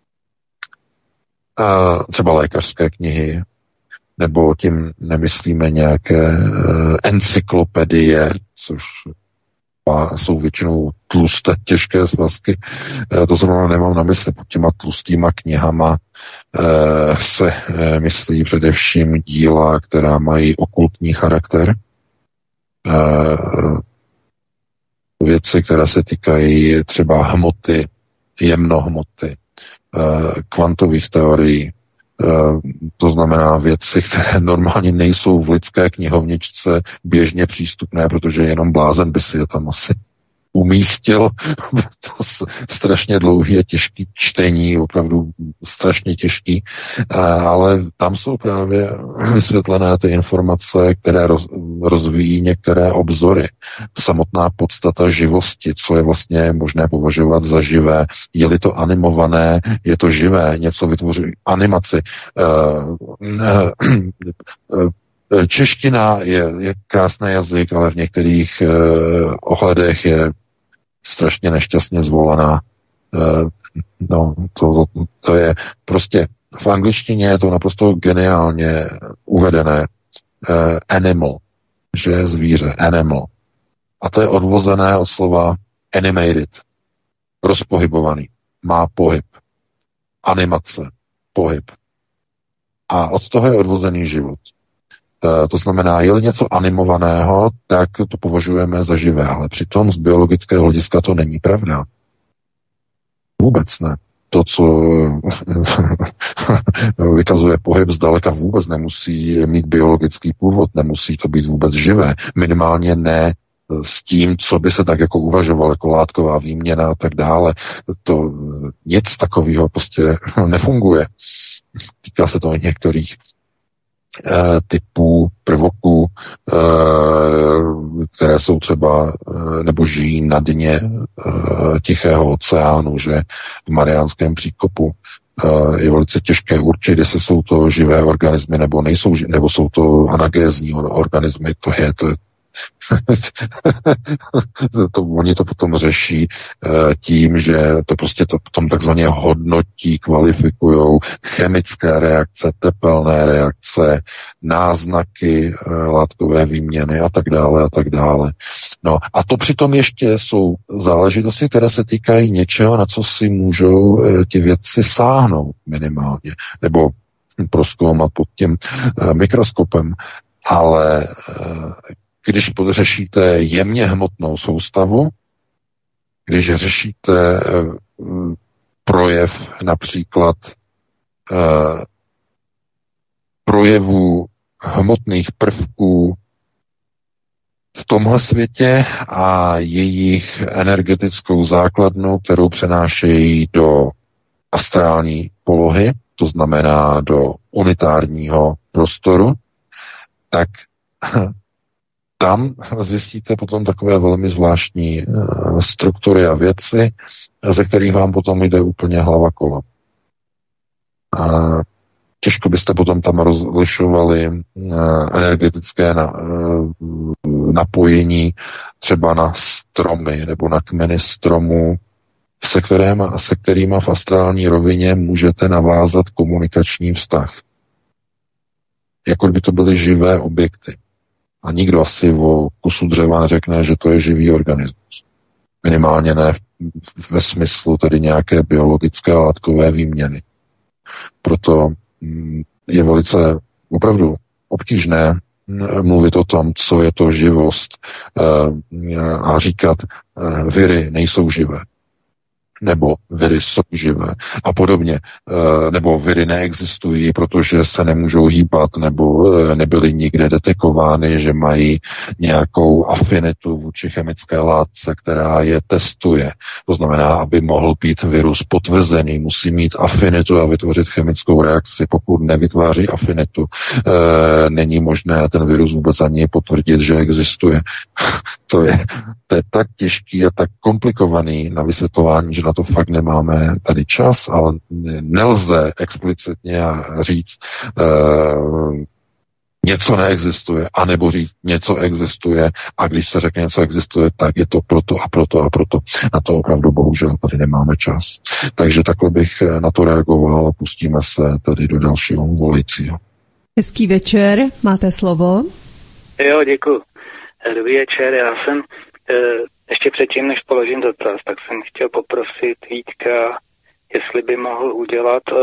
uh, třeba lékařské knihy, nebo tím nemyslíme nějaké uh, encyklopedie, což jsou většinou tlusté, těžké svazky. Uh, to zrovna nemám na mysli. Pod těma tlustýma knihama uh, se uh, myslí především díla, která mají okultní charakter. Uh, věci, které se týkají třeba hmoty, jemnohmoty, uh, kvantových teorií, to znamená věci, které normálně nejsou v lidské knihovničce běžně přístupné, protože jenom blázen by si je tam asi umístil. To strašně dlouhý a těžký čtení, opravdu strašně těžký, ale tam jsou právě vysvětlené ty informace, které roz, rozvíjí některé obzory. Samotná podstata živosti, co je vlastně možné považovat za živé. Je-li to animované, je to živé, něco vytvoří animaci. Čeština je, je krásný jazyk, ale v některých uh, ohledech je strašně nešťastně zvolená. Uh, no, to, to je prostě v angličtině je to naprosto geniálně uvedené. Uh, animal, že je zvíře, animal. A to je odvozené od slova animated, rozpohybovaný, má pohyb, animace, pohyb. A od toho je odvozený život. To znamená, je-li něco animovaného, tak to považujeme za živé, ale přitom z biologického hlediska to není pravda. Vůbec ne. To, co vykazuje pohyb, zdaleka vůbec nemusí mít biologický původ, nemusí to být vůbec živé. Minimálně ne s tím, co by se tak jako uvažovalo, jako látková výměna a tak dále. To nic takového prostě nefunguje. Týká se to některých eh, typů prvoků, eh, které jsou třeba eh, nebo žijí na dně eh, Tichého oceánu, že v Mariánském příkopu eh, je velice těžké určit, jestli jsou to živé organismy nebo nejsou, nebo jsou to anagézní organismy. To je, to je to, oni to potom řeší uh, tím, že to prostě to potom takzvaně hodnotí, kvalifikují chemické reakce, tepelné reakce, náznaky uh, látkové výměny a tak dále a tak dále. No a to přitom ještě jsou záležitosti, které se týkají něčeho, na co si můžou uh, ti vědci sáhnout minimálně, nebo prozkoumat pod tím uh, mikroskopem, ale uh, když podřešíte jemně hmotnou soustavu, když řešíte uh, projev například uh, projevů hmotných prvků v tomhle světě a jejich energetickou základnu, kterou přenášejí do astrální polohy, to znamená do unitárního prostoru, tak tam zjistíte potom takové velmi zvláštní uh, struktury a věci, ze kterých vám potom jde úplně hlava kolem. A těžko byste potom tam rozlišovali uh, energetické na, uh, napojení třeba na stromy nebo na kmeny stromů, se, kterýma, se kterýma v astrální rovině můžete navázat komunikační vztah. Jako by to byly živé objekty. A nikdo asi o kusu dřeva neřekne, že to je živý organismus. Minimálně ne ve smyslu tedy nějaké biologické látkové výměny. Proto je velice opravdu obtížné mluvit o tom, co je to živost a říkat, viry nejsou živé. Nebo viry jsou živé a podobně, nebo viry neexistují, protože se nemůžou hýbat, nebo nebyly nikde detekovány, že mají nějakou afinitu vůči chemické látce, která je testuje. To znamená, aby mohl být virus potvrzený, musí mít afinitu a vytvořit chemickou reakci. Pokud nevytváří afinitu, není možné ten virus vůbec ani potvrdit, že existuje. To je, to je tak těžký a tak komplikovaný na vysvětlování, že na to fakt nemáme tady čas, ale nelze explicitně říct, uh, něco neexistuje, anebo říct, něco existuje a když se řekne, něco existuje, tak je to proto a proto a proto. Na to opravdu bohužel tady nemáme čas. Takže takhle bych na to reagoval a pustíme se tady do dalšího volajícího. Hezký večer, máte slovo. Jo, děkuji. Dobrý večer, já jsem e, ještě předtím, než položím dotaz, tak jsem chtěl poprosit Vítka, jestli by mohl udělat e,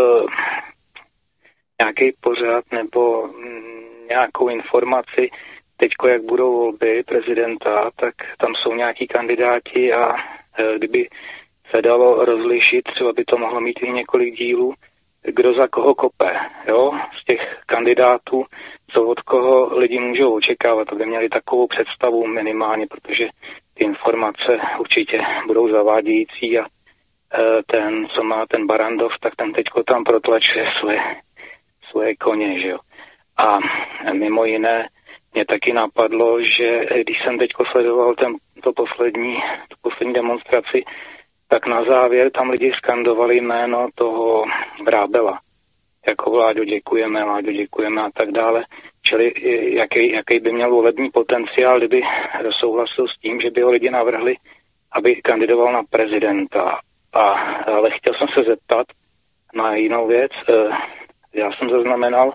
nějaký pořad nebo m, nějakou informaci, teďko jak budou volby prezidenta, tak tam jsou nějaký kandidáti a e, kdyby se dalo rozlišit, třeba by to mohlo mít i několik dílů, kdo za koho kope, jo, z těch kandidátů, co od koho lidi můžou očekávat, aby měli takovou představu minimálně, protože ty informace určitě budou zavádějící a e, ten, co má ten Barandov, tak ten teďko tam protlačuje své, své koně, že jo. A mimo jiné mě taky napadlo, že když jsem teďko sledoval ten, to poslední, tu poslední demonstraci, tak na závěr tam lidi skandovali jméno toho Vrábela. Jako Vláďo děkujeme, Vláďo děkujeme a tak dále. Čili jaký, jaký by měl volební potenciál, kdyby souhlasil s tím, že by ho lidi navrhli, aby kandidoval na prezidenta. A, ale chtěl jsem se zeptat na jinou věc. Já jsem zaznamenal,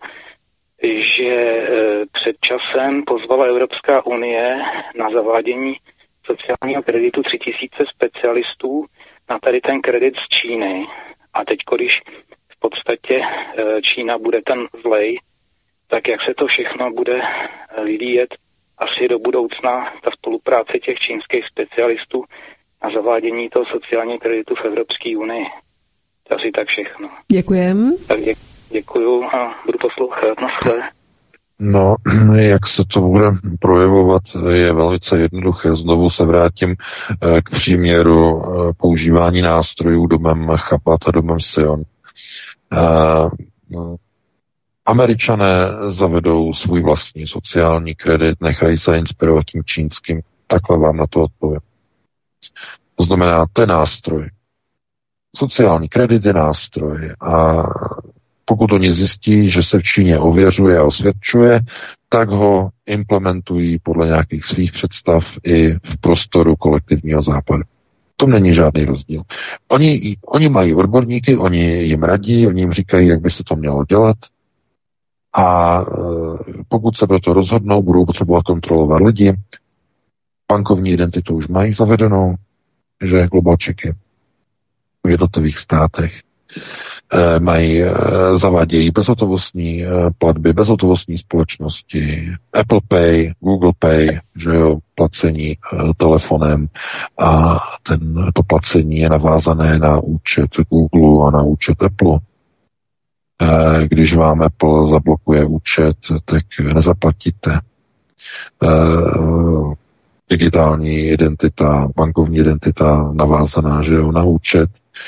že před časem pozvala Evropská unie na zavádění sociálního kreditu tři tisíce specialistů na tady ten kredit z Číny. A teď, když v podstatě Čína bude ten zlej, tak jak se to všechno bude vyvíjet asi do budoucna, ta spolupráce těch čínských specialistů na zavádění toho sociálního kreditu v Evropské unii. To asi tak všechno. Děkujem. Tak dě- děkuju a budu poslouchat. Naschle. No, jak se to bude projevovat, je velice jednoduché. Znovu se vrátím k příměru používání nástrojů domem Chapat a domem Sion. Američané zavedou svůj vlastní sociální kredit, nechají se inspirovat tím čínským. Takhle vám na to odpovím. To znamená, ten nástroj. Sociální kredit je nástroj a pokud oni zjistí, že se v Číně ověřuje a osvědčuje, tak ho implementují podle nějakých svých představ i v prostoru kolektivního západu. To není žádný rozdíl. Oni, oni mají odborníky, oni jim radí, oni jim říkají, jak by se to mělo dělat a pokud se pro to rozhodnou, budou potřebovat kontrolovat lidi. Bankovní identitu už mají zavedenou, že globalčeky v jednotlivých státech e, mají, e, zavádějí bezhotovostní e, platby, bezhotovostní společnosti, Apple Pay, Google Pay, že jo, placení e, telefonem a ten, to placení je navázané na účet Google a na účet Apple. E, když vám Apple zablokuje účet, tak nezaplatíte. E, digitální identita, bankovní identita navázaná, že jo, na účet.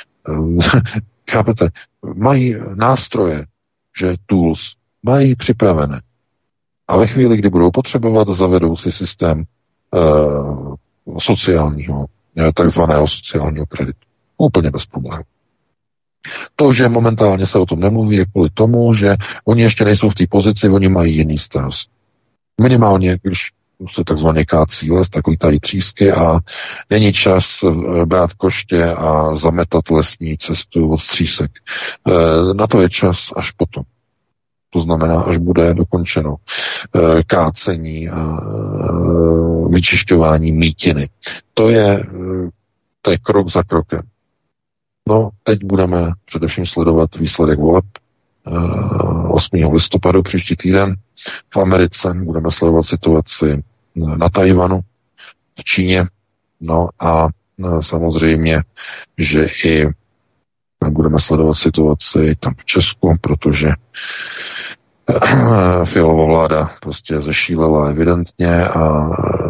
Chápete? Mají nástroje, že tools, mají připravené. A ve chvíli, kdy budou potřebovat, zavedou si systém uh, sociálního, takzvaného sociálního kreditu. Úplně bez problémů. To, že momentálně se o tom nemluví, je kvůli tomu, že oni ještě nejsou v té pozici, oni mají jiný starost. Minimálně, když se takzvaně kácí les, tak lítají třísky a není čas brát koště a zametat lesní cestu od střísek. E, na to je čas až potom. To znamená, až bude dokončeno e, kácení a e, vyčišťování mýtiny. To je, e, to je krok za krokem. No, teď budeme především sledovat výsledek voleb osmého listopadu příští týden v Americe. Budeme sledovat situaci na Tajvanu, v Číně, no a samozřejmě, že i budeme sledovat situaci tam v Česku, protože Fialová vláda prostě zešílela evidentně a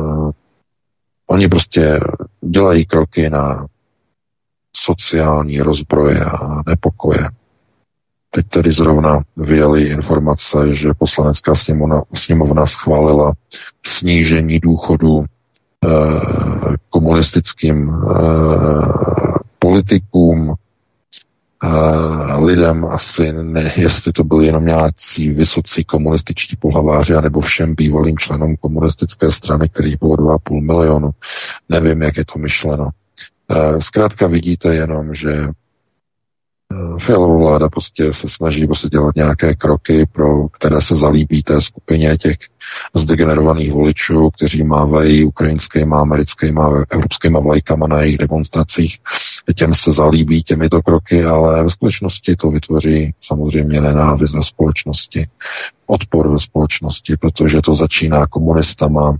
oni prostě dělají kroky na sociální rozbroje a nepokoje. Teď tady zrovna vyjeli informace, že poslanecká sněmovna, sněmovna schválila snížení důchodu eh, komunistickým eh, politikům, eh, lidem asi, ne, jestli to byli jenom nějací vysocí komunističtí pohlaváři, anebo všem bývalým členům komunistické strany, kterých bylo dva a půl milionu. Nevím, jak je to myšleno. Eh, zkrátka vidíte jenom, že Fialová vláda prostě se snaží prostě dělat nějaké kroky, pro které se zalíbí té skupině těch zdegenerovaných voličů, kteří mávají ukrajinskýma, americkýma, evropskýma vlajkama na jejich demonstracích. Těm se zalíbí těmito kroky, ale ve skutečnosti to vytvoří samozřejmě nenávist ve společnosti, odpor ve společnosti, protože to začíná komunistama,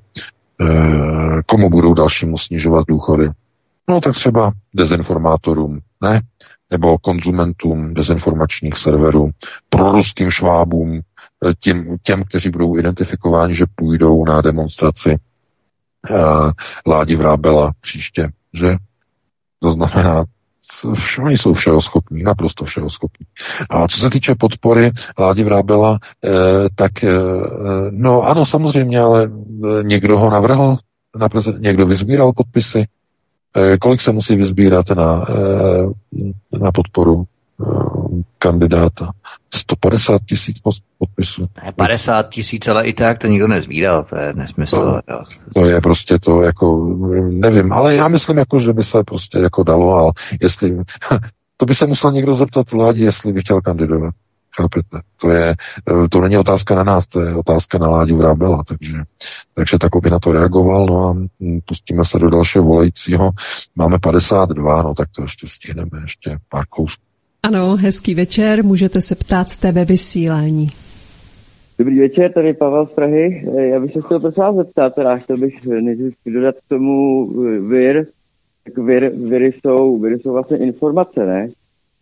komu budou dalšímu snižovat důchody. No tak třeba dezinformátorům, ne? Nebo konzumentům dezinformačních serverů, proruským švábům, těm, těm, kteří budou identifikováni, že půjdou na demonstraci uh, Ládi Vrábela příště, že? To znamená, vš- oni jsou všeho schopní, naprosto všeho schopní. A co se týče podpory Ládi Vrábela, eh, tak eh, no ano, samozřejmě, ale někdo ho navrhl, na prezid- někdo vyzbíral podpisy. Kolik se musí vyzbírat na, na podporu kandidáta? sto padesát tisíc podpisů. padesát tisíc, ale i tak to nikdo nezbíral, to je nesmysl. To, to je prostě to, jako, nevím, ale já myslím, jako, že by se prostě jako dalo, ale jestli, to by se musel někdo zeptat vládě, jestli by chtěl kandidovat. Chápete? To, je, to není otázka na nás, to je otázka na Láďu Vrábela, takže, takže takhle by na to reagoval, no a pustíme se do dalšího volajícího. Máme padesát dva, no tak to ještě stihneme, ještě pár kousků. Ano, hezký večer, můžete se ptát, jste ve vysílání. Dobrý večer, tady Pavel z Prahy. Já bych se chtěl prosím vás zeptat, teda chtěl bych nejdřív dodat k tomu vir, tak vir, viry, jsou, viry jsou vlastně informace, ne?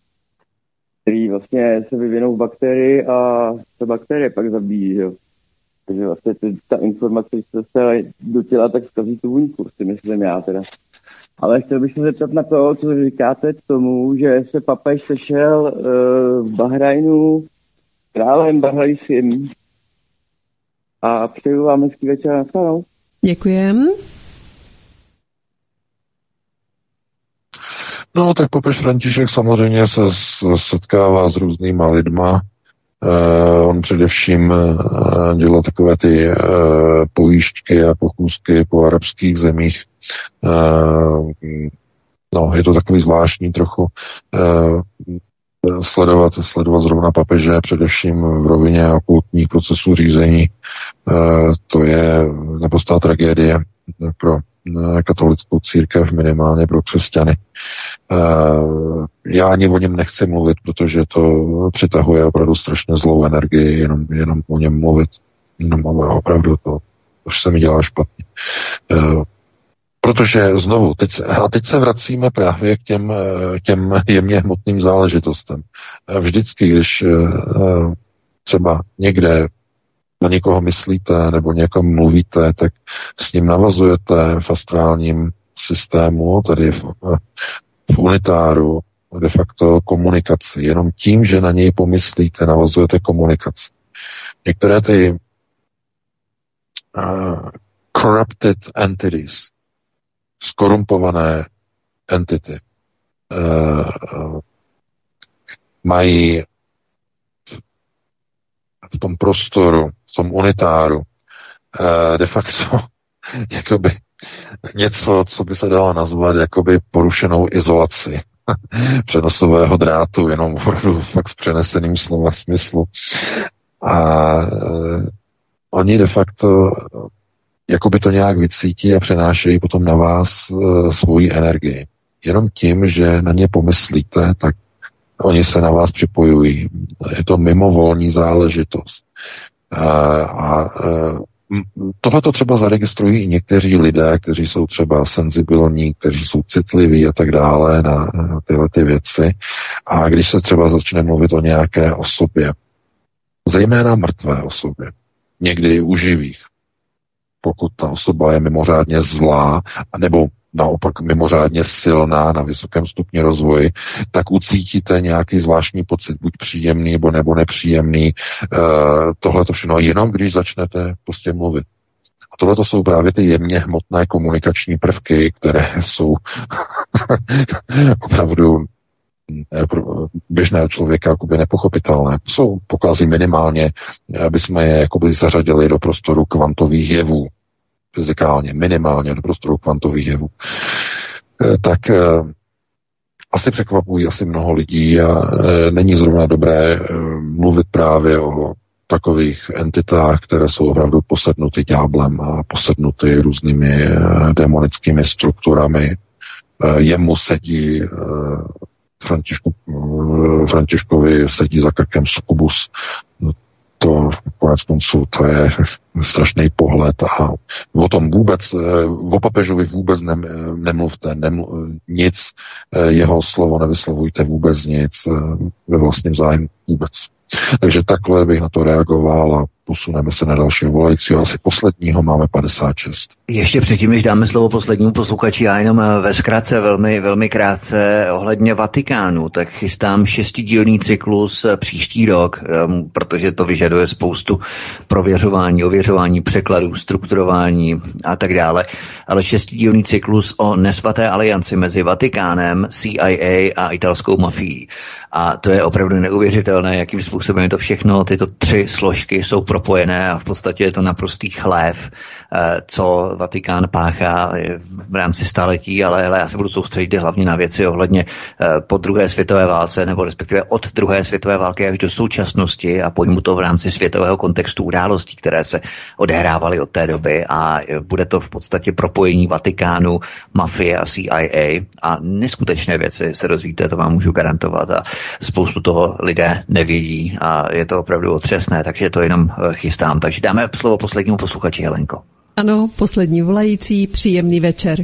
Který vlastně se vyvinou v bakterii a ta bakterie pak zabíjí, jo. Takže vlastně ty, ta informace, když se dostala do těla, tak zkazí tu vůňku, si myslím já teda. Ale chtěl bych se zeptat na to, co říkáte k tomu, že se papež sešel uh, v Bahrajnu králem bahrajským. A přeju vám hezký večer, nashledanou. Děkujem. No, tak papež František samozřejmě se setkává s různýma lidma. Uh, on především uh, dělal takové ty uh, pojížďky a pochůzky po arabských zemích. Uh, no, je to takový zvláštní trochu uh, sledovat, sledovat zrovna papeže, především v rovině okultních procesů řízení. Uh, to je naprostá tragédie pro katolickou církev, minimálně pro křesťany. Já ani o něm nechci mluvit, protože to přitahuje opravdu strašně zlou energii, jenom, jenom o něm mluvit. Jenom opravdu to už se mi dělá špatně. Protože znovu, teď, a teď se vracíme právě k těm, těm jemně hmotným záležitostem. Vždycky, když třeba někde na někoho myslíte nebo někomu mluvíte, tak s ním navazujete v astrálním systému, tedy v, v unitáru, de facto komunikaci. Jenom tím, že na něj pomyslíte, navazujete komunikaci. Některé ty uh, corrupted entities, skorumpované entity, uh, mají v tom prostoru, v tom unitáru uh, de facto jakoby něco, co by se dalo nazvat jakoby porušenou izolaci přenosového drátu, jenom opravdu fakt s přeneseným slova smyslu. A uh, oni de facto jakoby to nějak vycítí a přenášejí potom na vás uh, svoji energii. Jenom tím, že na ně pomyslíte, tak oni se na vás připojují. Je to mimovolní záležitost. Uh, a uh, tohle to třeba zaregistrují i někteří lidé, kteří jsou třeba senzibilní, kteří jsou citliví a tak dále na, na tyhle ty věci. A když se třeba začne mluvit o nějaké osobě, zejména mrtvé osobě, někdy i u živých, pokud ta osoba je mimořádně zlá, nebo naopak mimořádně silná na vysokém stupni rozvoji, tak ucítíte nějaký zvláštní pocit, buď příjemný, nebo, nebo nepříjemný. E, tohle to všechno, jenom když začnete prostě mluvit. A tohle to jsou právě ty jemně hmotné komunikační prvky, které jsou opravdu pro běžného člověka jakoby nepochopitelné. Jsou pokazy minimálně, aby jsme je jakoby zařadili do prostoru kvantových jevů. Fyzikálně, minimálně do prostoru kvantových jevů. E, tak e, asi překvapují asi mnoho lidí a e, není zrovna dobré e, mluvit právě o takových entitách, které jsou opravdu posednuty ďáblem a posednuty různými e, demonickými strukturami. E, jemu sedí e, Františku, e, Františkovi sedí za krkem sukubus. To konec konců, to je strašný pohled a o tom vůbec, o papežovi vůbec nem, nemluvte, nemluv, nic, jeho slovo nevyslovujte vůbec nic, ve vlastním zájmu vůbec. Takže takhle bych na to reagoval a posuneme se na dalšího volajícího. Asi posledního máme padesát šest. Ještě předtím, než dáme slovo poslednímu posluchači, já jenom ve zkratce velmi, velmi krátce ohledně Vatikánu, tak chystám šestidílný cyklus příští rok, protože to vyžaduje spoustu prověřování, ověřování překladů, strukturování a tak dále. Ale šestidílný cyklus o nesvaté alianci mezi Vatikánem, C I A a italskou mafií. A to je opravdu neuvěřitelné, jakým způsobem je to všechno, tyto tři složky jsou propojené a v podstatě je to naprostý chlév, co Vatikán páchá v rámci staletí, ale, ale já se budu soustředit hlavně na věci ohledně po druhé světové válce, nebo respektive od druhé světové války až do současnosti a pojmu to v rámci světového kontextu událostí, které se odehrávaly od té doby a bude to v podstatě propojení Vatikánu, mafie a C I A a neskutečné věci se dozvíte, to vám můžu garantovat a spoustu toho lidé nevědí a je to opravdu otřesné, takže to jenom chystám. Takže dáme slovo poslednímu posluchači, Helenko. Ano, poslední volající, příjemný večer.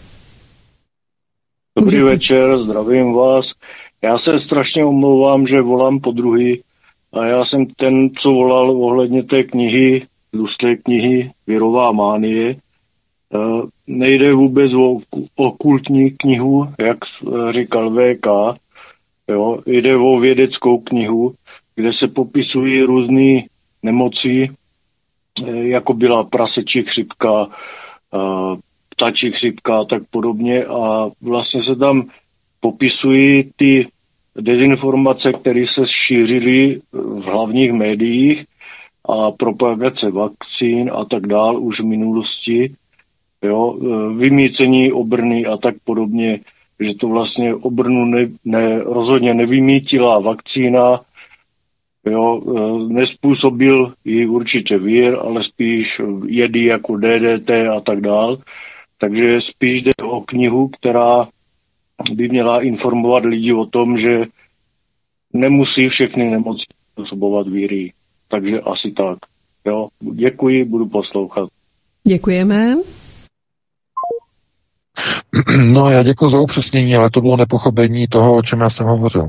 Dobrý Můžete... večer, zdravím vás. Já se strašně omlouvám, že volám po druhý a já jsem ten, co volal ohledně té knihy tlusté knihy Virová mánie. Nejde vůbec o okultní knihu, jak říkal V K, jo, jde o vědeckou knihu, kde se popisují různé nemoci, jako byla prasečí chřipka, ptačí chřipka a tak podobně, a vlastně se tam popisují ty dezinformace, které se šířily v hlavních médiích a propagace vakcín a tak dál už v minulosti, jo, vymícení obrny a tak podobně, že to vlastně obrnu ne, ne, rozhodně nevymítila vakcína, jo, nespůsobil ji určitě vír, ale spíš jedy jako D D T a tak dál. Takže spíš jde o knihu, která by měla informovat lidi o tom, že nemusí všechny nemoci způsobovat víry. Takže asi tak. Jo, děkuji, budu poslouchat. Děkujeme. No, já děkuji za upřesnění, ale to bylo nepochopení toho, o čem já jsem hovořil.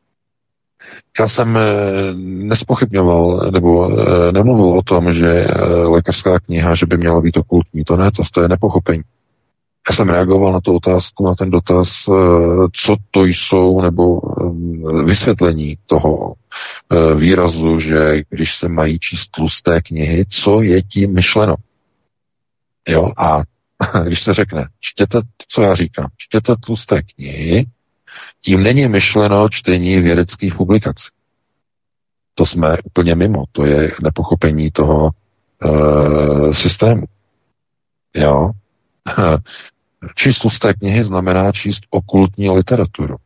Já jsem nespochybňoval nebo nemluvil o tom, že lékařská kniha, že by měla být okultní. To ne, to, to je nepochopení. Já jsem reagoval na tu otázku, na ten dotaz, co to jsou, nebo vysvětlení toho výrazu, že když se mají číst tlusté knihy, co je tím myšleno. Jo, a když se řekne, čtěte, co já říkám, čtěte tlusté knihy, tím není myšleno čtení vědeckých publikací. To jsme úplně mimo, to je nepochopení toho uh, systému. Jo. Číst tlusté knihy znamená číst okultní literaturu.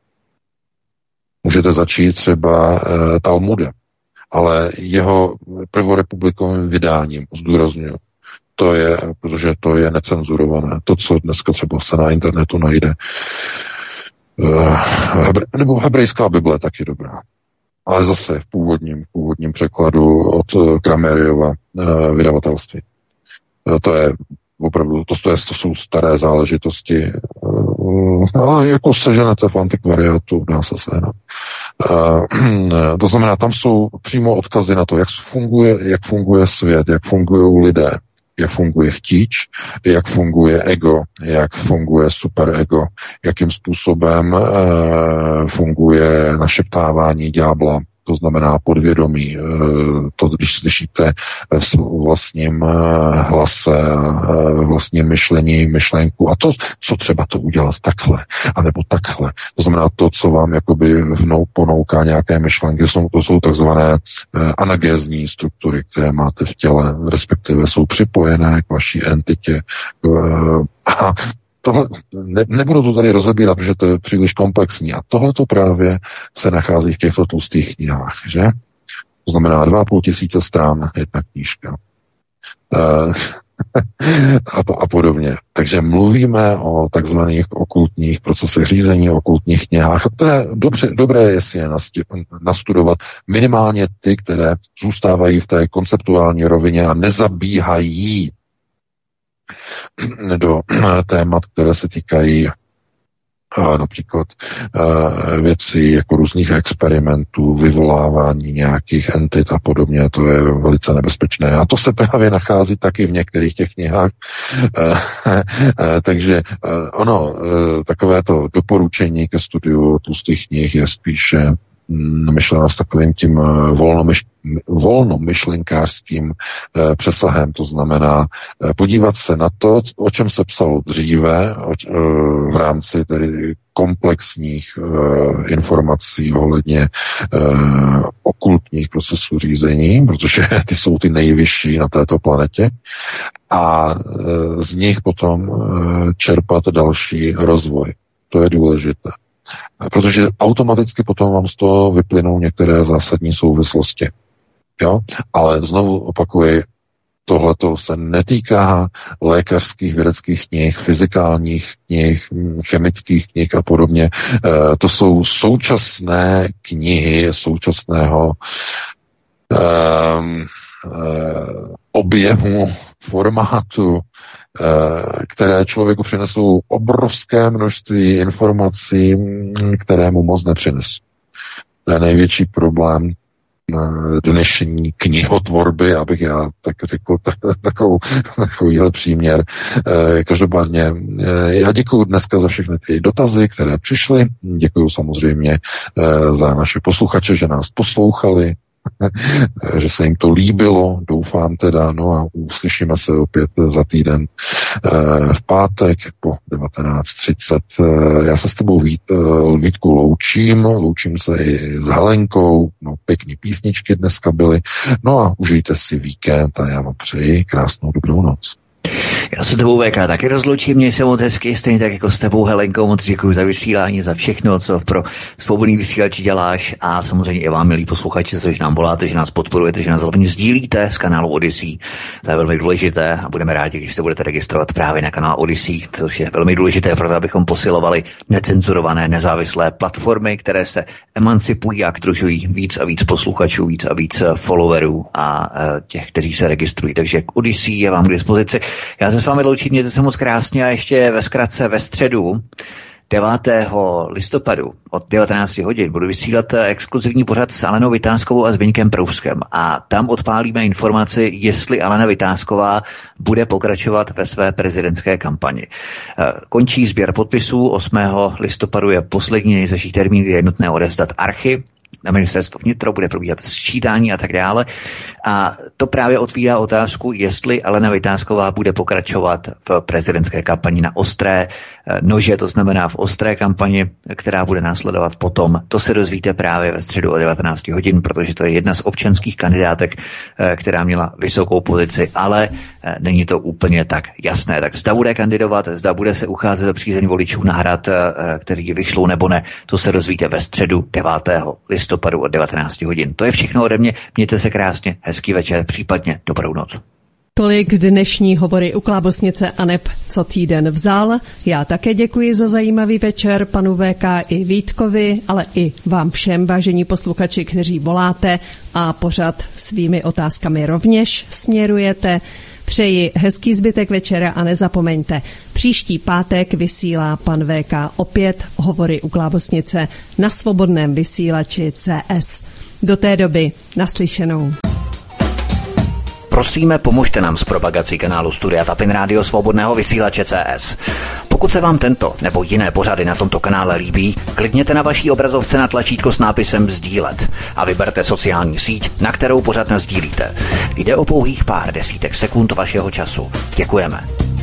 Můžete začít třeba uh, Talmudem, ale jeho prvorepublikovým vydáním, zdůrazňuji, to je, protože to je necenzurované. To, co dneska třeba se na internetu najde, uh, hebre, nebo hebrejská Bible, tak je dobrá. Ale zase v původním, v původním překladu od uh, Krameriova uh, vydavatelství. Uh, to je opravdu, to, to, je, to jsou staré záležitosti, uh, ale jako seženete v antikvariátu, dá se sehnat. Uh, to znamená, tam jsou přímo odkazy na to, jak funguje, jak funguje svět, jak fungují lidé, jak funguje chtíč, jak funguje ego, jak funguje superego, jakým způsobem e, funguje našeptávání ďábla, to znamená podvědomí, e, to, když slyšíte v vlastním hlase, e, vlastním myšlení, myšlenku a to, co třeba to udělat takhle, anebo takhle. To znamená to, co vám jakoby vnou ponouká nějaké myšlenky, jsou, to jsou takzvané e, anagézní struktury, které máte v těle, respektive jsou připojené k vaší entitě. E, a tohle, ne, nebudu to tady rozebírat, protože to je příliš komplexní. A tohle to právě se nachází v těchto tlustých knihách, že? To znamená dva a půl tisíce stran jedna knížka. E, a, a podobně. Takže mluvíme o takzvaných okultních procesech řízení, o okultních knihách. A to je dobře, dobré, jestli je nastudovat minimálně ty, které zůstávají v té konceptuální rovině a nezabíhají do témat, které se týkají například věcí jako různých experimentů, vyvolávání nějakých entit a podobně, to je velice nebezpečné. A to se právě nachází taky v některých těch knihách. Takže ono, takovéto doporučení ke studiu tlustých knih je spíše myšleno s takovým tím volnomyš, volnomyšlenkářským eh, přesahem, to znamená eh, podívat se na to, o čem se psalo dříve o, eh, v rámci tedy komplexních eh, informací ohledně eh, okultních procesů řízení, protože ty jsou ty nejvyšší na této planetě a eh, z nich potom eh, čerpat další rozvoj. To je důležité. Protože automaticky potom vám z toho vyplynou některé zásadní souvislosti. Jo? Ale znovu opakuji, tohleto se netýká lékařských vědeckých knih, fyzikálních knih, chemických knih a podobně. E, to jsou současné knihy současného e, e, objemu, formátu, které člověku přinesou obrovské množství informací, které mu moc nepřinesou. To je největší problém dnešní knihotvorby, abych já tak řekl takovou, takovýhle příměr. Každopádně já děkuji dneska za všechny ty dotazy, které přišly. Děkuji samozřejmě za naše posluchače, že nás poslouchali, že se jim to líbilo, doufám teda, no a uslyšíme se opět za týden v pátek po devatenáct třicet. Já se s tebou Vít, Vítku loučím, loučím se i s Helenkou, no pěkný písničky dneska byly, no a užijte si víkend a já vám přeji krásnou dobrou noc. Já se tebou V K taky rozloučím, měj se moc hezky, stejně tak jako s tebou Helenkou, moc děkuji za vysílání, za všechno, co pro Svobodný vysílač děláš a samozřejmě i vám, milí posluchači, že nám voláte, že nás podporujete, že nás hlavně sdílíte z kanálu Odyssey. To je velmi důležité a budeme rádi, když se budete registrovat právě na kanál Odyssey, což je velmi důležité, proto abychom posilovali necenzurované, nezávislé platformy, které se emancipují a sdružují víc a víc posluchačů, víc a víc followerů a těch, kteří se registrují. Takže Odyssey je vám k dispozici. Já se s vámi loučím, mějte se moc krásně a ještě ve zkratce ve středu devátého listopadu od devatenáct hodin budu vysílat exkluzivní pořad s Alenou Vitáskovou a Zbyňkem Prouskem a tam odpálíme informaci, jestli Alena Vitásková bude pokračovat ve své prezidentské kampani. Končí sběr podpisů, osmého listopadu je poslední nejzazší termín, kdy je nutné odevzdat archy. Na ministerstvo vnitro bude probíhat sčítání a tak dále. A to právě otvírá otázku, jestli Alena Vitásková bude pokračovat v prezidentské kampani na ostré nože, to znamená v ostré kampani, která bude následovat potom. To se dozvíte právě ve středu o devatenáct hodin, protože to je jedna z občanských kandidátek, která měla vysokou pozici, ale není to úplně tak jasné. Tak zda bude kandidovat, zda bude se ucházet o přízeň voličů na Hrad, který vyšlou nebo ne, to se dozvíte ve středu devátého listopadu od devatenáct hodin. To je všechno ode mě. Mějte se krásně, hezký večer, případně dobrou noc. Tolik dnešní hovory u Klábosnice aneb co týden vzal. Já také děkuji za zajímavý večer panu V K i Vítkovi, ale i vám všem, vážení posluchači, kteří voláte a pořad svými otázkami rovněž směrujete. Přeji hezký zbytek večera a nezapomeňte, příští pátek vysílá pan V K opět hovory u Klábosnice na svobodném vysílači C S. Do té doby naslyšenou. Prosíme, pomožte nám s propagací kanálu Studia Tapin Rádio Svobodného vysílače C S. Pokud se vám tento nebo jiné pořady na tomto kanále líbí, klikněte na vaší obrazovce na tlačítko s nápisem sdílet a vyberte sociální síť, na kterou pořad nasdílíte. Jde o pouhých pár desítek sekund vašeho času. Děkujeme.